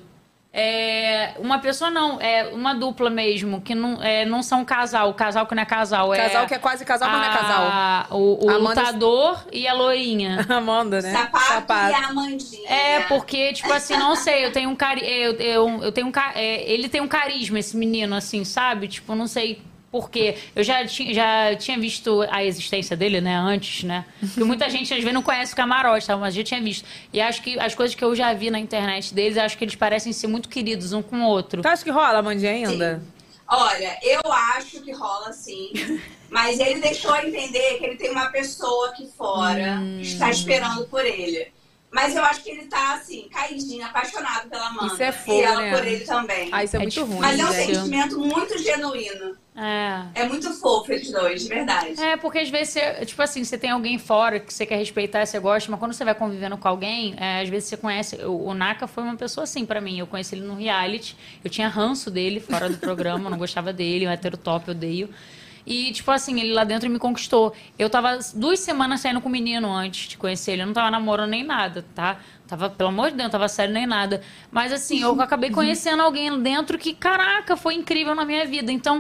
Uma pessoa não, uma dupla mesmo, que não são casal que não é casal. Casal que é quase casal, mas não é casal. O lutador e a loirinha. Amanda, né? Sapato e a Amandinha. Porque, tipo assim, não sei, eu tenho ele tem um carisma, esse menino, assim, sabe? Tipo, não sei... Porque eu já tinha visto a existência dele, né, antes, né? Porque muita gente, às vezes, não conhece o camarote, tá? Mas eu já tinha visto. E acho que as coisas que eu já vi na internet deles, acho que eles parecem ser muito queridos um com o outro. Tu acha que rola, Amandinha, ainda? Sim. Olha, eu acho que rola, sim. Mas ele deixou entender que ele tem uma pessoa aqui fora que está esperando por ele. Mas eu acho que ele tá, assim, caidinho, apaixonado pela Amanda. Isso é fogo, e ela né? por ele também. Isso é muito ruim. Mas é um sentimento muito genuíno. É muito fofo eles dois, de verdade. Porque às vezes, tipo assim, você tem alguém fora que você quer respeitar, você gosta, mas quando você vai convivendo com alguém, às vezes você conhece... O Naka foi uma pessoa assim pra mim. Eu conheci ele no reality, eu tinha ranço dele fora do programa, eu não gostava dele, um hétero top, eu odeio. E, tipo assim, ele lá dentro me conquistou. Eu tava 2 semanas saindo com o menino antes de conhecer ele. Eu não tava namorando nem nada, tá? Tava, pelo amor de Deus, não tava sério nem nada. Mas, assim, eu acabei conhecendo alguém dentro que, caraca, foi incrível na minha vida. Então,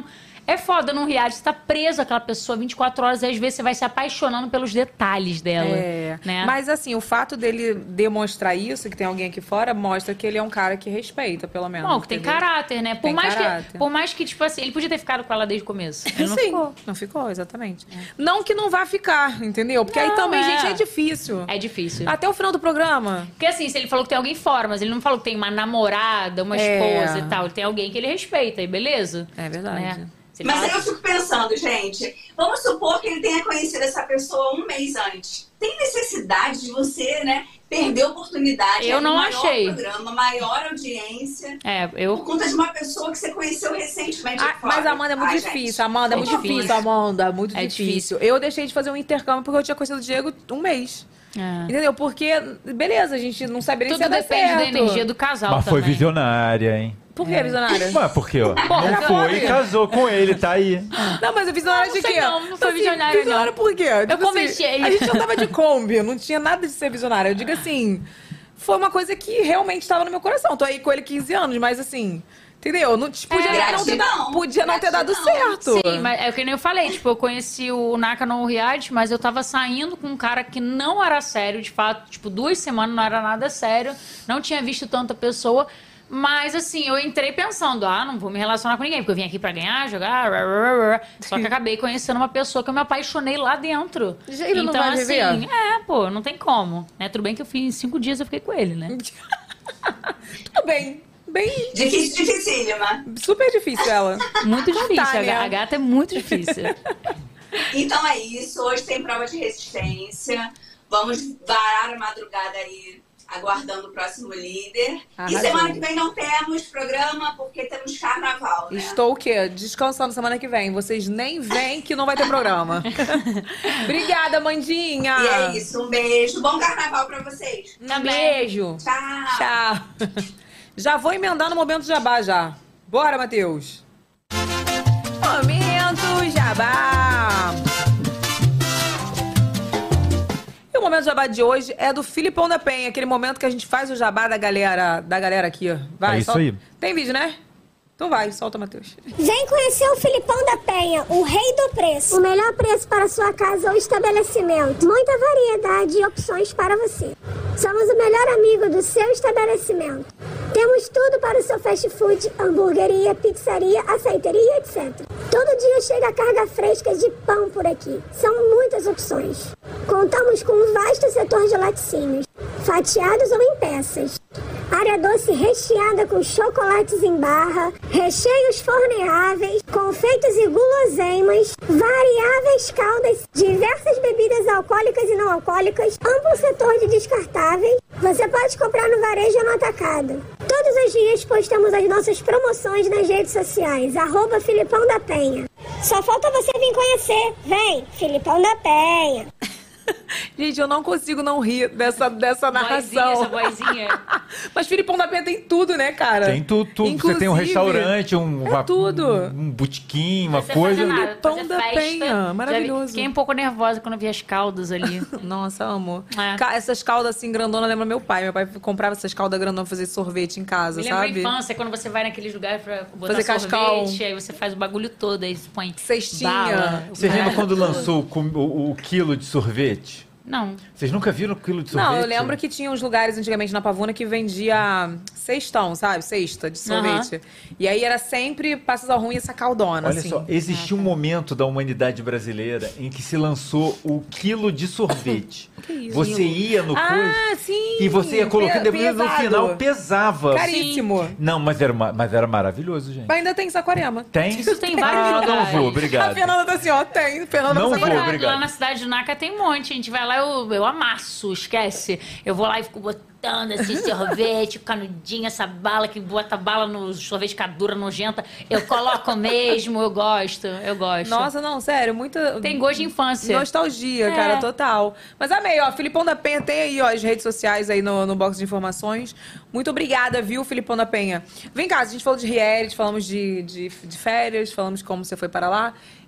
É foda num reality, você tá preso àquela pessoa 24 horas e às vezes você vai se apaixonando pelos detalhes dela. Né? Mas assim, o fato dele demonstrar isso, que tem alguém aqui fora, mostra que ele é um cara que respeita, pelo menos. Bom, que tem caráter, né? Por mais que, tipo assim, ele podia ter ficado com ela desde o começo. Ele não ficou. Não ficou, exatamente. Não que não vá ficar, entendeu? Porque aí também, gente, é difícil. É difícil. Até o final do programa. Porque assim, se ele falou que tem alguém fora, mas ele não falou que tem uma namorada, uma esposa e tal. Ele tem alguém que ele respeita, e beleza? É verdade. Né? Mas aí eu fico pensando, gente, vamos supor que ele tenha conhecido essa pessoa um mês antes. Tem necessidade de você, né, perder a oportunidade? Eu não achei. Maior programa, maior audiência. Por conta de uma pessoa que você conheceu recentemente. Mas Amanda, é muito difícil. Amanda, é muito difícil. Amanda, é muito difícil. Eu deixei de fazer um intercâmbio porque eu tinha conhecido o Diego um mês. Entendeu? Porque, beleza, a gente não sabe nem se ia dar certo. Tudo depende da energia do casal também. Mas foi visionária, hein? Por que visionária? Ué, porque ó, não foi e casou com ele, tá aí. Não, mas a visionária de quê? Não foi visionária, visionária por quê? Eu convenci ele. A gente andava de Kombi, não tinha nada de ser visionária. Eu digo assim, foi uma coisa que realmente estava no meu coração. Tô aí com ele 15 anos, mas assim... Entendeu? Não, podia não ter dado certo. Sim, mas é o que nem eu falei. Tipo, eu conheci o Naka no reality, mas eu tava saindo com um cara que não era sério, de fato. Tipo, 2 semanas não era nada sério. Não tinha visto tanta pessoa. Mas, assim, eu entrei pensando, não vou me relacionar com ninguém, porque eu vim aqui pra ganhar, jogar, só que acabei conhecendo uma pessoa que eu me apaixonei lá dentro. Ele não vai viver. Não tem como. Né? Tudo bem que eu fiz em 5 dias, eu fiquei com ele, né? Tudo bem. Dificílima. Super difícil ela. Muito difícil. A gata é muito difícil. Então é isso. Hoje tem prova de resistência. Vamos varar a madrugada aí, aguardando o próximo líder. E semana que vem não temos programa, porque temos carnaval, né? Estou o quê? Descansando semana que vem. Vocês nem vêm que não vai ter programa. Obrigada, Mandinha. E é isso. Um beijo. Bom carnaval pra vocês. Um beijo. Tchau. Já vou emendar no Momento Jabá já. Bora, Matheus. Momento Jabá. E o Momento Jabá de hoje é do Filipão da Penha. Aquele momento que a gente faz o jabá da galera aqui. Vai, é isso aí. Tem vídeo, né? Então vai, solta, Matheus. Vem conhecer o Filipão da Penha, o rei do preço. O melhor preço para sua casa ou estabelecimento. Muita variedade e opções para você. Somos o melhor amigo do seu estabelecimento. Temos tudo para o seu fast food, hamburgueria, pizzaria, açaiteria, etc. Todo dia chega carga fresca de pão por aqui. São muitas opções. Contamos com um vasto setor de laticínios, fatiados ou em peças. Área doce recheada com chocolates em barra, recheios forneáveis, confeitos e guloseimas, variáveis caldas, diversas bebidas alcoólicas e não alcoólicas, amplo setor de descartáveis. Você pode comprar no varejo ou no atacado. Todos os dias postamos as nossas promoções nas redes sociais, @Filipão da Penha. Só falta você vir conhecer. Vem, Filipão da Penha. Gente, eu não consigo não rir dessa narração. Essa vozinha. Mas Filipão da Penha tem tudo, né, cara? Tem tudo. Você tem um restaurante, tudo. Um botequim, uma coisa. Filipão da Penha, maravilhoso. Fiquei um pouco nervosa quando vi as caldas ali. Nossa, amo. Essas caldas assim, grandonas, lembra meu pai. Meu pai comprava essas caldas grandonas pra fazer sorvete em casa, sabe? Me lembra a infância, quando você vai naqueles lugares pra botar fazer sorvete, cascal. Aí você faz o bagulho todo, aí você põe cestinha. bala. Você lembra quando lançou o quilo de sorvete? Não. Vocês nunca viram o quilo de sorvete? Não, eu lembro que tinha uns lugares antigamente na Pavuna que vendia cestão, sabe? Cesta de sorvete. E aí era sempre Passas ao Ruim essa caldona, Olha assim. só, existiu um momento da humanidade brasileira em que se lançou o quilo de sorvete. Que isso? Você ia no coisa sim! E você ia colocando, depois no final pesava. Caríssimo. Sim. Não, mas era maravilhoso, gente. Mas ainda tem Saquarema. Tem? Isso tem vários lugares. Não vou, obrigado. A Fernanda tá assim, ó, tem. Fernanda não vou, obrigado. Lá na cidade de Naca tem um monte. A gente vai lá, eu amasso, esquece. Eu vou lá e fico botando esse sorvete, canudinho, essa bala que bota bala no sorvete dura nojenta. Eu coloco mesmo, eu gosto. Nossa, não, sério, muita... Tem gosto de infância. Nostalgia, cara, total. Mas amei, ó, Filipão da Penha tem aí, ó, as redes sociais aí no box de informações. Muito obrigada, viu, Filipão da Penha. Vem cá, a gente falou de reality, falamos de férias, falamos como você foi para lá.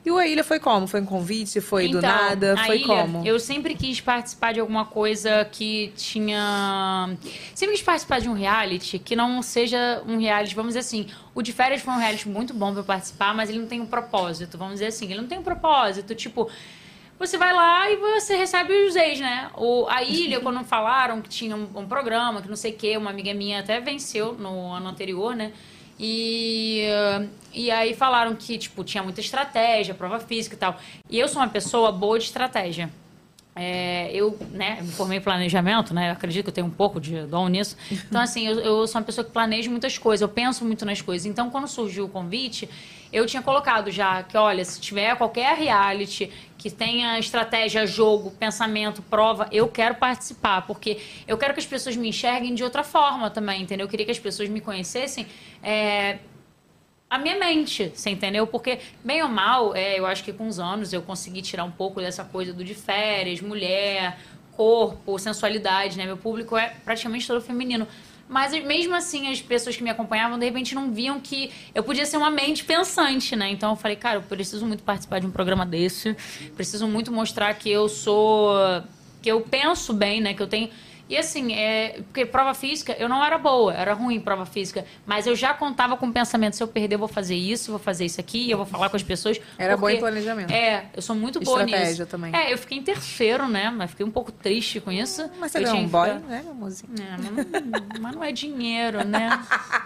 E o A Ilha foi como? Foi um convite? Foi do nada? Foi como? Eu sempre quis participar de alguma coisa que tinha... Sempre quis participar de um reality que não seja um reality, vamos dizer assim... O de férias foi um reality muito bom pra eu participar, mas ele não tem um propósito, vamos dizer assim. Ele não tem um propósito, tipo... Você vai lá e você recebe os ex, né? A Ilha, quando falaram que tinha um programa, que não sei o quê, uma amiga minha até venceu no ano anterior, né? E aí falaram que, tipo, tinha muita estratégia, prova física e tal. E eu sou uma pessoa boa de estratégia. Eu, né, me formei em planejamento, né? Eu acredito que eu tenho um pouco de dom nisso. Então, assim, eu sou uma pessoa que planeja muitas coisas. Eu penso muito nas coisas. Então, quando surgiu o convite, eu tinha colocado já que, olha, se tiver qualquer reality que tenha estratégia, jogo, pensamento, prova, eu quero participar. Porque eu quero que as pessoas me enxerguem de outra forma também, entendeu? Eu queria que as pessoas me conhecessem... a minha mente, você entendeu? Porque, bem ou mal, eu acho que com os anos eu consegui tirar um pouco dessa coisa do de férias, mulher, corpo, sensualidade, né? Meu público é praticamente todo feminino. Mas, mesmo assim, as pessoas que me acompanhavam, de repente, não viam que eu podia ser uma mente pensante, né? Então, eu falei, cara, eu preciso muito participar de um programa desse. Preciso muito mostrar que eu sou... que eu penso bem, né? Que eu tenho... E assim, porque prova física, eu não era boa, era ruim em prova física, mas eu já contava com o pensamento, se eu perder, eu vou fazer isso aqui, eu vou falar com as pessoas. Era boa em planejamento. Eu sou muito boa nisso. Estratégia também. Eu fiquei em terceiro, né, mas fiquei um pouco triste com isso. Mas você ganhou um boy, né, meu mozinho? Mas não é dinheiro, né?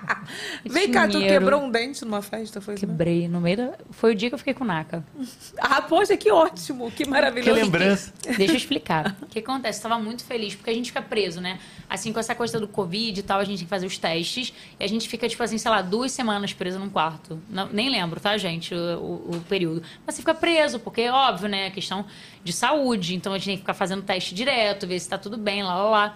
Vem cá, tu quebrou um dente numa festa, foi isso? Quebrei no meio da... Foi o dia que eu fiquei com naca. Poxa, que ótimo, que maravilhoso. Que lembrança. Deixa eu explicar. O que acontece? Eu tava muito feliz, porque a gente fica preso, né? Assim, com essa coisa do Covid e tal, a gente tem que fazer os testes. E a gente fica, tipo assim, sei lá, 2 semanas preso num quarto. Não, nem lembro, tá, gente, o período. Mas você fica preso, porque, óbvio, né? A questão de saúde. Então, a gente tem que ficar fazendo teste direto, ver se tá tudo bem, lá.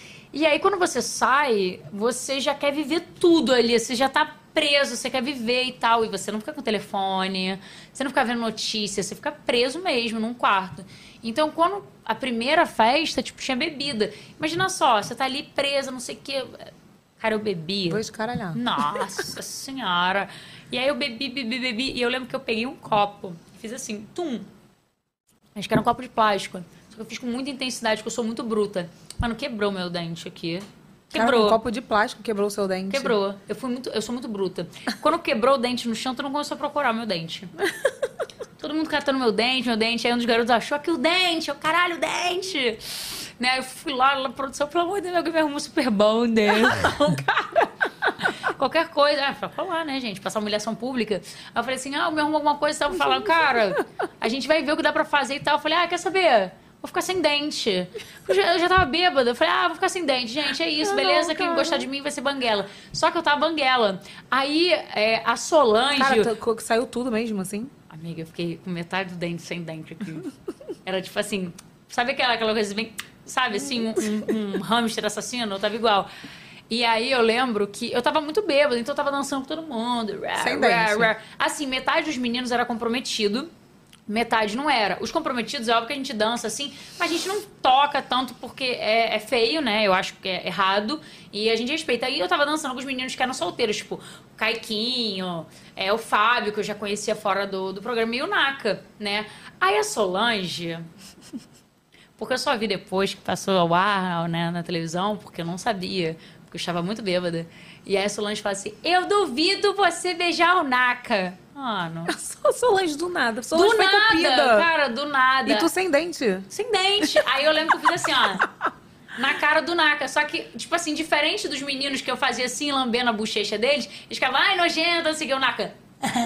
E aí, quando você sai, você já quer viver tudo ali. Você já tá preso, você quer viver e tal. E você não fica com o telefone, você não fica vendo notícias, você fica preso mesmo num quarto. Então, quando a primeira festa, tipo, tinha bebida. Imagina só, você tá ali presa, não sei o quê. Cara, eu bebi. Dois caralhão. Nossa senhora. E aí eu bebi. E eu lembro que eu peguei um copo. Fiz assim, tum. Acho que era um copo de plástico. Só que eu fiz com muita intensidade, porque eu sou muito bruta. Mano, quebrou meu dente aqui. Quebrou. Cara, um copo de plástico quebrou o seu dente. Quebrou. Eu sou muito bruta. Quando quebrou o dente no chão, tu não começou a procurar o meu dente. Todo mundo catando meu dente. Aí um dos garotos achou que o dente, caralho, o dente. Né? Eu fui lá na produção, pelo amor de Deus, alguém me arrumou super bom dele. Não, cara. Qualquer coisa. Pra falar, né, gente? Passar humilhação pública. Aí eu falei assim, me arrumou alguma coisa. Tava falando, cara, a gente vai ver o que dá pra fazer e tal. Eu falei, quer saber? Vou ficar sem dente. Eu já tava bêbada. Eu falei, vou ficar sem dente. Gente, é isso, beleza? Não, quem gostar de mim vai ser banguela. Só que eu tava banguela. Aí, a Solange... Cara, saiu tudo mesmo, assim? Amiga, eu fiquei com metade do dente sem dente aqui. Era tipo assim... Sabe aquela coisa bem... Sabe, assim, um hamster assassino? Eu tava igual. E aí, eu lembro que... Eu tava muito bêbada, então eu tava dançando com todo mundo. Sem dente. Assim, metade dos meninos era comprometido. Metade não era. Os comprometidos, é óbvio que a gente dança assim, mas a gente não toca tanto porque é feio, né? Eu acho que é errado. E a gente respeita. Aí eu tava dançando com os meninos que eram solteiros, tipo o Caiquinho, o Fábio, que eu já conhecia fora do programa, e o Naka, né? Aí a Solange, porque eu só vi depois que passou ao ar, né, na televisão, porque eu não sabia, porque eu estava muito bêbada. E aí a Solange fala assim, eu duvido você beijar o Naka. Mano. Solange do nada. Solange foi cupida. Cara, do nada. E tu sem dente? Sem dente. Aí eu lembro que eu fiz assim, na cara do Naka. Só que, tipo assim, diferente dos meninos que eu fazia assim, lambendo a bochecha deles, eles ficavam, nojento, assim, que o Naka...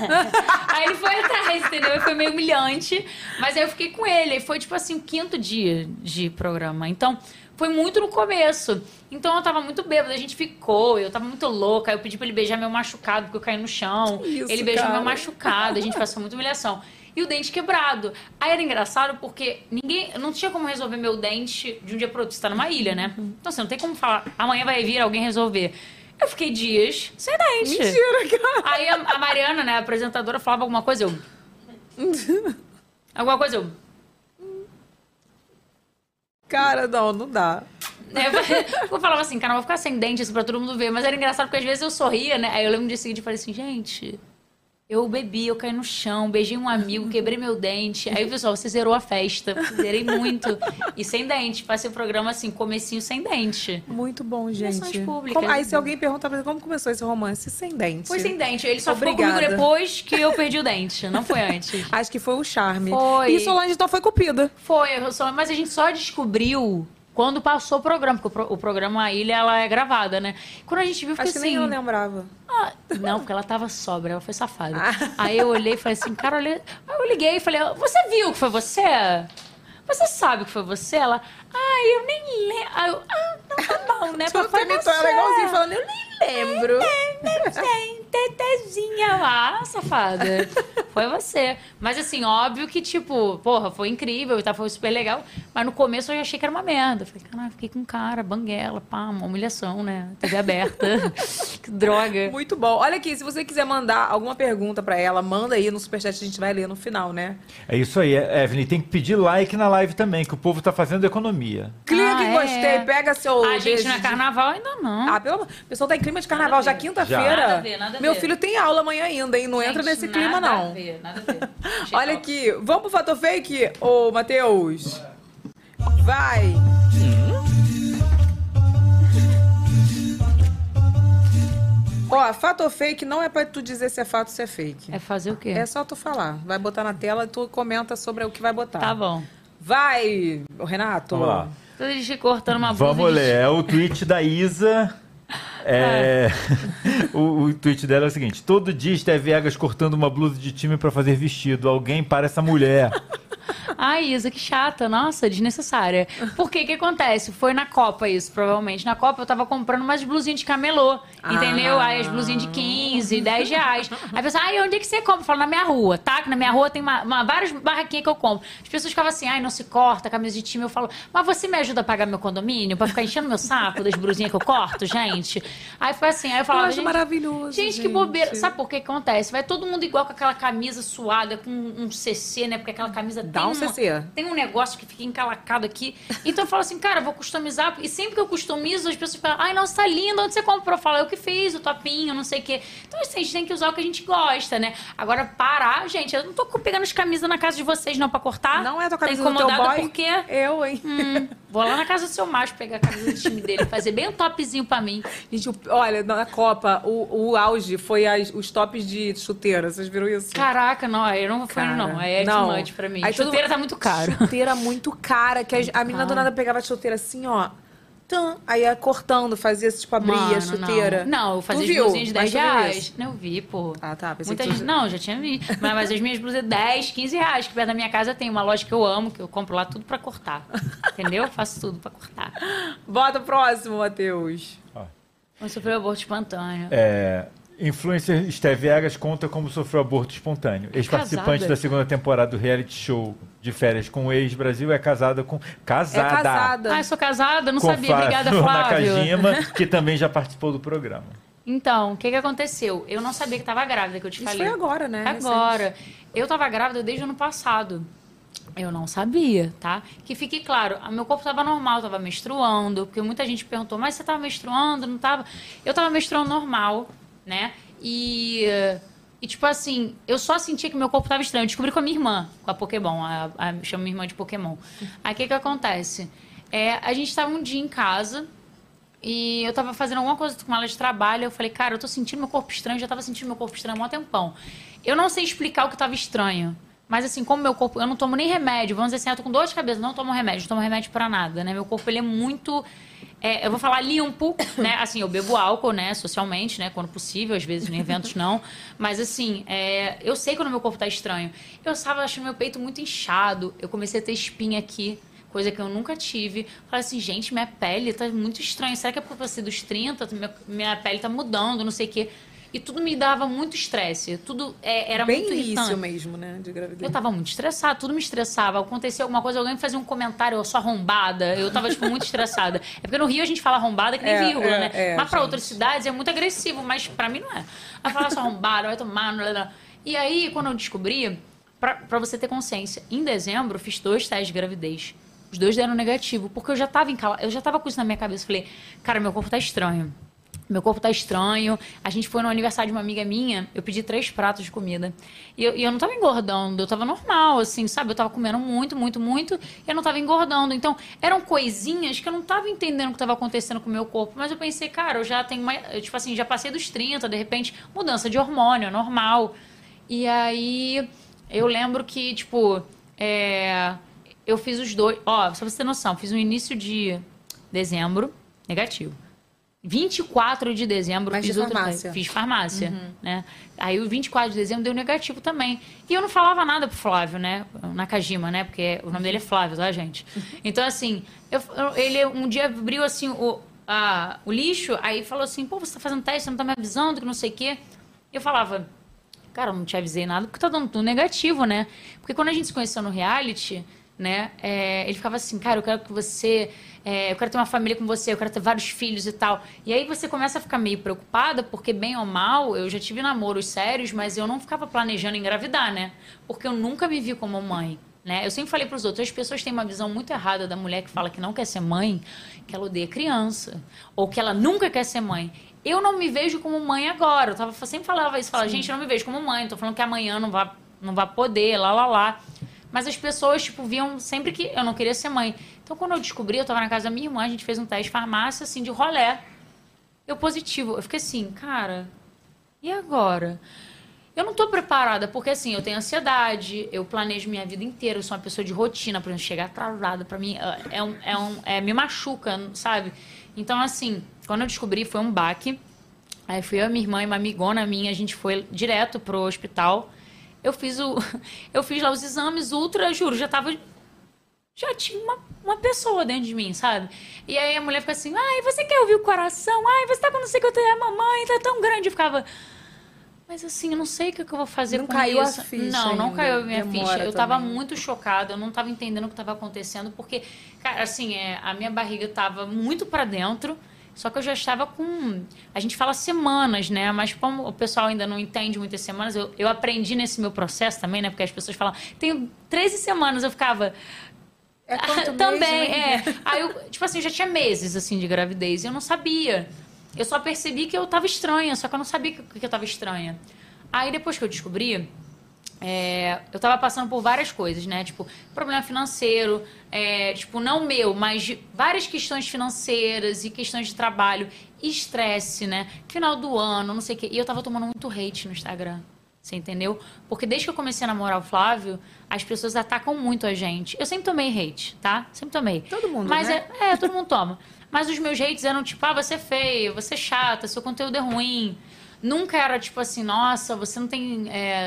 Aí ele foi atrás, entendeu? E foi meio humilhante. Mas aí eu fiquei com ele. E foi, tipo assim, o 5º dia de programa. Então, foi muito no começo. Então, eu tava muito bêbada. A gente ficou, eu tava muito louca. Aí eu pedi pra ele beijar meu machucado, porque eu caí no chão. Isso, ele beijou cara. meu machucado. A gente passou muita humilhação. E o dente quebrado. Aí era engraçado porque não tinha como resolver meu dente de um dia pro outro. Você tá numa ilha, né? Então, você não tem como falar, amanhã vai vir alguém resolver. Eu fiquei dias sem dente. Mentira, cara. Aí a Mariana, né, a apresentadora, falava alguma coisa, eu... Cara, não dá. Eu falava assim, cara, não vou ficar sem dente assim, pra todo mundo ver. Mas era engraçado porque às vezes eu sorria, né? Aí eu lembro no dia seguinte e falei assim, gente, Eu bebi, eu caí no chão, beijei um amigo, quebrei meu dente. Aí, pessoal, você zerou a festa. Zerei muito. E sem dente. Passei o programa assim, comecinho sem dente. Muito bom, gente. Públicas. Aí se alguém perguntar pra você como começou esse romance, sem dente. Foi sem dente. Ele só ficou comigo depois que eu perdi o dente. Não foi antes. Acho que foi o charme. Foi. E Solange então foi cupida. Foi, mas a gente só descobriu quando passou o programa, porque o programa A Ilha, ela é gravada, né? Quando a gente viu, Acho assim... que nem eu lembrava. Não, porque ela tava sóbria, ela foi safada. Aí eu olhei e falei assim, cara, olhei... Aí eu liguei e falei, você viu que foi você? Você sabe que foi você? Ela, eu nem lembro. Aí eu, não, tá bom, né? Papai imitou ela igualzinho, falando, eu nem lembro. Tetezinha lá, safada. Foi você. Mas assim, óbvio que, tipo, porra, foi incrível, tá, foi super legal. Mas no começo eu já achei que era uma merda. Falei, caralho, fiquei com cara, banguela, pá, uma humilhação, né? TV aberta. Que droga. Muito bom. Olha aqui, se você quiser mandar alguma pergunta pra ela, manda aí no Superchat, a gente vai ler no final, né? É isso aí, Evelyn. Tem que pedir like na live também, que o povo tá fazendo economia. Clica em gostei, pega seu... gente, não é carnaval ainda não. Pelo amor. O pessoal tá em clima de carnaval já quinta-feira. Nada a ver, nada a ver. Meu filho tem aula amanhã ainda, hein? Não entra nesse clima, não. Nada a ver. Olha aqui, vamos pro Fator Fake, ô Matheus? Vai! Ó, fato ou fake não é pra tu dizer se é fato ou se é fake. É fazer o quê? É só tu falar. Vai botar na tela e tu comenta sobre o que vai botar. Tá bom. Vai, Renato. Vamos lá. Tô cortando uma blusa. Vamos ler. É o tweet da Isa. O tweet dela é o seguinte: todo dia Esther Viegas cortando uma blusa de time pra fazer vestido. Alguém para essa mulher. Ai, Isa, que chata. Nossa, desnecessária. Por quê? O que acontece? Foi na Copa isso, provavelmente. Na Copa eu tava comprando umas blusinhas de camelô, entendeu? Aí as blusinhas de 15, 10 reais. Aí a pessoa, onde é que você compra? Eu falo, na minha rua, tá? Que na minha rua tem várias barraquinhas que eu compro. As pessoas ficavam assim, não se corta, camisa de time. Eu falo, mas você me ajuda a pagar meu condomínio? Pra ficar enchendo meu saco das blusinhas que eu corto, gente? Aí foi assim, aí eu falava, acho maravilhoso, gente, que bobeira. Sabe por que acontece? Vai todo mundo igual com aquela camisa suada, com um CC, né? Porque aquela camisa tem um negócio que fica encalacado aqui. Então eu falo assim, cara, eu vou customizar. E sempre que eu customizo, as pessoas falam, nossa, tá lindo, onde você comprou? Eu falo, eu que fiz, o topinho, não sei o quê. Então assim, a gente tem que usar o que a gente gosta, né? Agora, parar, gente, eu não tô pegando as camisas na casa de vocês, não, pra cortar. Não é a tua camisa tá do teu boy? Porque eu, hein? Vou lá na casa do seu macho pegar a camisa do time dele, fazer bem um topzinho pra mim. Gente, olha, na Copa, o auge foi os tops de chuteira. Vocês viram isso? Caraca, não, aí não foi, não. Aí é demais pra mim. Aí chuteira tá muito caro. Chuteira muito cara, que a menina do nada pegava a chuteira assim, ó. Aí ia cortando, fazia tipo, abria a chuteira. Não, eu fazia as blusinhas de 10 reais. Não, eu vi, pô. Tá. Muita gente... Não, já tinha vi. Mas as minhas blusas 10, 15 reais, que perto da minha casa tem uma loja que eu amo, que eu compro lá tudo pra cortar. Entendeu? Eu faço tudo pra cortar. Bota o próximo, Matheus. Vamos sofrer aborto espontâneo. Influencer Esther Viegas conta como sofreu aborto espontâneo. Ex-participante da segunda temporada do reality show de férias com o ex-Brasil é casada com... Casada! Eu sou casada? Não com sabia. Obrigada, Flávio. Nakajima, que também já participou do programa. Então, o que aconteceu? Eu não sabia que estava grávida, que eu te falei. Isso foi agora, né? Agora. Eu estava grávida desde o ano passado. Eu não sabia, tá? Que fique claro, meu corpo estava normal, estava menstruando, porque muita gente perguntou, mas você estava menstruando? Não estava? Eu estava menstruando normal, né? E tipo assim, eu só sentia que meu corpo estava estranho. Eu descobri com a minha irmã, com a Pokémon. Chamo minha irmã de Pokémon. Aí o que acontece? A gente estava um dia em casa e eu estava fazendo alguma coisa com ela de trabalho. Eu falei, cara, eu tô sentindo meu corpo estranho. Já estava sentindo meu corpo estranho há um tempão. Eu não sei explicar o que estava estranho. Mas assim, como meu corpo... Eu não tomo nem remédio. Vamos dizer assim, eu tô com dor de cabeça. Não tomo remédio. Não tomo remédio pra nada, né? Meu corpo, ele é muito... eu vou falar limpo, né? Assim, eu bebo álcool, né? Socialmente, né? Quando possível. Às vezes, em eventos, não. Mas assim, eu sei quando meu corpo tá estranho. Eu estava achando meu peito muito inchado. Eu comecei a ter espinha aqui. Coisa que eu nunca tive. Falei assim, gente, minha pele tá muito estranha. Será que é por você dos 30? Minha pele tá mudando, não sei o quê. E tudo me dava muito estresse. Tudo era bem muito irritante. início mesmo, né? De gravidez. Eu tava muito estressada, tudo me estressava. Acontecia alguma coisa, alguém fazia um comentário, eu sou arrombada. Eu tava, tipo, muito estressada. É porque no Rio a gente fala arrombada que nem vírgula, né? Mas pra outras cidades é muito agressivo, mas pra mim não é. Aí fala só arrombada, vai tomar... Blá, blá. E aí, quando eu descobri, pra você ter consciência, em dezembro eu fiz 2 testes de gravidez. Os 2 deram negativo, porque eu já tava com isso na minha cabeça. Falei, cara, meu corpo tá estranho. Meu corpo tá estranho. A gente foi no aniversário de uma amiga minha, eu pedi 3 pratos de comida. E eu não tava engordando, eu tava normal, assim, sabe? Eu tava comendo muito, muito, muito, e eu não tava engordando. Então, eram coisinhas que eu não tava entendendo o que tava acontecendo com o meu corpo. Mas eu pensei, cara, eu já tenho tipo assim, já passei dos 30, de repente, mudança de hormônio, é normal. E aí, eu lembro que, tipo, eu fiz os 2... Ó, só pra você ter noção, fiz no início de dezembro, negativo. 24 de dezembro fiz farmácia, né? Aí o 24 de dezembro deu negativo também. E eu não falava nada pro Flávio, né? Nakajima, né? Porque o nome dele é Flávio, tá, gente? Então, assim, ele um dia abriu, assim, o lixo, aí falou assim, pô, você tá fazendo teste, você não tá me avisando, que não sei o quê. Eu falava, cara, eu não te avisei nada porque tá dando tudo negativo, né? Porque quando a gente se conheceu no reality, né? Ele ficava assim, cara, eu quero que você... eu quero ter uma família com você, eu quero ter vários filhos e tal. E aí você começa a ficar meio preocupada, porque bem ou mal, eu já tive namoros sérios, mas eu não ficava planejando engravidar, né? Porque eu nunca me vi como mãe, né? Eu sempre falei pros outros, as pessoas têm uma visão muito errada da mulher que fala que não quer ser mãe, que ela odeia criança, ou que ela nunca quer ser mãe. Eu não me vejo como mãe agora. Sempre falava isso, gente, eu não me vejo como mãe, tô falando que amanhã não vai poder, lá. Mas as pessoas, tipo, viam sempre que eu não queria ser mãe. Então, quando eu descobri, eu tava na casa da minha irmã, a gente fez um teste de farmácia, assim, de rolé. Eu positivo. Eu fiquei assim, cara, e agora? Eu não tô preparada, porque, assim, eu tenho ansiedade, eu planejo minha vida inteira, eu sou uma pessoa de rotina, por exemplo, chegar atrasada, pra mim, me machuca, sabe? Então, assim, quando eu descobri, foi um baque. Aí fui eu, minha irmã e uma amigona minha, a gente foi direto pro hospital. Eu fiz lá os exames ultra, juro, já tinha uma pessoa dentro de mim, sabe? E aí a mulher fica assim, ai, você quer ouvir o coração? Ai, você tá com não sei o que, a mamãe tá tão grande. Eu ficava, mas assim, eu não sei o que eu vou fazer com isso. Não caiu a ficha. Não caiu a minha ficha. Eu tava muito chocada, eu não tava entendendo o que tava acontecendo, porque, cara, assim, a minha barriga tava muito pra dentro. Só que eu já estava com... A gente fala semanas, né? Mas como o pessoal ainda não entende muitas semanas, eu aprendi nesse meu processo também, né? Porque as pessoas falam, tenho 13 semanas. Eu ficava... Também, Aí, tipo assim, já tinha meses, assim, de gravidez. E eu não sabia. Eu só percebi que eu estava estranha. Só que eu não sabia que eu estava estranha. Aí, depois que eu descobri... eu tava passando por várias coisas, né? Tipo, problema financeiro, tipo, não meu, mas de várias questões financeiras e questões de trabalho, estresse, né? Final do ano, não sei o quê. E eu tava tomando muito hate no Instagram, você entendeu? Porque desde que eu comecei a namorar o Flávio, as pessoas atacam muito a gente. Eu sempre tomei hate, tá? Sempre tomei. Todo mundo, mas né? Todo mundo toma. Mas os meus hates eram tipo, você é feia, você é chata, seu conteúdo é ruim. Nunca era tipo assim, nossa, você não tem...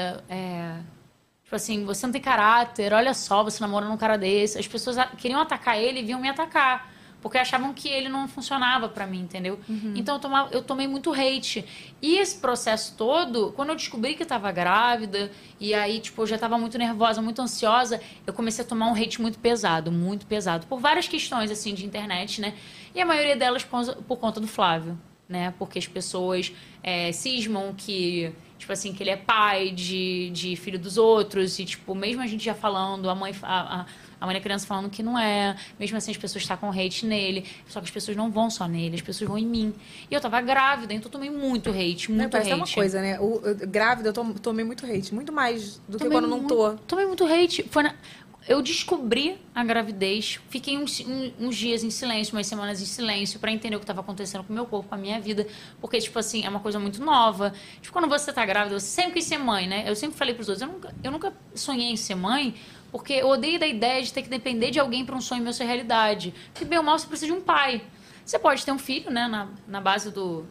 tipo assim, você não tem caráter, olha só, você namora num cara desse. As pessoas queriam atacar ele e vinham me atacar. Porque achavam que ele não funcionava pra mim, entendeu? Então eu tomei muito hate. E esse processo todo, quando eu descobri que eu tava grávida, e aí, tipo, eu já tava muito nervosa, muito ansiosa, eu comecei a tomar um hate muito pesado, por várias questões, assim, de internet, né? E a maioria delas por conta do Flávio, né? Porque as pessoas cismam que, tipo assim, que ele é pai de filho dos outros, e, tipo, mesmo a gente já falando, a mãe da criança falando que não é, mesmo assim as pessoas tacam hate nele, só que as pessoas não vão só nele, as pessoas vão em mim. E eu tava grávida, então eu tomei muito hate, muito hate. É uma coisa, né? Grávida eu tomei muito hate, muito mais do que quando não tô. Tomei muito hate. Eu descobri a gravidez, fiquei uns dias em silêncio, umas semanas em silêncio, pra entender o que estava acontecendo com o meu corpo, com a minha vida. Porque, tipo assim, é uma coisa muito nova. Tipo, quando você tá grávida, você sempre quis ser mãe, né? Eu sempre falei pros outros, eu nunca sonhei em ser mãe, porque eu odeio da ideia de ter que depender de alguém pra um sonho meu ser realidade. Porque, bem ou mal, você precisa de um pai. Você pode ter um filho, né, na base do,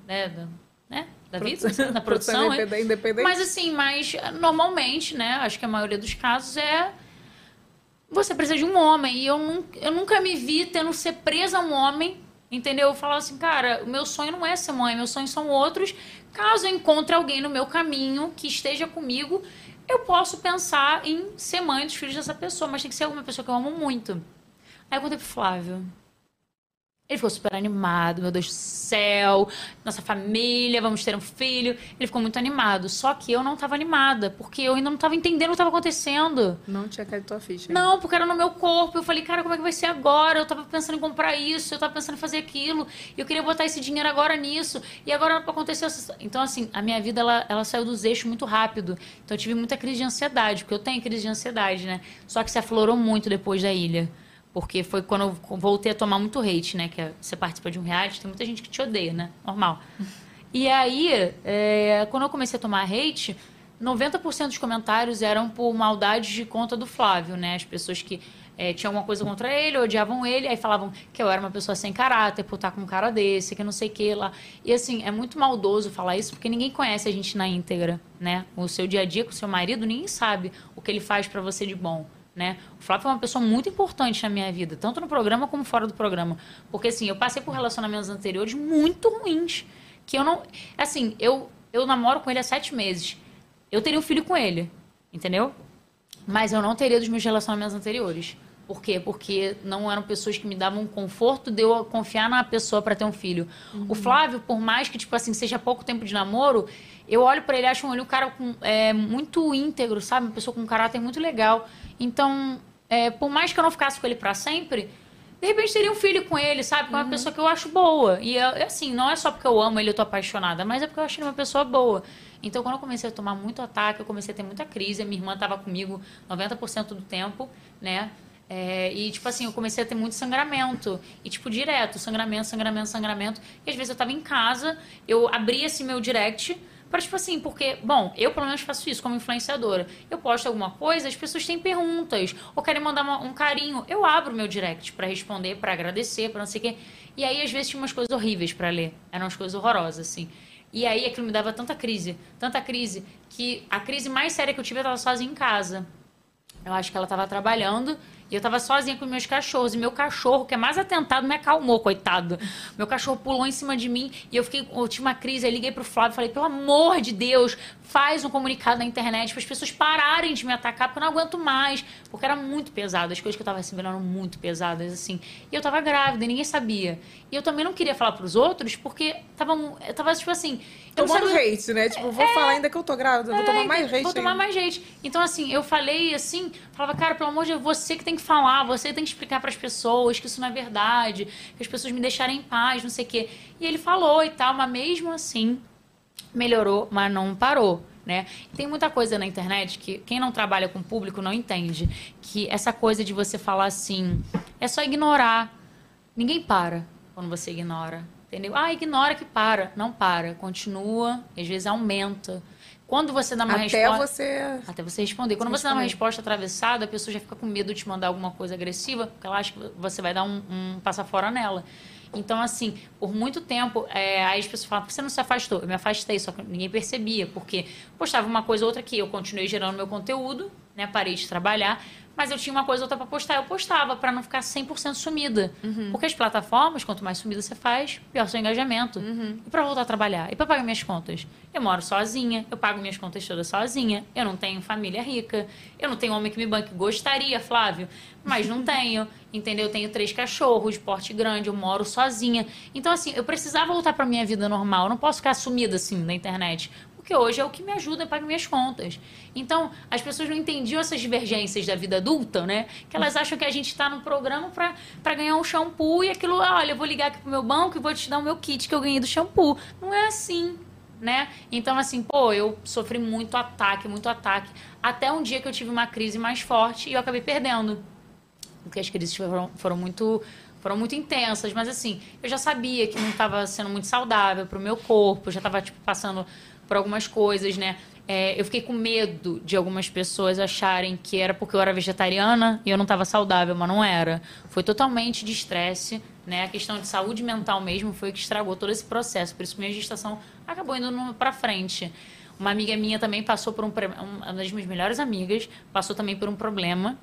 da vida, na produção, independente. Mas assim, normalmente, né, acho que a maioria dos casos você precisa de um homem. E eu nunca me vi tendo ser presa a um homem, entendeu? Eu falava assim, cara, o meu sonho não é ser mãe, meus sonhos são outros. Caso eu encontre alguém no meu caminho que esteja comigo, eu posso pensar em ser mãe dos filhos dessa pessoa, mas tem que ser alguma pessoa que eu amo muito. Aí eu contei pro Flávio. Ele ficou super animado, meu Deus do céu, nossa família, vamos ter um filho. Ele ficou muito animado, só que eu não estava animada, porque eu ainda não estava entendendo o que estava acontecendo. Não tinha caído tua ficha. Não, porque era no meu corpo. Eu falei, cara, como é que vai ser agora? Eu estava pensando em comprar isso, eu estava pensando em fazer aquilo, e eu queria botar esse dinheiro agora nisso, e agora aconteceu... Então, assim, a minha vida, ela saiu dos eixos muito rápido. Então, eu tive muita crise de ansiedade, porque eu tenho crise de ansiedade, né? Só que se aflorou muito depois da ilha. Porque foi quando eu voltei a tomar muito hate, né? Que você participa de um reality, tem muita gente que te odeia, né? Normal. E aí, quando eu comecei a tomar hate, 90% dos comentários eram por maldade de conta do Flávio, né? As pessoas que tinham alguma coisa contra ele, odiavam ele, aí falavam que eu era uma pessoa sem caráter por estar com um cara desse, que não sei o que lá. E assim, é muito maldoso falar isso, porque ninguém conhece a gente na íntegra, né? O seu dia a dia com o seu marido, ninguém sabe o que ele faz pra você de bom. Né? O Flávio é uma pessoa muito importante na minha vida, tanto no programa como fora do programa. Porque, assim, eu passei por relacionamentos anteriores muito ruins. Que eu não... Assim, eu namoro com ele há 7 meses. Eu teria um filho com ele, entendeu? Mas eu não teria dos meus relacionamentos anteriores. Por quê? Porque não eram pessoas que me davam conforto de eu confiar na pessoa para ter um filho. Uhum. O Flávio, por mais que, tipo assim, seja pouco tempo de namoro, eu olho para ele e acho um cara muito íntegro, sabe? Uma pessoa com um caráter muito legal. Então, por mais que eu não ficasse com ele para sempre, de repente teria um filho com ele, sabe? Porque é uma pessoa que eu acho boa. E, assim, não é só porque eu amo ele, eu tô apaixonada, mas é porque eu acho ele uma pessoa boa. Então, quando eu comecei a tomar muito ataque, eu comecei a ter muita crise. A minha irmã tava comigo 90% do tempo, né? E, tipo assim, eu comecei a ter muito sangramento. E, tipo, direto, sangramento. E, às vezes, eu tava em casa, eu abria, assim, meu direct... Para, tipo assim, porque, bom, eu pelo menos faço isso como influenciadora. Eu posto alguma coisa, as pessoas têm perguntas, ou querem mandar um carinho. Eu abro o meu direct para responder, para agradecer, para não sei o quê. E aí, às vezes, tinha umas coisas horríveis para ler. Eram umas coisas horrorosas, assim. E aí, aquilo me dava tanta crise, que a crise mais séria que eu tive, eu tava sozinha em casa. Eu acho que ela tava trabalhando... E eu tava sozinha com meus cachorros. E meu cachorro, que é mais atentado, me acalmou, coitado. Meu cachorro pulou em cima de mim. E eu tive uma crise. Aí liguei pro Flávio e falei, pelo amor de Deus, faz um comunicado na internet para as pessoas pararem de me atacar, porque eu não aguento mais. Porque era muito pesado. As coisas que eu tava recebendo eram muito pesadas, assim. E eu tava grávida e ninguém sabia. E eu também não queria falar pros outros, porque eu tava tipo assim... Tomando hate, né? Tipo, vou falar ainda que eu tô grávida, vou tomar mais hate. Vou tomar mais hate. Então, assim, eu falei assim, falava, cara, pelo amor de Deus, você que tem que falar, você tem que explicar pras pessoas que isso não é verdade, que as pessoas me deixarem em paz, não sei o quê. E ele falou e tal, mas mesmo assim, melhorou, mas não parou. Né? Tem muita coisa na internet que quem não trabalha com o público não entende. Que essa coisa de você falar assim, é só ignorar. Ninguém para quando você ignora. Entendeu? Ignora que para. Não para. Continua. Às vezes aumenta. Quando você dá uma resposta... Até você responder. Quando você dá uma resposta atravessada, a pessoa já fica com medo de te mandar alguma coisa agressiva, porque ela acha que você vai dar um passa fora nela. Então, assim, por muito tempo, aí as pessoas falam, por que você não se afastou? Eu me afastei, só que ninguém percebia, porque postava uma coisa ou outra que eu continuei gerando meu conteúdo, né? Parei de trabalhar, mas eu tinha uma coisa ou outra para postar. Eu postava para não ficar 100% sumida. Uhum. Porque as plataformas, quanto mais sumida você faz, pior seu engajamento. Uhum. E para voltar a trabalhar? E para pagar minhas contas? Eu moro sozinha, eu pago minhas contas todas sozinha, eu não tenho família rica, eu não tenho homem que me banque. Gostaria, Flávio, mas não tenho, entendeu? Eu tenho 3 cachorros, porte grande, eu moro sozinha. Então, assim, eu precisava voltar para minha vida normal. Eu não posso ficar sumida, assim, na internet. Porque hoje é o que me ajuda a pagar minhas contas. Então, as pessoas não entendiam essas divergências da vida adulta, né? Que elas acham que a gente está no programa para ganhar um shampoo e aquilo, olha, eu vou ligar aqui pro meu banco e vou te dar o meu kit que eu ganhei do shampoo. Não é assim, né? Então, assim, eu sofri muito ataque. Até um dia que eu tive uma crise mais forte e eu acabei perdendo. Porque as crises foram muito intensas, mas assim, eu já sabia que não estava sendo muito saudável pro meu corpo, eu já estava, passando por algumas coisas, né? Eu fiquei com medo de algumas pessoas acharem que era porque eu era vegetariana e eu não estava saudável, mas não era. Foi totalmente de estresse, né? A questão de saúde mental mesmo foi o que estragou todo esse processo, por isso que minha gestação acabou indo para frente. Uma amiga minha também passou por uma das minhas melhores amigas, passou também por um problema.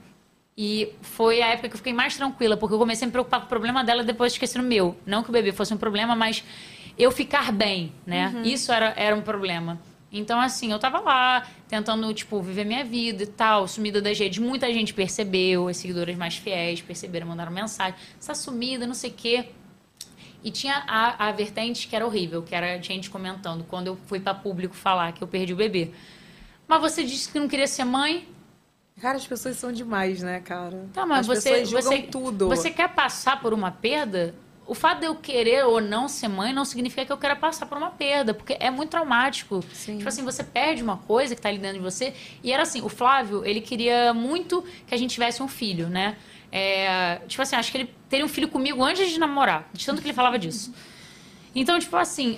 E foi a época que eu fiquei mais tranquila, porque eu comecei a me preocupar com o problema dela e depois esqueci no meu. Não que o bebê fosse um problema, mas eu ficar bem, né? Uhum. Isso era um problema. Então, assim, eu tava lá, tentando, viver minha vida e tal, sumida das redes. Muita gente percebeu, as seguidoras mais fiéis perceberam, mandaram mensagem. Você tá sumida, não sei o quê. E tinha a vertente que era horrível, que era gente comentando, quando eu fui para público falar que eu perdi o bebê. Mas você disse que não queria ser mãe? Cara, as pessoas são demais, né, cara? Tá, mas as pessoas julgam tudo. Você quer passar por uma perda? O fato de eu querer ou não ser mãe não significa que eu quero passar por uma perda, porque é muito traumático. Sim. Tipo assim, você perde uma coisa que tá ali dentro de você. E era assim, o Flávio, ele queria muito que a gente tivesse um filho, né? Tipo assim, acho que ele teria um filho comigo antes de namorar, de tanto que ele falava disso. Então, tipo assim,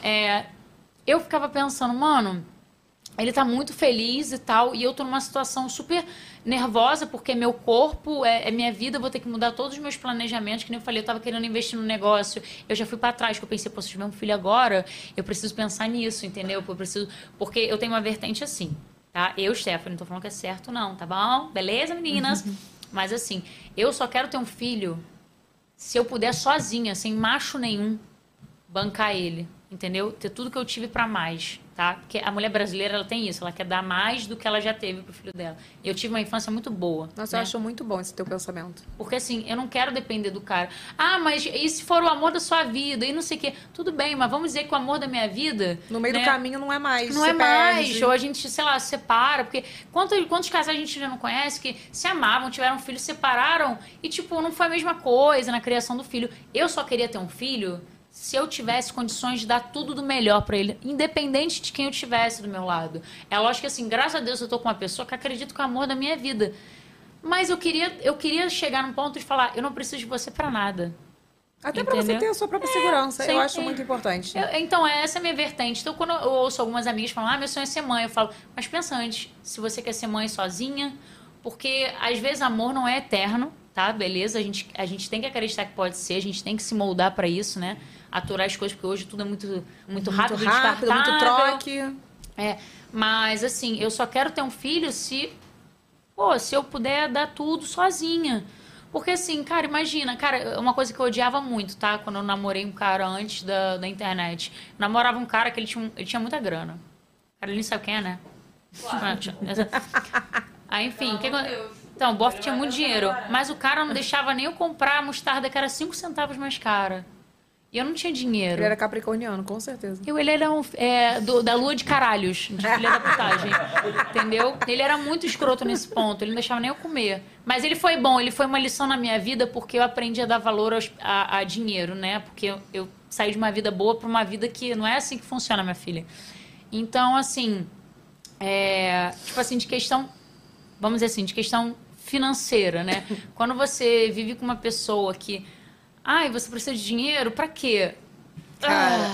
eu ficava pensando, mano, ele tá muito feliz e tal, e eu tô numa situação super nervosa, porque meu corpo é minha vida, eu vou ter que mudar todos os meus planejamentos, que nem eu falei, eu tava querendo investir no negócio, eu já fui pra trás, que eu pensei, pô, se eu tiver um filho agora, eu preciso pensar nisso, entendeu? Porque eu tenho uma vertente assim, tá? Eu, Stephanie, não tô falando que é certo não, tá bom? Beleza, meninas? Mas assim, eu só quero ter um filho se eu puder sozinha, sem macho nenhum, bancar ele, entendeu? Ter tudo que eu tive pra mais, tá? Porque a mulher brasileira, ela tem isso, ela quer dar mais do que ela já teve pro filho dela. Eu tive uma infância muito boa. Nossa, né? Eu acho muito bom esse teu pensamento. Porque assim, eu não quero depender do cara. Ah, mas e se for o amor da sua vida? E não sei o quê. Tudo bem, mas vamos dizer que o amor da minha vida... No meio do caminho não é mais. Não é mais. Ou a gente, sei lá, se separa. Porque quantos casais a gente já não conhece que se amavam, tiveram um filho, separaram e, tipo, não foi a mesma coisa na criação do filho. Eu só queria ter um filho... se eu tivesse condições de dar tudo do melhor pra ele, independente de quem eu tivesse do meu lado. É lógico que, assim, graças a Deus eu tô com uma pessoa que acredita que é o amor da minha vida. Mas eu queria chegar num ponto de falar, eu não preciso de você pra nada. Até pra você ter a sua própria segurança, eu acho muito importante. Então, essa é a minha vertente. Então, quando eu ouço algumas amigas falando, meu sonho é ser mãe, eu falo, mas pensa antes, se você quer ser mãe sozinha, porque às vezes amor não é eterno, tá? Beleza? A gente tem que acreditar que pode ser, a gente tem que se moldar pra isso, né? Aturar as coisas, porque hoje tudo é muito rápido, muito troque. Mas assim, eu só quero ter um filho se eu puder dar tudo sozinha. Porque assim, cara, imagina, cara, uma coisa que eu odiava muito, tá? Quando eu namorei um cara antes da internet. Eu namorava um cara que ele tinha muita grana. Cara, ele nem sabe quem é, né? Claro. Aí, enfim, então, o Boff tinha muito dinheiro, mas o cara não deixava nem eu comprar a mostarda, que era 5 centavos mais cara. E eu não tinha dinheiro. Ele era capricorniano, com certeza. Ele era da lua de caralhos, de filha da putagem. Entendeu? Ele era muito escroto nesse ponto, ele não deixava nem eu comer. Mas ele foi bom, ele foi uma lição na minha vida, porque eu aprendi a dar valor a dinheiro, né? Porque eu saí de uma vida boa para uma vida que não é assim que funciona, minha filha. Então, assim, tipo assim, de questão, vamos dizer assim, de questão financeira, né? Quando você vive com uma pessoa que... Ai, você precisa de dinheiro? Pra quê? Cara,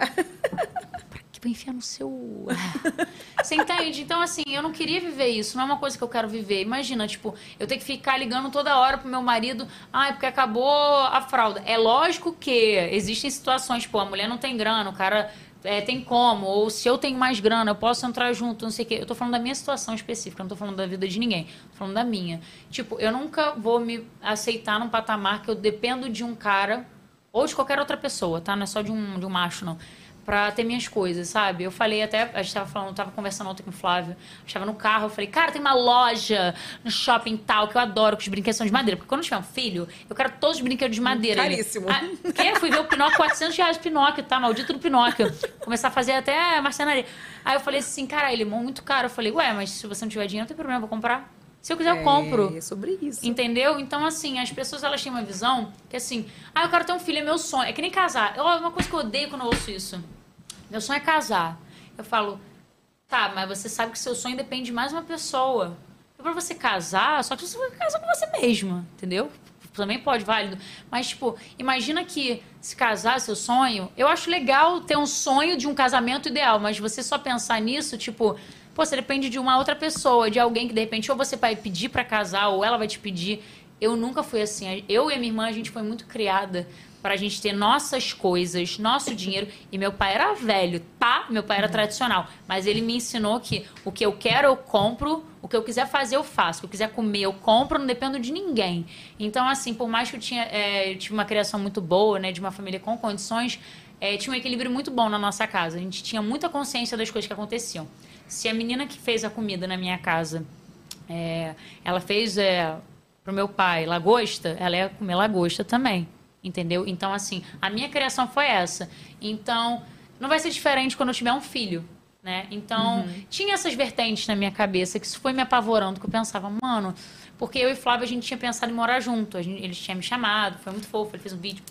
Pra que? Pra enfiar no seu... Você entende? Então, assim, eu não queria viver isso. Não é uma coisa que eu quero viver. Imagina, tipo, eu ter que ficar ligando toda hora pro meu marido. Ai, porque acabou a fralda. É lógico que existem situações, a mulher não tem grana, o cara... tem como, ou se eu tenho mais grana, eu posso entrar junto, não sei o quê. Eu tô falando da minha situação específica, não tô falando da vida de ninguém. Tô falando da minha. Tipo, eu nunca vou me aceitar num patamar que eu dependo de um cara, ou de qualquer outra pessoa, tá? Não é só de um macho, não. Pra ter minhas coisas, sabe? Eu falei até, a gente tava conversando ontem com o Flávio, estava no carro, eu falei, cara, tem uma loja no shopping tal, que eu adoro, que os brinquedos são de madeira. Porque quando eu tiver um filho, eu quero todos os brinquedos de madeira. Caríssimo. O quê? Fui ver o Pinóquio, R$400 o Pinóquio, tá? Maldito do Pinóquio. Começar a fazer até a marcenaria. Aí eu falei assim, cara, ele é muito caro. Eu falei, ué, mas se você não tiver dinheiro, não tem problema, eu vou comprar. Se eu quiser, eu compro. É sobre isso. Entendeu? Então, assim, as pessoas, elas têm uma visão que, assim, eu quero ter um filho, é meu sonho. É que nem casar. Uma coisa que eu odeio quando eu ouço isso. Meu sonho é casar. Eu falo, tá, mas você sabe que seu sonho depende de mais uma pessoa. E pra você casar, só que você vai casar com você mesma, entendeu? Também pode, válido. Mas, tipo, imagina que se casar, seu sonho... Eu acho legal ter um sonho de um casamento ideal, mas você só pensar nisso, tipo... você depende de uma outra pessoa, de alguém que, de repente, ou você vai pedir pra casar, ou ela vai te pedir. Eu nunca fui assim. Eu e a minha irmã, a gente foi muito criada pra gente ter nossas coisas, nosso dinheiro. E meu pai era velho, tá? Meu pai era tradicional. Mas ele me ensinou que o que eu quero, eu compro. O que eu quiser fazer, eu faço. O que eu quiser comer, eu compro. Não dependo de ninguém. Então, assim, por mais que eu tive uma criação muito boa, né? De uma família com condições, tinha um equilíbrio muito bom na nossa casa. A gente tinha muita consciência das coisas que aconteciam. Se a menina que fez a comida na minha casa, ela fez pro meu pai lagosta, ela ia comer lagosta também. entendeu? Então, assim, a minha criação foi essa. Então, não vai ser diferente quando eu tiver um filho, né? Então, tinha essas vertentes na minha cabeça, que isso foi me apavorando, que eu pensava, mano... Porque eu e Flávio, a gente tinha pensado em morar junto. Eles tinham me chamado, foi muito fofo, ele fez um vídeo.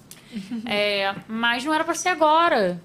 Mas não era pra ser agora.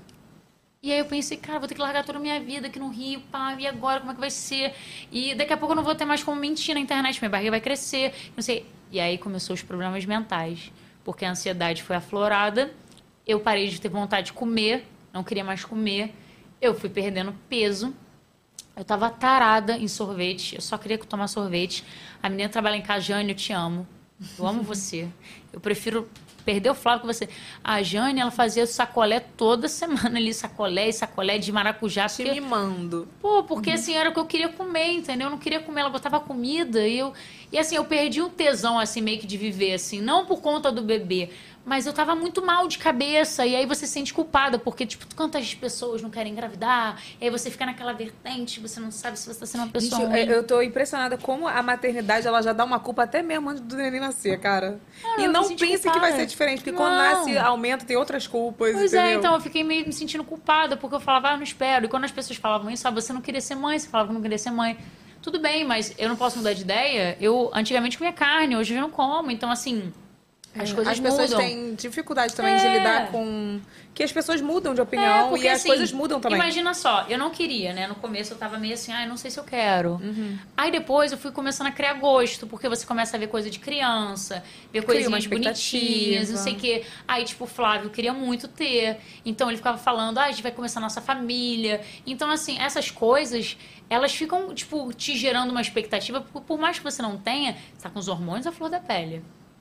E aí eu pensei, cara, vou ter que largar toda a minha vida aqui no Rio, pá, e agora, como é que vai ser? E daqui a pouco eu não vou ter mais como mentir na internet, minha barriga vai crescer, não sei. E aí começou os problemas mentais, porque a ansiedade foi aflorada, eu parei de ter vontade de comer, não queria mais comer, eu fui perdendo peso, eu tava tarada em sorvete, eu só queria tomar sorvete. A menina trabalha em casa, Jane, eu te amo, eu amo você, eu prefiro... Perdeu o Flávio com você. A Jane, ela fazia sacolé toda semana ali, sacolé e sacolé de maracujá. Te mimando. Pô, porque assim, era o que eu queria comer, entendeu? Eu não queria comer, ela botava comida e assim, eu perdi um tesão, assim, meio que de viver, assim. Não por conta do bebê, mas eu tava muito mal de cabeça. E aí você se sente culpada, porque, tipo, quantas pessoas não querem engravidar? E aí você fica naquela vertente, você não sabe se você tá sendo uma pessoa ruim. Eu tô impressionada como a maternidade, ela já dá uma culpa até mesmo antes do neném nascer, cara. E não pense que vai ser diferente, porque quando nasce, aumenta, tem outras culpas, Pois entendeu? então eu fiquei meio me sentindo culpada, porque eu falava, eu não espero. E quando as pessoas falavam isso, você não queria ser mãe, você falava que não queria ser mãe. Tudo bem, mas eu não posso mudar de ideia. Eu antigamente comia carne, hoje eu não como. Então, assim, as coisas mudam. As pessoas têm dificuldade também de lidar com... Que as pessoas mudam de opinião porque, e as coisas mudam também. Imagina só, eu não queria, né? No começo eu tava meio assim, não sei se eu quero. Aí depois eu fui começando a criar gosto, porque você começa a ver coisa de criança, ver coisinhas bonitinhas, não sei o quê. Aí, tipo, o Flávio queria muito ter. Então ele ficava falando, a gente vai começar a nossa família. Então, assim, essas coisas, elas ficam, tipo, te gerando uma expectativa, por mais que você não tenha, você tá com os hormônios à flor da pele.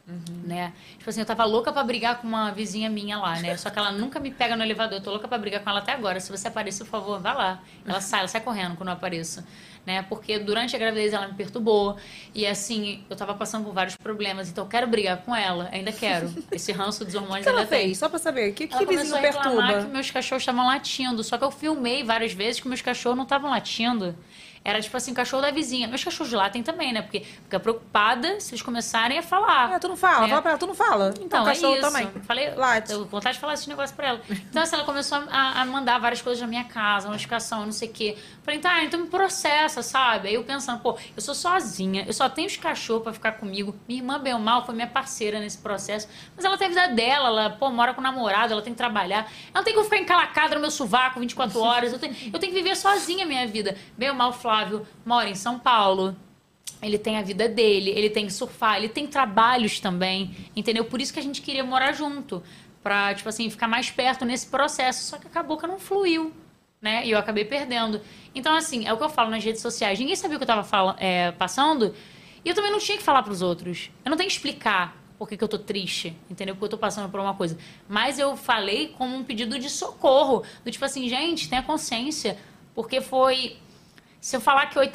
Né? Tipo assim, eu tava louca pra brigar com uma vizinha minha lá, né? Só que ela nunca me pega no elevador. Eu tô louca pra brigar com ela até agora. Se você aparecer, por favor, vá lá. Ela sai correndo quando eu apareço, né? Porque durante a gravidez ela me perturbou. E assim, eu tava passando por vários problemas. Então eu quero brigar com ela. Ainda quero. Esse ranço dos hormônios ainda tem. Só pra saber, que ela vizinho perturba? Ela começou a reclamar que meus cachorros estavam latindo. Só que eu filmei várias vezes que meus cachorros não estavam latindo. Era tipo assim, cachorro da vizinha. Meus cachorros latem também, né? Porque fica preocupada se eles começarem a falar. Tu não fala, né? fala pra ela, tu não fala. Então, o cachorro é isso. também. Falei, late. Eu vontade de falar esse negócio pra ela. Então, assim, ela começou a mandar várias coisas na minha casa, notificação, não sei o quê. Falei, então me processa, sabe? Aí eu pensando, eu sou sozinha, eu só tenho os cachorros pra ficar comigo. Minha irmã, bem ou mal, foi minha parceira nesse processo. Mas ela tem a vida dela, ela, mora com o namorado, ela tem que trabalhar. Ela não tem que ficar encalacada no meu sovaco 24 horas. Eu tenho que viver sozinha a minha vida. Bem ou mal, Flávio mora em São Paulo. Ele tem a vida dele, ele tem que surfar, ele tem trabalhos também, entendeu? Por isso que a gente queria morar junto, pra, tipo assim, ficar mais perto nesse processo. Só que acabou que não fluiu, né? E eu acabei perdendo. Então, assim, é o que eu falo nas redes sociais. Ninguém sabia o que eu tava passando e eu também não tinha que falar pros outros. Eu não tenho que explicar por que eu tô triste, entendeu? Porque eu tô passando por uma coisa. Mas eu falei como um pedido de socorro, do tipo assim, gente, tenha consciência, porque foi... Se eu falar que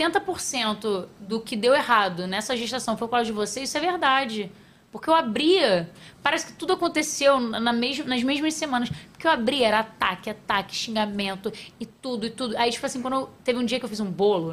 80% do que deu errado nessa gestação foi por causa de você, isso é verdade. Porque eu abria, parece que tudo aconteceu nas mesmas semanas. Porque eu abria, era ataque, xingamento e tudo. Aí, tipo assim, teve um dia que eu fiz um bolo.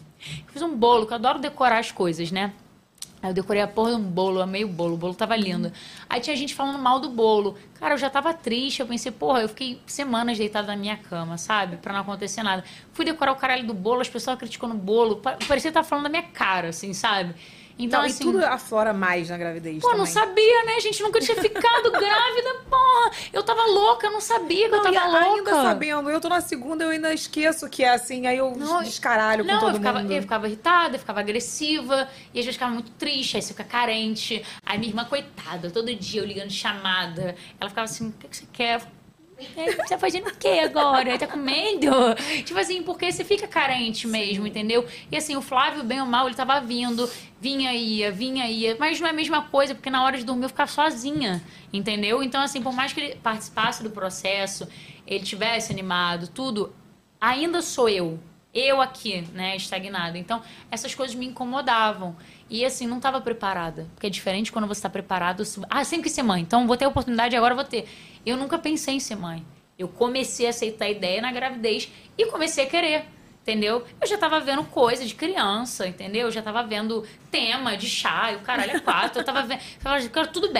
Que eu adoro decorar as coisas, né? Aí eu decorei a porra de um bolo, eu amei o bolo tava lindo. Aí tinha gente falando mal do bolo. Cara, eu já tava triste, eu pensei, eu fiquei semanas deitada na minha cama, sabe? Pra não acontecer nada. Fui decorar o caralho do bolo, as pessoas criticando o bolo. Parecia que tava falando da minha cara, assim, sabe? Então, assim, e tudo aflora mais na gravidez também. Não sabia, né, gente? Nunca tinha ficado grávida, porra. Eu tava louca, eu não sabia que eu tava louca. Ainda sabendo, eu tô na segunda, eu ainda esqueço que é assim, aí eu descaralho com todo mundo. Eu ficava irritada, eu ficava agressiva, e às vezes ficava muito triste, aí você fica carente. Aí minha irmã, coitada, todo dia eu ligando de chamada, ela ficava assim, o que você quer? Você tá fazendo o que agora? Tá comendo? Tipo assim, porque você fica carente mesmo, entendeu? E assim, o Flávio, bem ou mal, ele tava vindo, vinha, ia. Mas não é a mesma coisa, porque na hora de dormir eu ficava sozinha, entendeu? Então, assim, por mais que ele participasse do processo, ele tivesse animado, tudo, ainda sou eu aqui, né, estagnada. Então, essas coisas me incomodavam. E, assim, não estava preparada. Porque é diferente quando você está preparado. Sempre quis ser mãe. Então, vou ter a oportunidade, agora vou ter. Eu nunca pensei em ser mãe. Eu comecei a aceitar a ideia na gravidez e comecei a querer. entendeu? Eu já tava vendo coisa de criança, entendeu? Eu já tava vendo tema de chá, e o caralho é 4. Eu tava vendo, eu quero tudo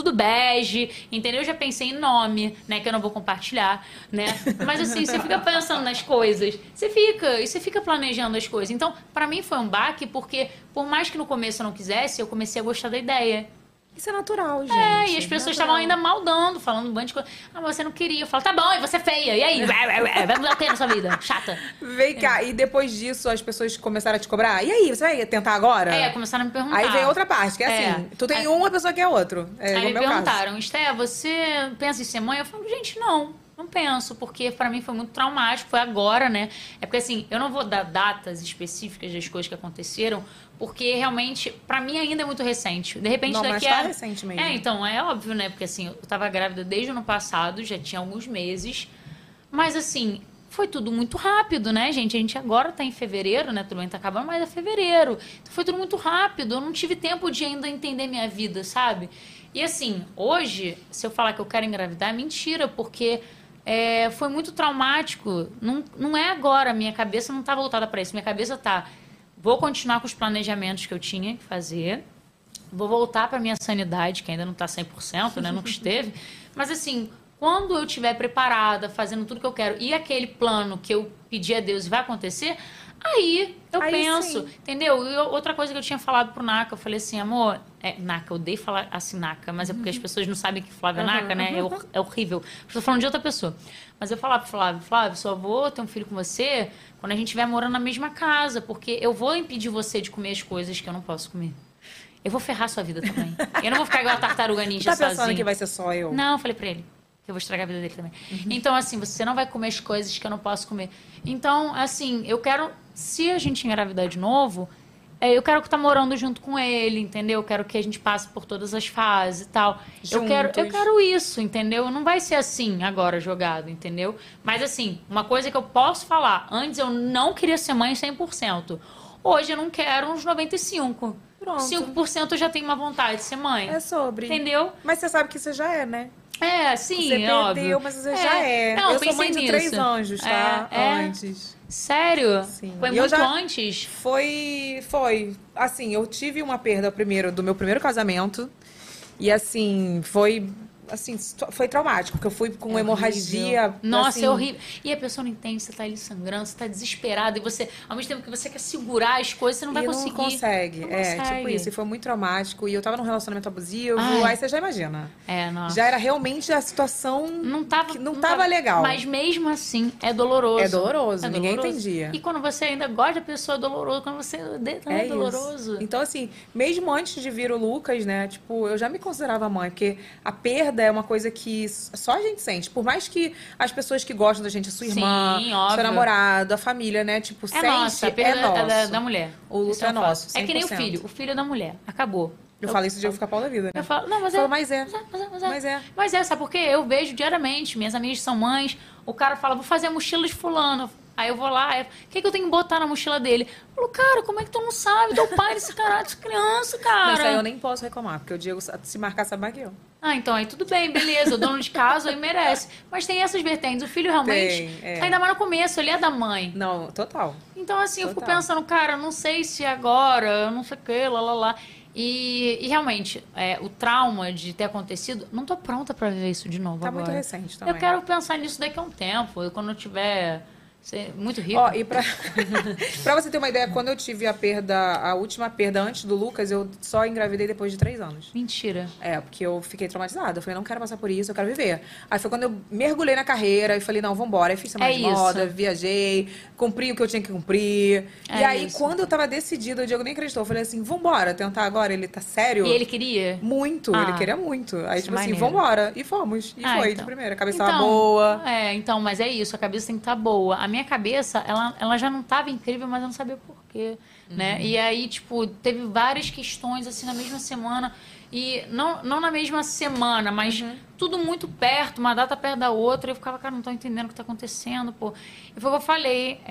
bege, entendeu? Eu já pensei em nome, né, que eu não vou compartilhar, né? Mas assim, você fica pensando nas coisas, você fica planejando as coisas. Então, pra mim foi um baque, porque por mais que no começo eu não quisesse, eu comecei a gostar da ideia. Isso é natural, gente. E as pessoas estavam ainda maldando, falando um bando de coisa. Ah, mas você não queria. Eu falo, tá bom, e você é feia. E aí? Vai mudar o que na sua vida? Chata. Vem cá, e depois disso as pessoas começaram a te cobrar? E aí, você vai tentar agora? Começaram a me perguntar. Aí vem outra parte, que é assim, tu tem uma pessoa que é outro. Aí me perguntaram, Esté, você pensa em ser mãe? Eu falo, gente, não penso, porque pra mim foi muito traumático, foi agora, né? É porque assim, eu não vou dar datas específicas das coisas que aconteceram, porque realmente, pra mim ainda é muito recente. De repente daqui mas tá recente mesmo. Então, é óbvio, né? Porque assim, eu tava grávida desde o ano passado, já tinha alguns meses, mas assim, foi tudo muito rápido, né, gente? A gente agora tá em fevereiro, né? Tudo bem, tá acabando, mas é fevereiro. Então foi tudo muito rápido, eu não tive tempo de ainda entender minha vida, sabe? E assim, hoje, se eu falar que eu quero engravidar, é mentira, porque foi muito traumático. Não é agora, minha cabeça não tá voltada para isso. Minha cabeça tá, vou continuar com os planejamentos que eu tinha que fazer, vou voltar para minha sanidade, que ainda não tá 100%, né? Nunca esteve. Mas assim, quando eu estiver preparada, fazendo tudo que eu quero, e aquele plano que eu pedi a Deus vai acontecer, aí eu penso, entendeu? E outra coisa que eu tinha falado pro Naka, eu falei assim, amor, Naka, eu odeio falar assim Naka, mas é porque as pessoas não sabem que Flávia é Naka, né? É horrível. Estou falando de outra pessoa. Mas eu falava pro Flávio, só vou ter um filho com você quando a gente estiver morando na mesma casa, porque eu vou impedir você de comer as coisas que eu não posso comer. Eu vou ferrar sua vida também. Eu não vou ficar igual a tartaruga ninja sozinha. Tá pensando que vai ser só eu? Não, eu falei pra ele. Eu vou estragar a vida dele também. Então, assim, você não vai comer as coisas que eu não posso comer. Então, assim, eu quero... Se a gente engravidar de novo, eu quero estar morando junto com ele, entendeu? Eu quero que a gente passe por todas as fases e tal. Eu quero isso, entendeu? Não vai ser assim agora jogado, entendeu? Mas, assim, uma coisa que eu posso falar. Antes eu não queria ser mãe 100%. Hoje eu não quero uns 95%. Pronto. 5% eu já tenho uma vontade de ser mãe. É sobre. Entendeu? Mas você sabe que você já é, né? Sim, você perdeu, óbvio. Mas você já é. Não, eu sou mãe de 3 anjos, tá? Antes. Sério? Sim. Foi muito antes? Foi. Assim, eu tive uma perda do meu primeiro casamento. E assim, foi traumático, porque eu fui com hemorragia. Nossa, assim, é horrível. E a pessoa não entende, você tá ali sangrando, você tá desesperado, e você, ao mesmo tempo que você quer segurar as coisas, você não vai conseguir. Não consegue. Tipo isso. E foi muito traumático. E eu tava num relacionamento abusivo, aí você já imagina. Nossa. Já era realmente a situação não tava legal. Mas mesmo assim, é doloroso. É doloroso, ninguém entendia. E quando você ainda gosta da pessoa, é doloroso. Quando você odeia, também é doloroso. Então, assim, mesmo antes de vir o Lucas, né, tipo, eu já me considerava mãe, porque a perda é uma coisa que só a gente sente. Por mais que as pessoas que gostam da gente, a sua irmã, seu namorado, a família, né? Tipo, sente, nossa, a perda nosso. Da mulher. O luto é nosso, 100%. É que nem o filho é da mulher. Acabou. Eu falo isso de eu ficar pau da vida, né? Eu falo, não, mas sabe por quê? Eu vejo diariamente, minhas amigas são mães, o cara fala, vou fazer a mochila de fulano. Aí eu vou lá, o que eu tenho que botar na mochila dele? Eu falo, cara, como é que tu não sabe? Tu é o pai desse cara, dessa criança, cara. Mas aí eu nem posso reclamar, porque o Diego, se marcar, sabe mais que eu. Então, aí tudo bem, beleza, o dono de casa, aí merece. Mas tem essas vertentes, o filho realmente, ainda mais no começo, ele é da mãe. Não, total. Então, assim, eu fico pensando, cara, não sei se agora, eu não sei o que, lá. E realmente, o trauma de ter acontecido, não tô pronta pra viver isso de novo agora. Tá muito recente também. Eu quero pensar nisso daqui a um tempo, quando eu tiver... muito rico. E pra você ter uma ideia, quando eu tive a última perda antes do Lucas, eu só engravidei depois de 3 anos. Mentira. Porque eu fiquei traumatizada. Eu falei, não quero passar por isso, eu quero viver. Aí foi quando eu mergulhei na carreira e falei, não, vambora. Aí fiz semana de moda, viajei, cumpri o que eu tinha que cumprir. E aí, quando eu tava decidida, o Diego nem acreditou. Eu falei assim, vambora, tentar agora. Ele tá sério? E ele queria? Muito, ele queria muito. Aí, tipo assim, vambora. E fomos. E foi, de primeira. A cabeça tava boa. Mas é isso, a cabeça tem que estar boa. A minha cabeça, ela já não estava incrível, mas eu não sabia por quê, né? E aí, tipo, teve várias questões, assim, na mesma semana. E não na mesma semana, mas tudo muito perto, uma data perto da outra. Eu ficava, cara, não tô entendendo o que tá acontecendo, pô. E foi o que eu falei,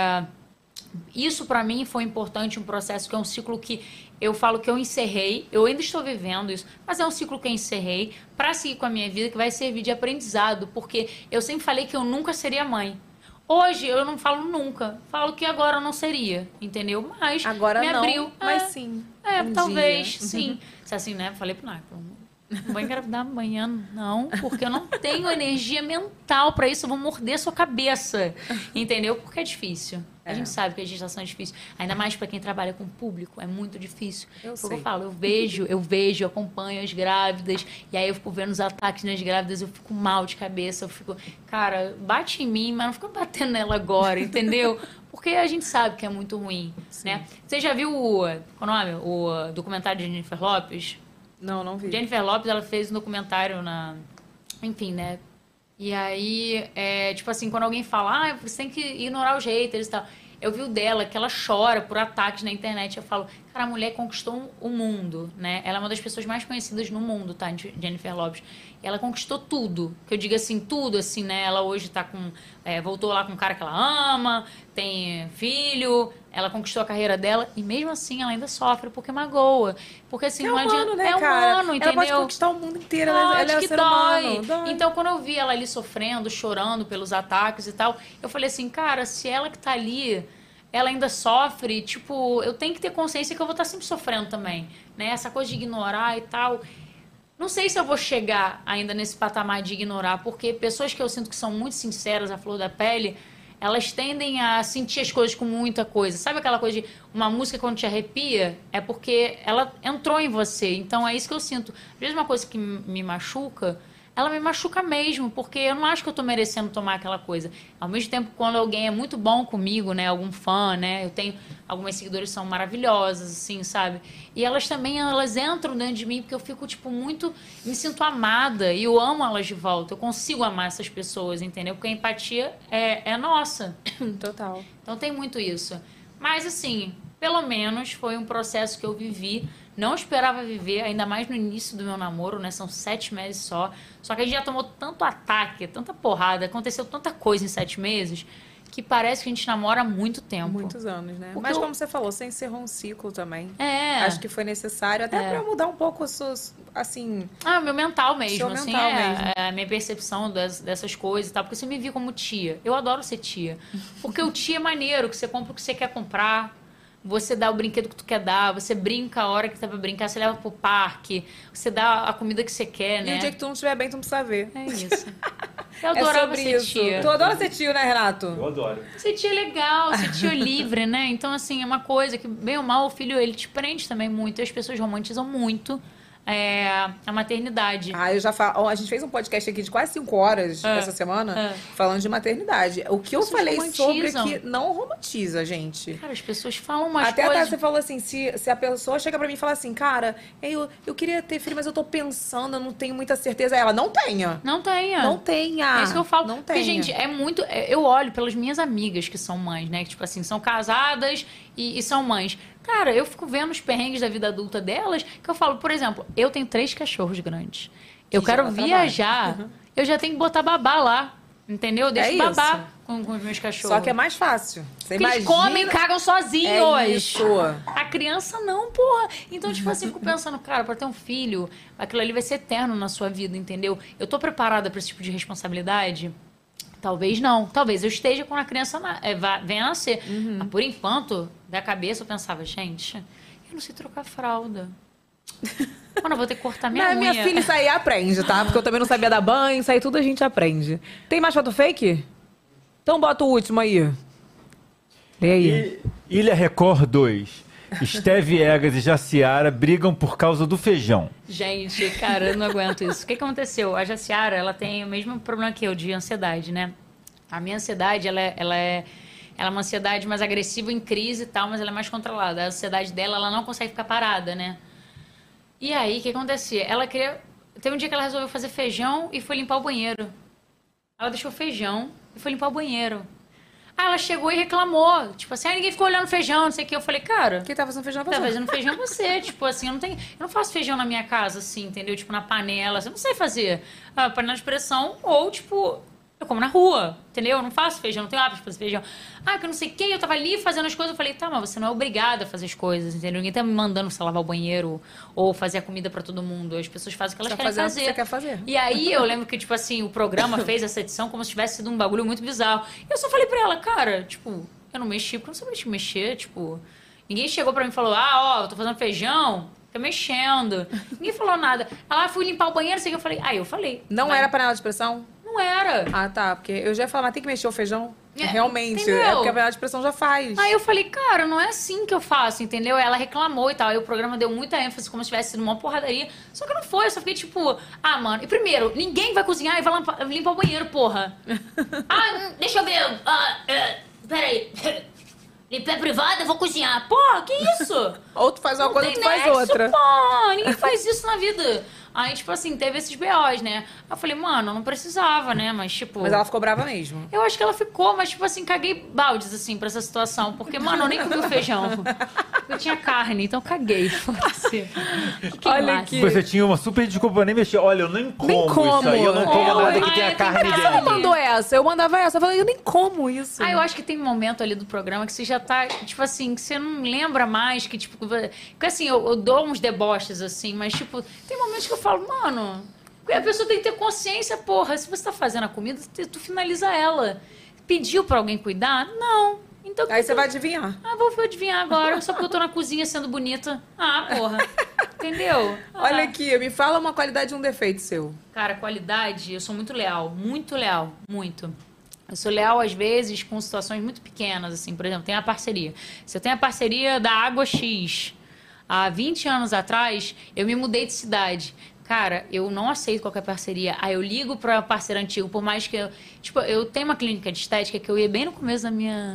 isso pra mim foi importante, um processo que é um ciclo que eu falo que eu encerrei, eu ainda estou vivendo isso, mas é um ciclo que eu encerrei pra seguir com a minha vida, que vai servir de aprendizado, porque eu sempre falei que eu nunca seria mãe. Hoje eu não falo nunca. Falo que agora não seria, entendeu? Mas agora me não, abriu. Mas sim. Talvez, sim. Se assim, né? Falei pro Naco, não vou engravidar amanhã, não, porque eu não tenho energia mental pra isso. Eu vou morder sua cabeça, entendeu? Porque é difícil. A gente sabe que a gestação é difícil. Ainda mais pra quem trabalha com público, é muito difícil. Eu falo, eu vejo, eu acompanho as grávidas, e aí eu fico vendo os ataques nas grávidas, eu fico mal de cabeça, eu fico, cara, bate em mim, mas não fica batendo nela agora, entendeu? Porque a gente sabe que é muito ruim, né? Você já viu qual é o nome? O documentário de Jennifer Lopez? Não vi. Jennifer Lopez, ela fez um documentário enfim, né? E aí, tipo assim, quando alguém fala, você tem que ignorar os haters e tal. Eu vi o dela, que ela chora por ataques na internet. Eu falo, cara, a mulher conquistou o mundo, né? Ela é uma das pessoas mais conhecidas no mundo, tá? Jennifer Lopez. E ela conquistou tudo. Que eu digo assim, tudo, assim, né? Ela hoje tá com... voltou lá com um cara que ela ama, tem filho, ela conquistou a carreira dela. E mesmo assim, ela ainda sofre, porque magoa. Porque assim, não adianta... né, cara? Humano, entendeu? Ela pode conquistar o mundo inteiro, ela é ser humano. Dói. Então, quando eu vi ela ali sofrendo, chorando pelos ataques e tal, eu falei assim, cara, se ela que tá ali, ela ainda sofre, tipo, eu tenho que ter consciência que eu vou estar sempre sofrendo também, né? Essa coisa de ignorar e tal. Não sei se eu vou chegar ainda nesse patamar de ignorar, porque pessoas que eu sinto que são muito sinceras, à flor da pele, elas tendem a sentir as coisas com muita coisa. Sabe aquela coisa de uma música quando te arrepia? É porque ela entrou em você. Então é isso que eu sinto. Às vezes uma coisa que me machuca, ela me machuca mesmo, porque eu não acho que eu tô merecendo tomar aquela coisa. Ao mesmo tempo, quando alguém é muito bom comigo, né, algum fã, né, eu tenho algumas seguidoras que são maravilhosas, assim, sabe? E elas também, elas entram dentro de mim, porque eu fico, tipo, me sinto amada, e eu amo elas de volta. Eu consigo amar essas pessoas, entendeu? Porque a empatia é nossa. Total. Então tem muito isso. Mas, assim, pelo menos foi um processo que eu vivi. Não esperava viver, ainda mais no início do meu namoro, né? São 7 meses só. Só que a gente já tomou tanto ataque, tanta porrada, aconteceu tanta coisa em 7 meses, que parece que a gente namora há muito tempo. Muitos anos, né? Porque mas como você falou, você encerrou um ciclo também. Acho que foi necessário, até pra mudar um pouco assim... meu mental mesmo, assim. Mesmo. A minha percepção dessas coisas e tal. Porque você me viu como tia. Eu adoro ser tia. Porque o tia é maneiro, que você compra o que você quer comprar. Você dá o brinquedo que tu quer dar, você brinca a hora que tá pra brincar, você leva pro parque, você dá a comida que você quer, né? E o dia que tu não estiver bem, tu não precisa ver. É isso. Eu adorava ser tia. Tu adora ser tio, né, Renato? Eu adoro. Ser tia é legal, ser tia livre, né? Então, assim, é uma coisa que, bem ou mal, o filho, ele te prende também muito. E as pessoas romantizam muito a maternidade. Eu já falo. A gente fez um podcast aqui de quase 5 horas essa semana, falando de maternidade. O que eu falei sobre que não romantiza, gente. Cara, as pessoas falam umas até coisas... Até você falou assim, se a pessoa chega pra mim e fala assim, cara, eu queria ter filho, mas eu tô pensando, eu não tenho muita certeza. Ela, não tenha. Não tenha. Não tenha. É isso que eu falo. Não porque, tenha. gente, é muito... Eu olho pelas minhas amigas que são mães, né? Que, tipo assim, são casadas e são mães. Cara, eu fico vendo os perrengues da vida adulta delas, que eu falo, por exemplo, eu tenho 3 cachorros grandes. Eu quero viajar, eu já tenho que botar babá lá, entendeu? Eu deixo babá com os meus cachorros. Só que é mais fácil. Você imagina... Eles comem e cagam sozinhos. Isso. A criança não, porra. Então, tipo assim, eu fico pensando, cara, pra ter um filho, aquilo ali vai ser eterno na sua vida, entendeu? Eu tô preparada pra esse tipo de responsabilidade? Talvez não. Talvez eu esteja quando a criança venha a nascer. Mas, por enquanto, da cabeça eu pensava, gente, eu não sei trocar fralda. Mano, eu vou ter que cortar minha unha. Minha filha, isso aí aprende, tá? Porque eu também não sabia dar banho, isso aí tudo a gente aprende. Tem mais foto fake? Então bota o último aí. Lê aí. Ilha Record 2. Esteve Egas e Jaciara brigam por causa do feijão. Gente, cara, eu não aguento isso. O que aconteceu? A Jaciara, ela tem o mesmo problema que eu, de ansiedade, né? A minha ansiedade, ela é uma ansiedade mais agressiva em crise e tal, mas ela é mais controlada. A ansiedade dela, ela não consegue ficar parada, né? E aí, o que acontecia? Teve um dia que ela resolveu fazer feijão e foi limpar o banheiro. Ela deixou o feijão e foi limpar o banheiro. Ela chegou e reclamou. Tipo assim, ninguém ficou olhando feijão, não sei o que. Eu falei, cara... Quem tá fazendo feijão é você. Tá fazendo feijão é você. Tipo assim, eu não faço feijão na minha casa, assim, entendeu? Tipo, na panela. Eu não sei fazer panela de pressão ou, tipo... Eu como na rua, entendeu? Eu não faço feijão, não tenho hábito de fazer feijão. Ah, que eu não sei o quê, eu tava ali fazendo as coisas, eu falei, tá, mas você não é obrigada a fazer as coisas, entendeu? Ninguém tá me mandando você lavar o banheiro ou fazer a comida pra todo mundo. As pessoas fazem o que elas querem fazer. O que você quer fazer. E aí eu lembro que, tipo assim, o programa fez essa edição como se tivesse sido um bagulho muito bizarro. E eu só falei pra ela, cara, tipo, eu não mexi, porque eu não sabia mexer, tipo... Ninguém chegou pra mim e falou, eu tô fazendo feijão... Fica mexendo. Ninguém falou nada. Ela fui limpar o banheiro, sei que eu falei. Eu falei. Não era panela de pressão? Não era. Ah, tá. Porque eu já ia falar, mas tem que mexer o feijão? Realmente. Entendeu? É porque a panela de pressão já faz. Aí eu falei, cara, não é assim que eu faço, entendeu? Ela reclamou e tal. Aí o programa deu muita ênfase, como se tivesse sido uma porradaria. Só que não foi. Eu só fiquei tipo, mano. E primeiro, ninguém vai cozinhar e vai limpar o banheiro, porra. Deixa eu ver. Peraí. Limpar privada, eu vou cozinhar. Porra, que isso? Ou tu faz uma coisa, tu faz outra. Pô, ninguém faz isso na vida. Aí, tipo assim, teve esses BOs, né? Aí eu falei, mano, não precisava, né? Mas, tipo... Mas ela ficou brava mesmo. Eu acho que ela ficou, mas, tipo assim, caguei baldes, assim, pra essa situação. Porque, mano, eu nem comi o feijão. Eu tinha carne, então caguei. Olha aqui. Você tinha uma super desculpa pra nem mexer. Olha, eu nem como isso aí. Eu não como nada que tenha carne dentro. Ela mandou essa, eu mandava essa. Eu falei, eu nem como isso. Eu acho que tem um momento ali do programa que você já tá, tipo assim, que você não lembra mais, que, tipo... Porque, assim, eu dou uns deboches, assim, mas, tipo, tem momentos que eu falo, mano, a pessoa tem que ter consciência, porra. Se você tá fazendo a comida, tu finaliza ela. Pediu pra alguém cuidar? Não. Então, aí você vai adivinhar. Vou adivinhar agora, só porque eu tô na cozinha sendo bonita. Porra. Entendeu? Olha aqui, me fala uma qualidade e um defeito seu. Cara, qualidade, eu sou muito leal. Muito leal. Muito. Eu sou leal, às vezes, com situações muito pequenas, assim. Por exemplo, tem a parceria. Se eu tenho a parceria da Água X, há 20 anos atrás, eu me mudei de cidade. Cara, eu não aceito qualquer parceria. Aí eu ligo pra parceiro antigo, por mais que eu... Tipo, eu tenho uma clínica de estética que eu ia bem no começo da minha...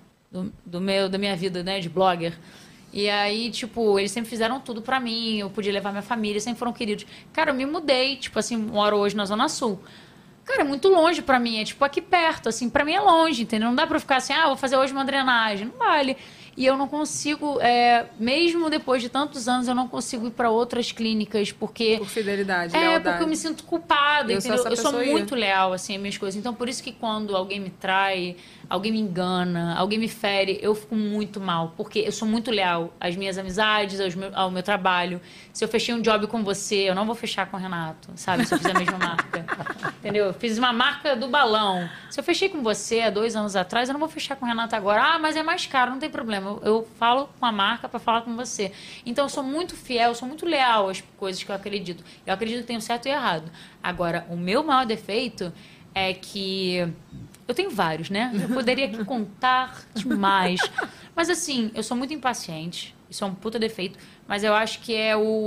da minha vida, né, de blogger. E aí, tipo, eles sempre fizeram tudo pra mim, eu podia levar minha família, sempre foram queridos. Cara, eu me mudei, tipo assim, moro hoje na Zona Sul. Cara, é muito longe pra mim, é tipo aqui perto, assim, pra mim é longe, entendeu? Não dá pra eu ficar assim, vou fazer hoje uma drenagem, não vale. E eu não consigo, mesmo depois de tantos anos, eu não consigo ir para outras clínicas, porque... Por fidelidade, lealdade. Porque eu me sinto culpada, entendeu? Eu sou muito aí. leal, assim, às minhas coisas. Então, por isso que quando alguém me trai, alguém me engana, alguém me fere, eu fico muito mal. Porque eu sou muito leal às minhas amizades, ao meu trabalho. Se eu fechei um job com você, eu não vou fechar com o Renato, sabe? Se eu fizer a mesma marca. Entendeu? Eu fiz uma marca do balão. Se eu fechei com você há 2 anos atrás, eu não vou fechar com o Renato agora. Mas é mais caro, não tem problema. Eu falo com a marca para falar com você. Então, eu sou muito fiel, eu sou muito leal às coisas que eu acredito. Eu acredito que tenho certo e errado. Agora, o meu maior defeito é que... Eu tenho vários, né? Eu poderia aqui contar demais. Mas, assim, eu sou muito impaciente. Isso é um puta defeito. Mas eu acho que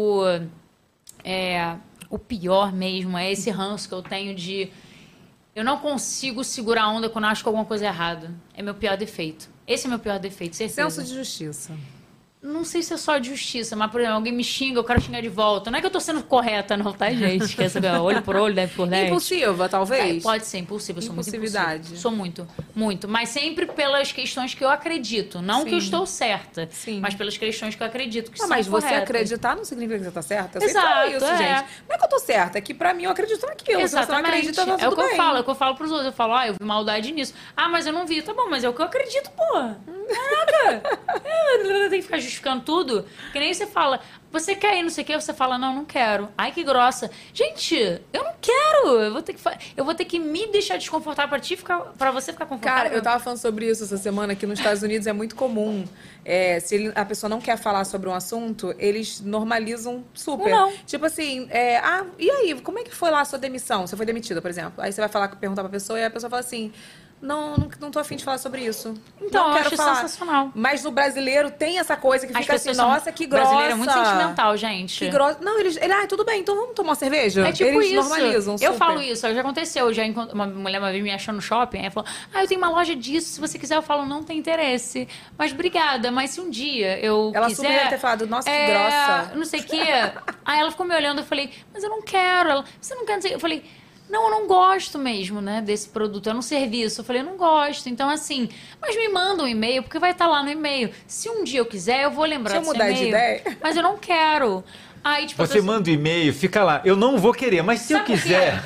o pior mesmo. É esse ranço que eu tenho de... Eu não consigo segurar a onda quando eu acho que alguma coisa é errada. É meu pior defeito. Esse é meu pior defeito, certeza. Senso de justiça. Não sei se é só de justiça, mas, por exemplo, alguém me xinga, eu quero xingar de volta. Não é que eu tô sendo correta, não, tá, gente? Quer saber? Olho por olho, deve por dente. Impulsiva, talvez? Pode ser impulsiva, eu sou muito impulsiva. Sou muito, muito. Mas sempre pelas questões que eu acredito. Não que eu estou certa, mas pelas questões que eu acredito que são mas corretas. Você acreditar não significa que você tá certa. Eu Exato, sempre falo isso, gente. Não é que eu tô certa, é que pra mim eu acredito naquilo. Exatamente. Se você não acredita, tá tudo bem. É o que eu falo pros outros. Eu falo, eu vi maldade nisso. Mas eu não vi. Tá bom, mas é o que eu acredito, porra. Caraca. Tem que ficar justificando tudo. Que nem você fala, você quer ir, não sei o que, você fala, não quero. Ai, que grossa. Gente, eu não quero. Eu vou ter que me deixar desconfortável pra você ficar confortável. Cara, eu tava falando sobre isso essa semana, que nos Estados Unidos é muito comum. Se a pessoa não quer falar sobre um assunto, eles normalizam super. Não. Tipo assim, e aí, como é que foi lá a sua demissão? Você foi demitida, por exemplo. Aí você vai perguntar pra pessoa e a pessoa fala assim... Não tô afim de falar sobre isso. Então, não quero eu acho falar. sensacional. Mas no brasileiro tem essa coisa que fica assim, nossa, que grossa. O brasileiro é muito sentimental, gente. Que grossa. Não, eles tudo bem, então vamos tomar uma cerveja? É tipo eles isso. Normalizam super. Eu falo isso, já aconteceu. Uma mulher uma vez me achou no shopping, aí falou, eu tenho uma loja disso, se você quiser, eu falo, não tem interesse. Mas obrigada, mas se um dia eu ela quiser... Ela super deve ter falado, nossa, que grossa. Não sei o quê. Aí ela ficou me olhando, eu falei, mas eu não quero. Ela, você não quer dizer... Eu falei... Não, eu não gosto mesmo, né, desse produto. É um serviço. Eu falei, eu não gosto. Então, assim, mas me manda um e-mail, porque vai estar lá no e-mail. Se um dia eu quiser, eu vou lembrar do seu e-mail. Se eu mudar de ideia. Mas eu não quero. Aí, tipo, você manda um e-mail, fica lá. Eu não vou querer, mas se eu quiser...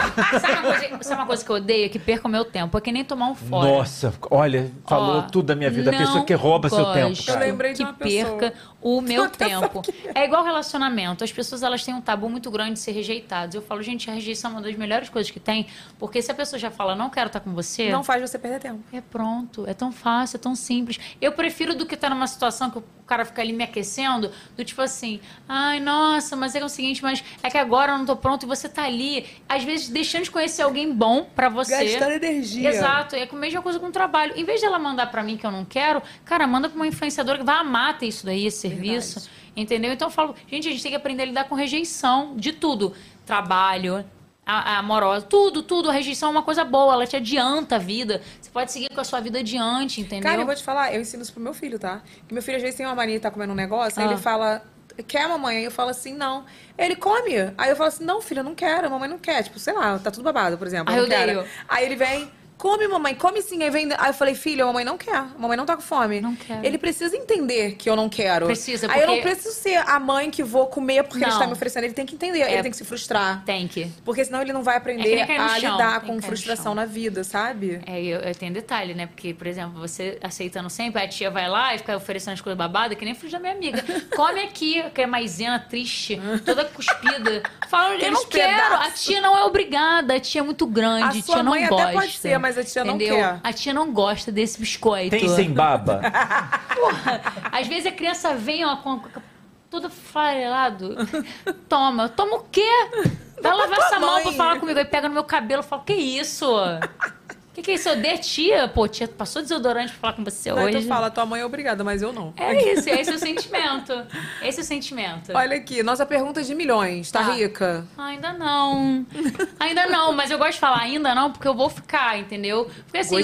Sabe uma coisa que eu odeio? Que perca o meu tempo. É que nem tomar um fora. Nossa, olha, falou tudo da minha vida. A pessoa que rouba seu tempo, cara. Eu lembrei de uma pessoa. Que perca o meu tempo. É igual relacionamento. As pessoas, elas têm um tabu muito grande de ser rejeitadas. Eu falo, gente, a rejeição é uma das melhores coisas que tem. Porque se a pessoa já fala, não quero estar com você... Não faz você perder tempo. É pronto. É tão fácil, é tão simples. Eu prefiro do que estar numa situação que o cara fica ali me aquecendo, do tipo assim, ai, nossa, mas é o seguinte, mas é que agora eu não tô pronto e você tá ali, às vezes deixando de conhecer alguém bom pra você. Gastando energia. Exato. É a mesma coisa com o trabalho. Em vez de ela mandar pra mim que eu não quero, cara, manda pra uma influenciadora que vai amar ter isso daí, esse serviço. Verdade. Entendeu? Então eu falo, gente, a gente tem que aprender a lidar com rejeição de tudo. Trabalho, amorosa, tudo. A rejeição é uma coisa boa, ela te adianta a vida. Você pode seguir com a sua vida adiante, entendeu? Cara, eu vou te falar, eu ensino isso pro meu filho, tá? Que meu filho às vezes tem uma mania de estar comendo um negócio, aí ele fala, quer, mamãe? Aí eu falo assim, não. Ele come. Aí eu falo assim, não, filho, eu não quero, a mamãe não quer. Tipo, sei lá, tá tudo babado, por exemplo. Eu não quero. Aí ele vem... Come, mamãe, come sim. Aí eu falei, filho, a mamãe não quer. A mamãe não tá com fome. Não quero. Ele precisa entender que eu não quero. Precisa, porque... Aí eu não preciso ser a mãe que vou comer porque ele está me oferecendo. Ele tem que entender, ele tem que se frustrar. Tem que. Porque senão ele não vai aprender a lidar com frustração na vida, sabe? Eu tenho detalhe, né? Porque, por exemplo, você aceitando sempre, a tia vai lá e fica oferecendo as coisas babadas, que nem filho da minha amiga. Come aqui, que é maisena, triste, toda cuspida. Fala, eu não quero. A tia não é obrigada, a tia é muito grande, a tia não gosta. Até pode ser, mas a tia não quer. A tia não gosta desse biscoito. Tem sem baba? Porra, às vezes a criança vem, ó, com tudo farelado. Toma o quê? Vai lavar essa mão pra falar comigo. Aí pega no meu cabelo e fala, que isso? Que é isso? Eu dei tia? Pô, tia, passou desodorante pra falar com você hoje. Aí tu fala, tua mãe é obrigada, mas eu não. É isso, esse é o sentimento. Esse é o sentimento. Olha aqui, nossa pergunta de milhões. Tá rica? Ainda não. Ainda não, mas eu gosto de falar ainda não, porque eu vou ficar, entendeu? Porque assim,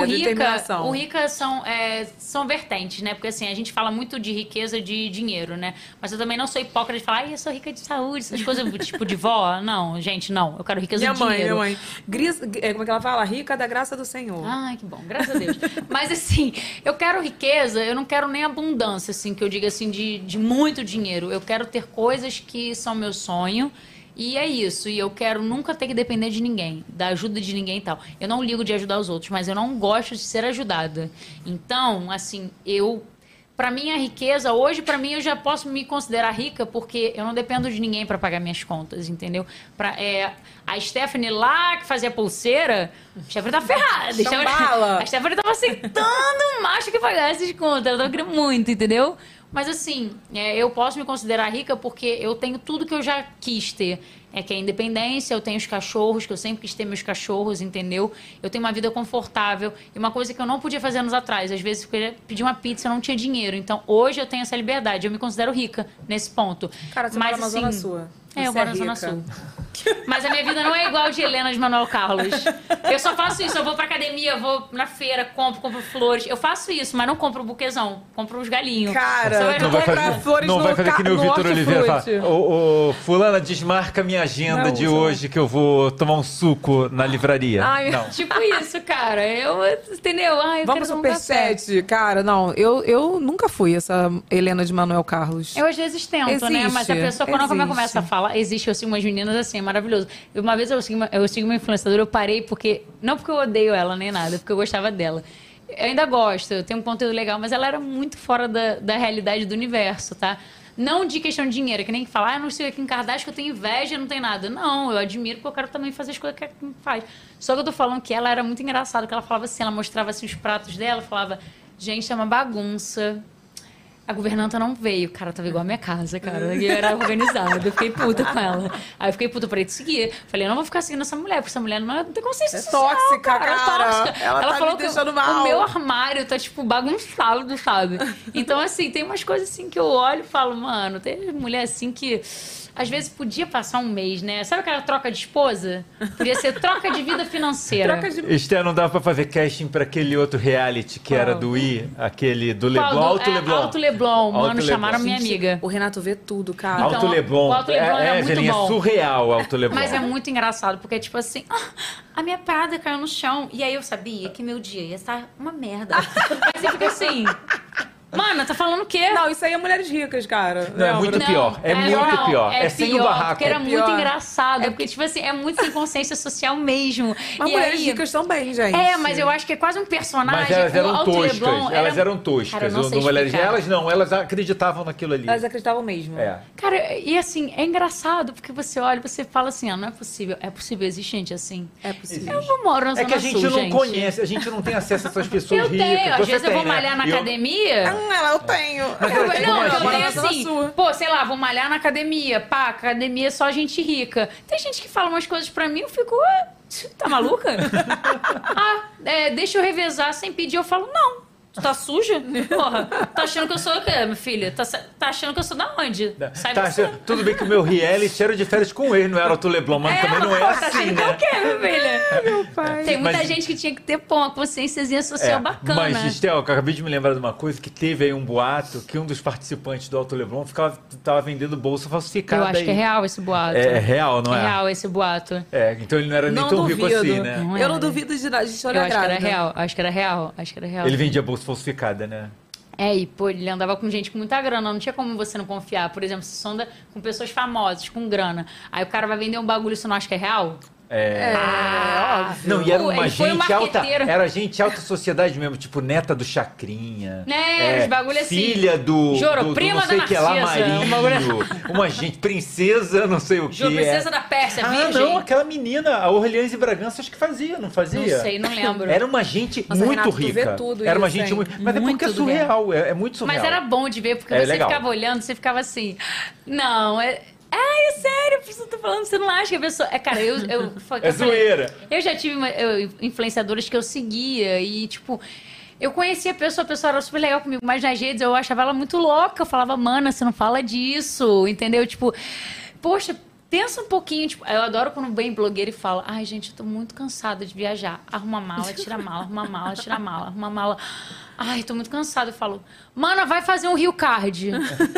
o rica são vertentes, né? Porque assim, a gente fala muito de riqueza de dinheiro, né? Mas eu também não sou hipócrita de falar, eu sou rica de saúde, essas coisas tipo de vó. Não, gente, não. Eu quero riqueza de dinheiro. Minha mãe. Como é que ela fala? Rica da graça do Senhor. Ai, que bom, graças a Deus. Mas assim, eu quero riqueza, eu não quero nem abundância, assim, que eu diga assim, de muito dinheiro. Eu quero ter coisas que são meu sonho. E é isso. E eu quero nunca ter que depender de ninguém, da ajuda de ninguém e tal. Eu não ligo de ajudar os outros, mas eu não gosto de ser ajudada. Então, assim, pra mim, a riqueza, hoje, pra mim, eu já posso me considerar rica porque eu não dependo de ninguém pra pagar minhas contas, entendeu? A Stephanie lá, que fazia pulseira, a Stephanie tá ferrada. A Stephanie tava aceitando um macho que pagasse as contas. Ela tava querendo muito, entendeu? Mas assim, eu posso me considerar rica porque eu tenho tudo que eu já quis ter. Que é a independência, eu tenho os cachorros, que eu sempre quis ter meus cachorros, entendeu? Eu tenho uma vida confortável. E uma coisa que eu não podia fazer anos atrás, às vezes eu queria pedir uma pizza, eu não tinha dinheiro. Então, hoje eu tenho essa liberdade, eu me considero rica nesse ponto. Cara, você mora na Zona Sul. Eu moro na Zona Sul. Mas a minha vida não é igual de Helena de Manuel Carlos. Eu só faço isso, eu vou pra academia, eu vou na feira, compro flores. Eu faço isso, mas não compro o buquezão, compro os galinhos. Cara, não vai fazer flores não vai fazer que nem o Vitor Oliveira fala. Fulana, desmarca minha agenda de hoje que eu vou tomar um suco na livraria. Ai, não. Tipo isso, cara. Entendeu? Vamos pro Super7. Cara, não, eu nunca fui essa Helena de Manuel Carlos. Eu às vezes tento, né? Mas a pessoa, quando ela começa a falar, eu sigo umas meninas assim, é maravilhoso. Uma vez eu sigo uma influenciadora, eu parei porque... Não porque eu odeio ela nem nada, porque eu gostava dela. Eu ainda gosto, eu tenho um conteúdo legal, mas ela era muito fora da realidade do universo, tá? Não de questão de dinheiro, que nem que falar, não sei aqui em Kardashian que eu tenho inveja, não tem nada. Não, eu admiro porque eu quero também fazer as coisas que ela faz. Só que eu tô falando que ela era muito engraçada, que ela falava assim, ela mostrava assim os pratos dela, falava, gente, é uma bagunça. A governanta não veio. Cara, tava igual a minha casa, cara. Eu era organizada. Eu fiquei puta com ela. Aí eu fiquei puta pra ir te seguir. Falei, eu não vou ficar seguindo essa mulher, porque essa mulher não tem consciência social, tóxica, cara. Ela é tóxica. Ela tá falou me deixando mal. O meu armário tá, tipo, bagunçado, sabe? Então, assim, tem umas coisas assim que eu olho e falo, mano, tem mulher assim que... Às vezes podia passar um mês, né? Sabe aquela troca de esposa? Podia ser troca de vida financeira. Esther, não dava pra fazer casting pra aquele outro reality que era do aquele do Leblon, Alto Leblon. Alto Leblon, mano, chamaram minha amiga. O Renato vê tudo, cara. Alto Leblon. O Alto Leblon era muito bom. É surreal, Alto Leblon. Mas é muito engraçado, porque tipo assim, a minha parada caiu no chão. E aí eu sabia que meu dia ia estar uma merda. Mas eu fico assim... Mano, tá falando o quê? Não, isso aí é mulheres ricas, cara. Não, é muito pior. É muito pior. É sem o barraco. Porque era muito engraçado. Porque, tipo assim, é muito sem consciência social mesmo. Mas e mulheres aí... ricas também, gente. Mas eu acho que é quase um personagem. Mas elas eram toscas. Elas eram toscas. Cara, elas acreditavam naquilo ali. Elas acreditavam mesmo. Cara, e assim, é engraçado, porque você olha e você fala assim, não é possível. É possível, existe gente assim. É possível. Eu vou morar na Zona Sul, a gente não conhece, a gente não tem acesso a essas pessoas ricas. Eu tenho, às vezes eu vou malhar na academia. Eu tenho. Eu tenho assim, pô, sei lá, vou malhar na academia. Pá, academia é só gente rica. Tem gente que fala umas coisas pra mim, eu fico, tá maluca? Deixa eu revezar sem pedir. Eu falo, não. Tu tá suja? Porra, tá achando que eu sou o quê, minha filha? Tá achando que eu sou da onde? Sai você. Tudo bem que o meu reality era de férias com ele, não era o Arthur Leblon, mas também não é assim, né? O quê, minha filha? Meu pai. Tem muita gente que tinha que ter, uma consciênciazinha social bacana. Mas, Estel, eu acabei de me lembrar de uma coisa, que teve aí um boato que um dos participantes do Arthur Leblon tava vendendo bolsa falsificada. Eu acho que é real esse boato. É real, não é? É real esse boato. Então ele não era nem tão rico assim, né? Eu não duvido de nada. Gente, olha, eu acho que era real, acho que era real. Ele vendia bolsa falsificada, né? E pô, ele andava com gente com muita grana, não tinha como você não confiar. Por exemplo, se sonda com pessoas famosas, com grana. Aí o cara vai vender um bagulho, você não acha que é real? Óbvio. Não, e era uma gente alta. Era gente alta sociedade mesmo, tipo neta do Chacrinha. Os bagulho assim. Filha do. Prima não sei da que lá, Narcisa. Marinho. Uma gente, princesa, não sei o que. Princesa da Pérsia, virgem. Não, aquela menina, a Orleans e Bragança, acho que fazia, não fazia? Não sei, não lembro. Era uma gente muito Renato, rica. Era uma gente muito. Mas é porque é surreal, é muito surreal. Mas era bom de ver, porque você ficava olhando, você ficava assim. Não, é sério, eu tô falando, você não acha que a pessoa... Cara, eu é zoeira. Eu já tive influenciadoras que eu seguia e, tipo... Eu conhecia a pessoa era super legal comigo, mas nas redes eu achava ela muito louca. Eu falava, mana, você não fala disso, entendeu? Tipo, poxa, pensa um pouquinho. Tipo, eu adoro quando vem blogueiro e fala, ai, gente, eu tô muito cansada de viajar. Arruma mala, tira mala, arruma mala, tira mala, arruma mala. Ai, tô muito cansada. Eu falo, mana, vai fazer um Rio Card.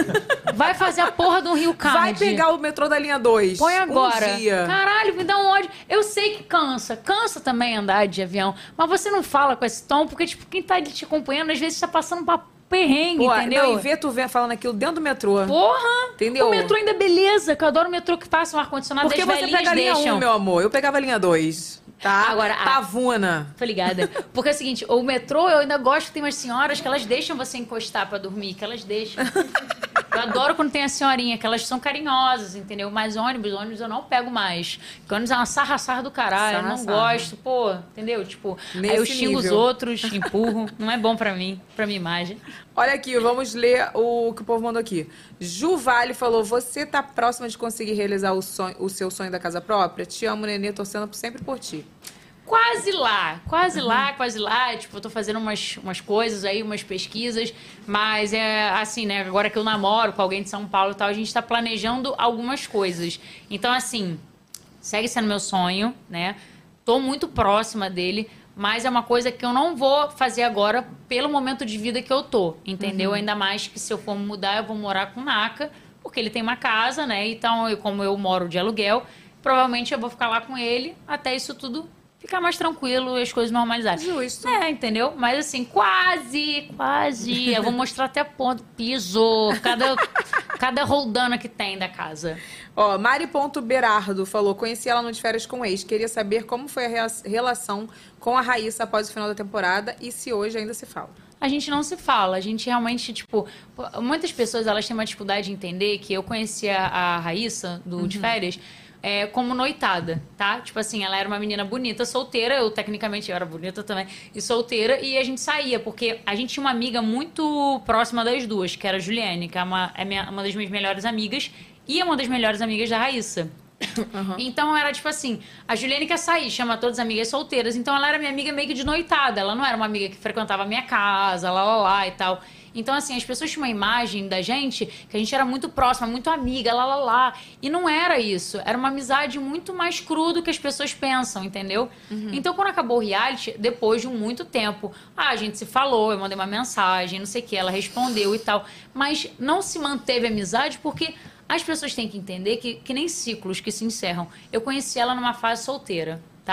Vai fazer a porra de um Rio Card. Vai pegar o metrô da linha 2. Põe agora. Um dia. Caralho, me dá um ódio. Eu sei que cansa. Cansa também andar de avião. Mas você não fala com esse tom, porque, tipo, quem tá te acompanhando, às vezes tá passando pra perrengue, entendeu? Não, e vê tu falando aquilo dentro do metrô. Porra! Entendeu? O metrô ainda é beleza, que eu adoro o metrô que passa um ar-condicionado. Porque você pega a linha 1, meu amor. Eu pegava a linha 2. Tá? Agora, Pavuna. Tô ligada. Porque é o seguinte, o metrô eu ainda gosto que tem umas senhoras que elas deixam você encostar pra dormir, que elas deixam. Eu adoro quando tem a senhorinha, que elas são carinhosas, entendeu? Mas ônibus eu não pego mais. Porque ônibus é uma sarra do caralho, eu não gosto, pô, entendeu? Tipo, aí eu xingo os outros, empurro. Não é bom pra mim, pra minha imagem. Olha aqui, vamos ler o que o povo mandou aqui. Ju Vale falou, você tá próxima de conseguir realizar o seu sonho da casa própria? Te amo, Nenê, torcendo sempre por ti. Quase lá. Tipo, eu tô fazendo umas coisas aí, umas pesquisas, mas é assim, né? Agora que eu namoro com alguém de São Paulo e tal, a gente tá planejando algumas coisas. Então, assim, segue sendo meu sonho, né? Tô muito próxima dele, mas é uma coisa que eu não vou fazer agora pelo momento de vida que eu tô, entendeu? Ainda mais que se eu for mudar, eu vou morar com o Naka, porque ele tem uma casa, né? Então, como eu moro de aluguel, provavelmente eu vou ficar lá com ele até isso tudo ficar mais tranquilo e as coisas normalizarem. Justo. Entendeu? Mas assim, quase. Eu vou mostrar até ponto, piso, cada roldana que tem da casa. Ó, Mari.Berardo falou, conheci ela no De Férias com o Ex, queria saber como foi a relação com a Raíssa após o final da temporada e se hoje ainda se fala. A gente não se fala, a gente realmente, tipo... Muitas pessoas, elas têm uma dificuldade de entender que eu conhecia a Raíssa, do De Férias, como noitada, tá? Tipo assim, ela era uma menina bonita, solteira, tecnicamente eu era bonita também, e solteira, e a gente saía, porque a gente tinha uma amiga muito próxima das duas, que era a Juliane, que é uma das minhas melhores amigas, e é uma das melhores amigas da Raíssa. Então era tipo assim, a Juliane quer sair, chama todas as amigas solteiras, então ela era minha amiga meio que de noitada, ela não era uma amiga que frequentava a minha casa, lá e tal. Então, assim, as pessoas tinham uma imagem da gente que a gente era muito próxima, muito amiga, lá. E não era isso. Era uma amizade muito mais crua do que as pessoas pensam, entendeu? Então, quando acabou o reality, depois de muito tempo, a gente se falou, eu mandei uma mensagem, não sei o que, ela respondeu e tal. Mas não se manteve amizade porque as pessoas têm que entender que nem ciclos que se encerram. Eu conheci ela numa fase solteira, tá?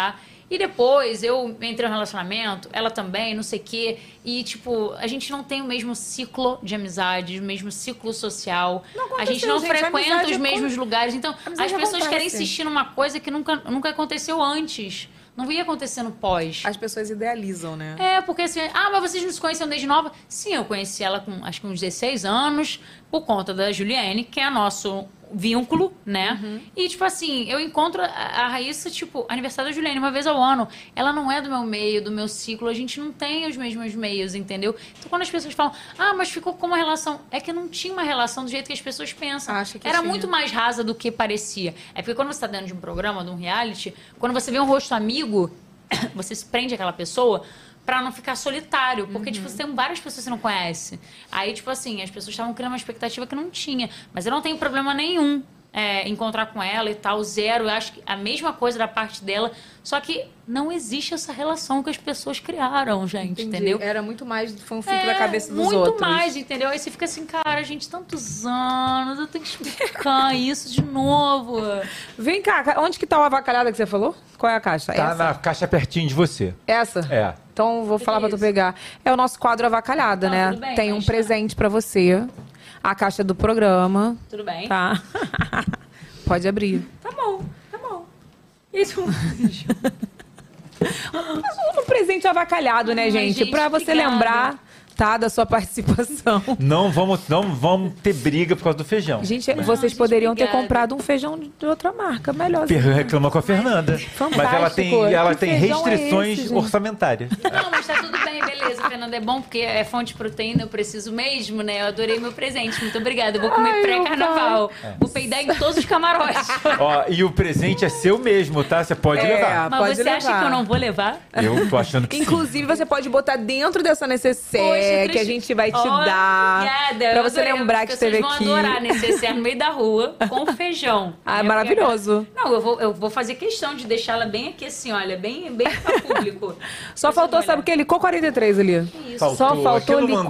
E depois eu entrei no relacionamento, ela também, não sei o quê. E, tipo, a gente não tem o mesmo ciclo de amizade, o mesmo ciclo social. A gente não frequenta os mesmos lugares. Então, as pessoas querem insistir numa coisa que nunca aconteceu antes. Não ia acontecer no pós. As pessoas idealizam, né? Porque assim, mas vocês não se conheciam desde nova? Sim, eu conheci ela com acho que uns 16 anos, por conta da Juliane, que é nosso vínculo, né? E, tipo assim, eu encontro a Raíssa, tipo, aniversário da Juliane, uma vez ao ano. Ela não é do meu meio, do meu ciclo, a gente não tem os mesmos meios, entendeu? Então, quando as pessoas falam, mas ficou com uma relação, é que não tinha uma relação do jeito que as pessoas pensam. Era muito mais rasa do que parecia. É porque quando você tá dentro de um programa, de um reality, quando você vê um rosto amigo, você se prende àquela pessoa pra não ficar solitário. Porque, tipo, você tem várias pessoas que você não conhece. Aí, tipo assim, as pessoas estavam criando uma expectativa que não tinha. Mas eu não tenho problema nenhum encontrar com ela e tal, zero. Eu acho que a mesma coisa da parte dela. Só que não existe essa relação que as pessoas criaram, gente, entendeu? Era muito mais fanfic da cabeça dos outros. Muito mais, entendeu? Aí você fica assim, cara, gente, tantos anos, eu tenho que explicar isso de novo. Vem cá, onde que tá a avacalhada que você falou? Qual é a caixa? Tá na caixa pertinho de você. Essa? É. Então, vou falar pra tu pegar. É o nosso quadro avacalhada, né? Tudo bem, tem um presente pra você. A caixa do programa. Tudo bem. Tá. Pode abrir. Tá bom. Isso. Um presente avacalhado, né, gente? Pra você lembrar, tá, da sua participação. Não vamos ter briga por causa do feijão. Gente, vocês poderiam ter comprado um feijão de outra marca, melhor. Reclama com a Fernanda. Mas ela tem restrições orçamentárias. Não, mas tá tudo bem, beleza, Fernanda. É bom porque é fonte de proteína, eu preciso mesmo, né? Eu adorei meu presente. Muito obrigada. Eu vou comer pré-carnaval. Vou peidar em todos os camarotes. E o presente é seu mesmo, tá? Você pode levar. Mas você acha que eu não vou levar? Eu tô achando que inclusive, você pode botar dentro dessa necessaire que a gente vai te dar. Pra você lembrar que esteve aqui. Vocês vão adorar necessaire no meio da rua com feijão. É maravilhoso. Não, eu vou fazer questão de deixá-la bem aqui assim, olha, bem pra público. Só faltou, sabe o que? Licor 43 ali. Isso. Só faltou licor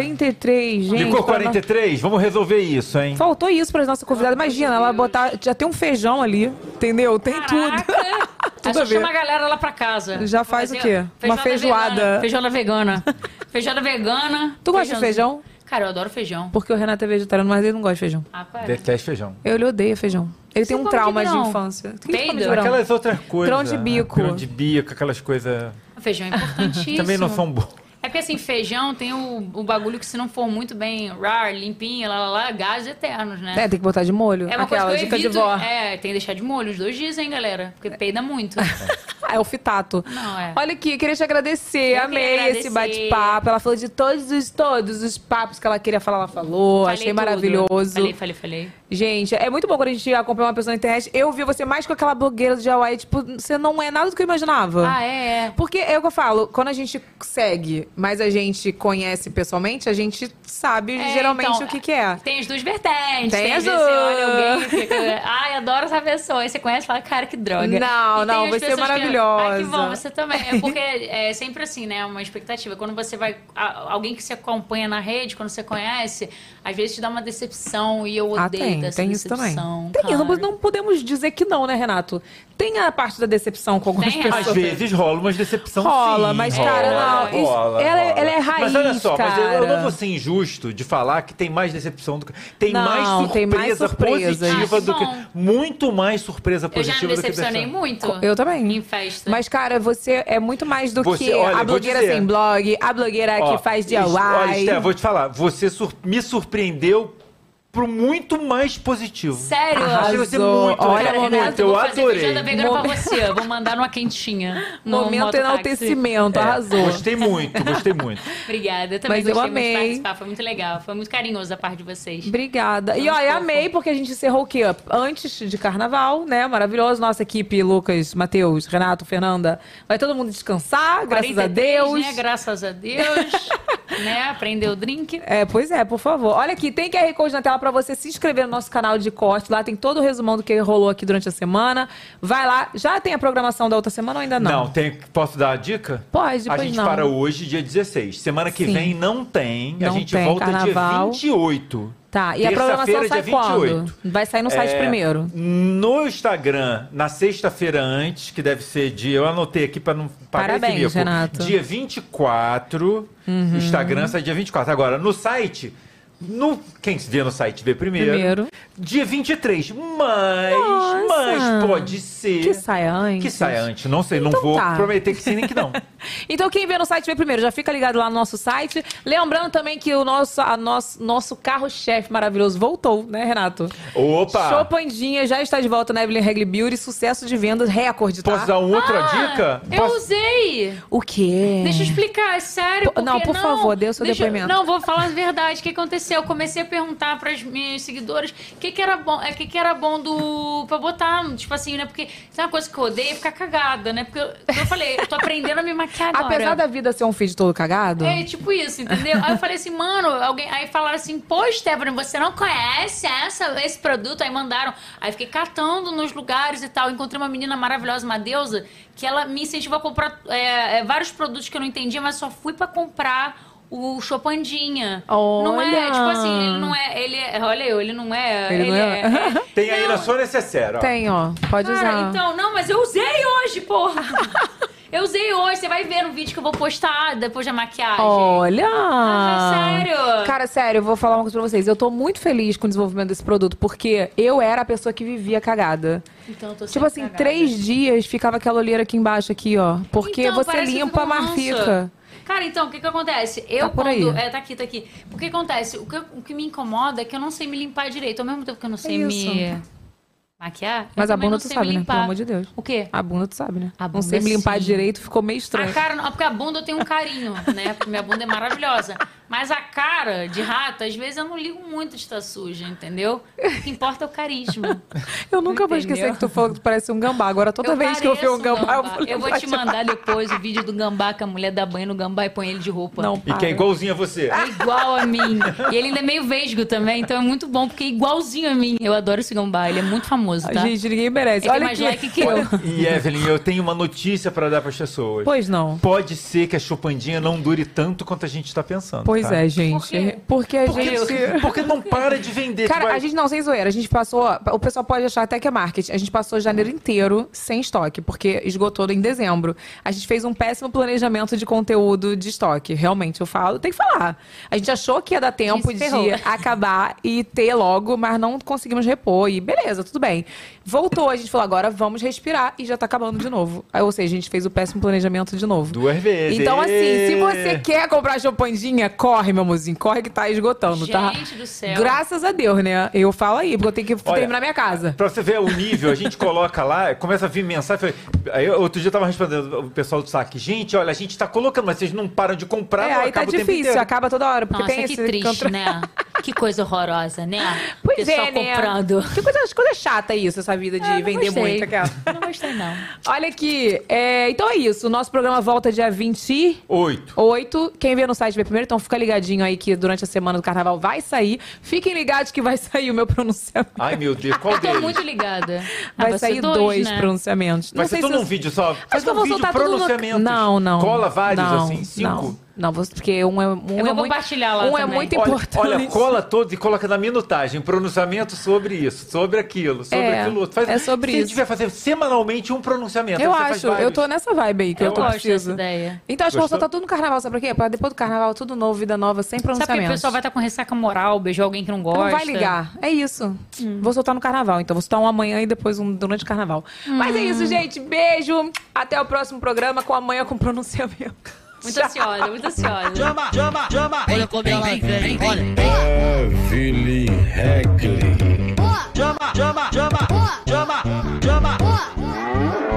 43, gente. Licor 43? Vamos resolver isso, hein? Faltou isso pra nossa convidada. Imagina, ela botar... Já tem um feijão ali, entendeu? Tem tudo. Tudo a ver. Chama a galera lá pra casa. Já faz o quê? Uma feijoada. Feijoada vegana. Feijoada vegana. Tu gosta de feijão? Cara, eu adoro feijão. Porque o Renato é vegetariano, mas ele não gosta de feijão. Detesta feijão. Ele odeia feijão. Ele tem um trauma de infância. Aquelas outras coisas. Grão de bico. Grão de bico, aquelas coisas... O feijão é importantíssimo. Também não são bons. É porque, assim, feijão tem o bagulho que se não for muito bem limpinho, gases eternos, né? Tem que botar de molho. É uma coisa que eu evito. De vó. Tem que deixar de molho os 2 dias, hein, galera? Porque peida muito. É o fitato. Não, Olha aqui, queria te agradecer. Amei esse bate-papo. Ela falou de todos os papos que ela queria falar, ela falou. Achei tudo. Maravilhoso. Falei. Gente, é muito bom quando a gente acompanha uma pessoa na internet. Eu vi você mais com aquela blogueira do Hawaii. Tipo, você não é nada do que eu imaginava. Porque é o que eu falo. Quando a gente segue, mas a gente conhece pessoalmente, a gente sabe geralmente então, o que é. Tem as 2 vertentes. Tem as 2. Você olha alguém e fica... adoro essa pessoa. Aí você conhece e fala, cara, que droga. Não, você é maravilhosa. Que bom, você também. É porque é sempre assim, né? Uma expectativa. Quando você vai... Alguém que se acompanha na rede, quando você conhece, às vezes te dá uma decepção e eu odeio dessa tem decepção. Isso também. Tem isso, não podemos dizer que não, né, Renato? Tem a parte da decepção com algumas pessoas. Às vezes rola umas decepção, sim. Mas, cara, não. Ela é raiz, mas olha só, cara. Mas eu não vou ser injusto de falar que tem mais decepção do que... Tem mais surpresa positiva do que... Muito mais surpresa positiva do que... Eu já me decepcionei muito. Eu também. Em festa. Mas, cara, você é muito mais do que a blogueira sem blog, a blogueira que faz DIY. Olha, Esté, vou te falar. Você me surpreendeu pro muito mais positivo. Sério? Achei você muito. Olha, muito. Eu adorei. Feijoada vegana pra você. Vou mandar numa quentinha. Momento enaltecimento. Arrasou. Gostei muito. Obrigada. Eu também gostei muito de participar. Foi muito legal. Foi muito carinhoso da parte de vocês. Obrigada. E olha, amei porque a gente encerrou o quê? Antes de carnaval, né? Maravilhoso. Nossa equipe, Lucas, Matheus, Renato, Fernanda. Vai todo mundo descansar, graças a Deus. Né? Graças a Deus. Né? Aprendeu o drink. Pois é, por favor. Olha aqui, tem QR Code na tela pra você se inscrever no nosso canal de corte. Lá tem todo o resumão do que rolou aqui durante a semana. Vai lá. Já tem a programação da outra semana ou ainda não? Não, posso dar a dica? Pode, depois a gente para hoje, dia 16. Semana que vem não tem. A gente volta dia 28. Tá, e a programação sai dia 28. quando? Vai sair no site primeiro. No Instagram, na sexta-feira antes, que deve ser dia... Eu anotei aqui para não pagar esse mico. Renato. Dia 24, Instagram sai dia 24. Agora, no site... Quem se vê no site vê primeiro. Dia 23. Mas pode ser... Que saia antes. Não sei, então não vou prometer que sim nem que não. Então quem vê no site vê primeiro. Já fica ligado lá no nosso site. Lembrando também que o nosso carro-chefe maravilhoso voltou, né, Renato? Opa! Chopandinha já está de volta na Evelyn Regli Beauty. Sucesso de vendas, recorde, tá? Posso dar uma outra dica? Eu usei! O quê? Deixa eu explicar, é sério. Por favor, dê o seu depoimento. Não, vou falar a verdade. O que aconteceu? Eu comecei a perguntar para as minhas seguidoras o que era bom pra botar, tipo assim, né? Porque tem uma coisa que eu odeio é ficar cagada, né? Porque eu falei, eu tô aprendendo a me maquiar agora. Apesar da vida ser um feed todo cagado? É, tipo isso, entendeu? Aí eu falei assim, mano, aí falaram assim, pô, Stephanie, você não conhece esse produto? Aí mandaram. Aí fiquei catando nos lugares e tal. Encontrei uma menina maravilhosa, uma deusa, que ela me incentivou a comprar vários produtos que eu não entendia, mas só fui pra comprar o Chopandinha. Olha. Não é, tipo assim, ele não é... Ele não é... Tem aí na sua necessaire, ó. Tem, ó. Pode usar. Então, não, mas eu usei hoje, porra. Eu usei hoje, você vai ver no vídeo que eu vou postar depois da maquiagem. Olha! Sério? Cara, sério, eu vou falar uma coisa pra vocês. Eu tô muito feliz com o desenvolvimento desse produto, porque eu era a pessoa que vivia cagada. Então, eu tô tipo assim, cagada. 3 dias ficava aquela olheira aqui embaixo, aqui, ó. Porque então, você limpa, mas fica. Cara, então, o que acontece? Eu, tá por aí. Tá aqui. O que acontece? O que me incomoda é que eu não sei me limpar direito. Ao mesmo tempo que eu não sei me maquiar, mas a bunda tu sabe, né? Pelo amor de Deus. O quê? A bunda tu sabe, né? Não sei me limpar direito, ficou meio estranho. A cara, não, porque a bunda eu tenho um carinho, né? Porque minha bunda é maravilhosa. Mas a cara de rata, às vezes eu não ligo muito de estar suja, entendeu? O que importa é o carisma. Eu nunca vou esquecer que tu falou que tu parece um gambá. Agora, toda vez que eu ver um gambá, eu vou te mandar depois o vídeo do gambá, que a mulher dá banho no gambá e põe ele de roupa. Não, e que é igualzinho a você. É igual a mim. E ele ainda é meio vesgo também, então é muito bom, porque é igualzinho a mim. Eu adoro esse gambá, ele é muito famoso, tá? Gente, ninguém merece. Ele tem mais like que eu. E Evelyn, eu tenho uma notícia pra dar pras pessoas. Pois não. Pode ser que a Chopandinha não dure tanto quanto a gente tá pensando. Pois tá? é, gente. Porque a gente... Porque não para de vender. Cara, a gente não, sem zoeira. A gente passou... O pessoal pode achar até que é marketing. A gente passou janeiro inteiro sem estoque, porque esgotou em dezembro. A gente fez um péssimo planejamento de conteúdo de estoque. Realmente, eu falo... Tem que falar. A gente achou que ia dar tempo de acabar e ter logo, mas não conseguimos repor. E beleza, tudo bem. Voltou, a gente falou, agora vamos respirar. E já tá acabando de novo. Ou seja, a gente fez o péssimo planejamento de novo. 2 vezes. Então, assim, se você quer comprar Chopandinha, corre, meu mozinho. Corre que tá esgotando, tá? Gente do céu. Graças a Deus, né? Eu falo aí, porque eu tenho que terminar minha casa. Pra você ver o nível, a gente coloca lá, começa a vir mensagem. Aí, outro dia eu tava respondendo o pessoal do saque. Gente, olha, a gente tá colocando, mas vocês não param de comprar. Aí tá difícil, acaba toda hora. Porque Nossa, tem que esse triste, né? Que coisa horrorosa, né? Pois pessoal é, né? comprando. Que coisa chata isso, essa vida de vender muito. Aquela. Não gostei, não. Olha aqui, então é isso. O nosso programa volta dia 28. Quem vê no site vê primeiro, então fica ligadinho aí que durante a semana do carnaval vai sair. Fiquem ligados que vai sair o meu pronunciamento. Ai, meu Deus, qual deles? Eu tô muito ligada. Vai sair 2 pronunciamentos. Vai ser tudo num vídeo só? Faz um vídeo pronunciamentos. Não. Cola vários, assim, 5? Não, porque um é vou compartilhar lá um também. É muito importante. Olha, cola todos e coloca na minutagem. Pronunciamento sobre isso, sobre aquilo, sobre aquilo outro. É sobre isso. Se a gente vai fazer semanalmente um pronunciamento. Eu acho, eu tô nessa vibe aí que eu tô gosto dessa ideia. Então acho que vou soltar tudo no carnaval, sabe por quê? Pra depois do carnaval, tudo novo, vida nova, sem pronunciamento. Sabe que o pessoal vai estar com ressaca moral, beijou alguém que não gosta. Não vai ligar. É isso. Vou soltar no carnaval, então. Vou soltar um amanhã e depois um durante o carnaval. Mas é isso, gente. Beijo. Até o próximo programa com amanhã com pronunciamento. Muito ansiosa, muito ansiosa. Chama. Olha como ela vem, olha. Evelyn Regli. Chama.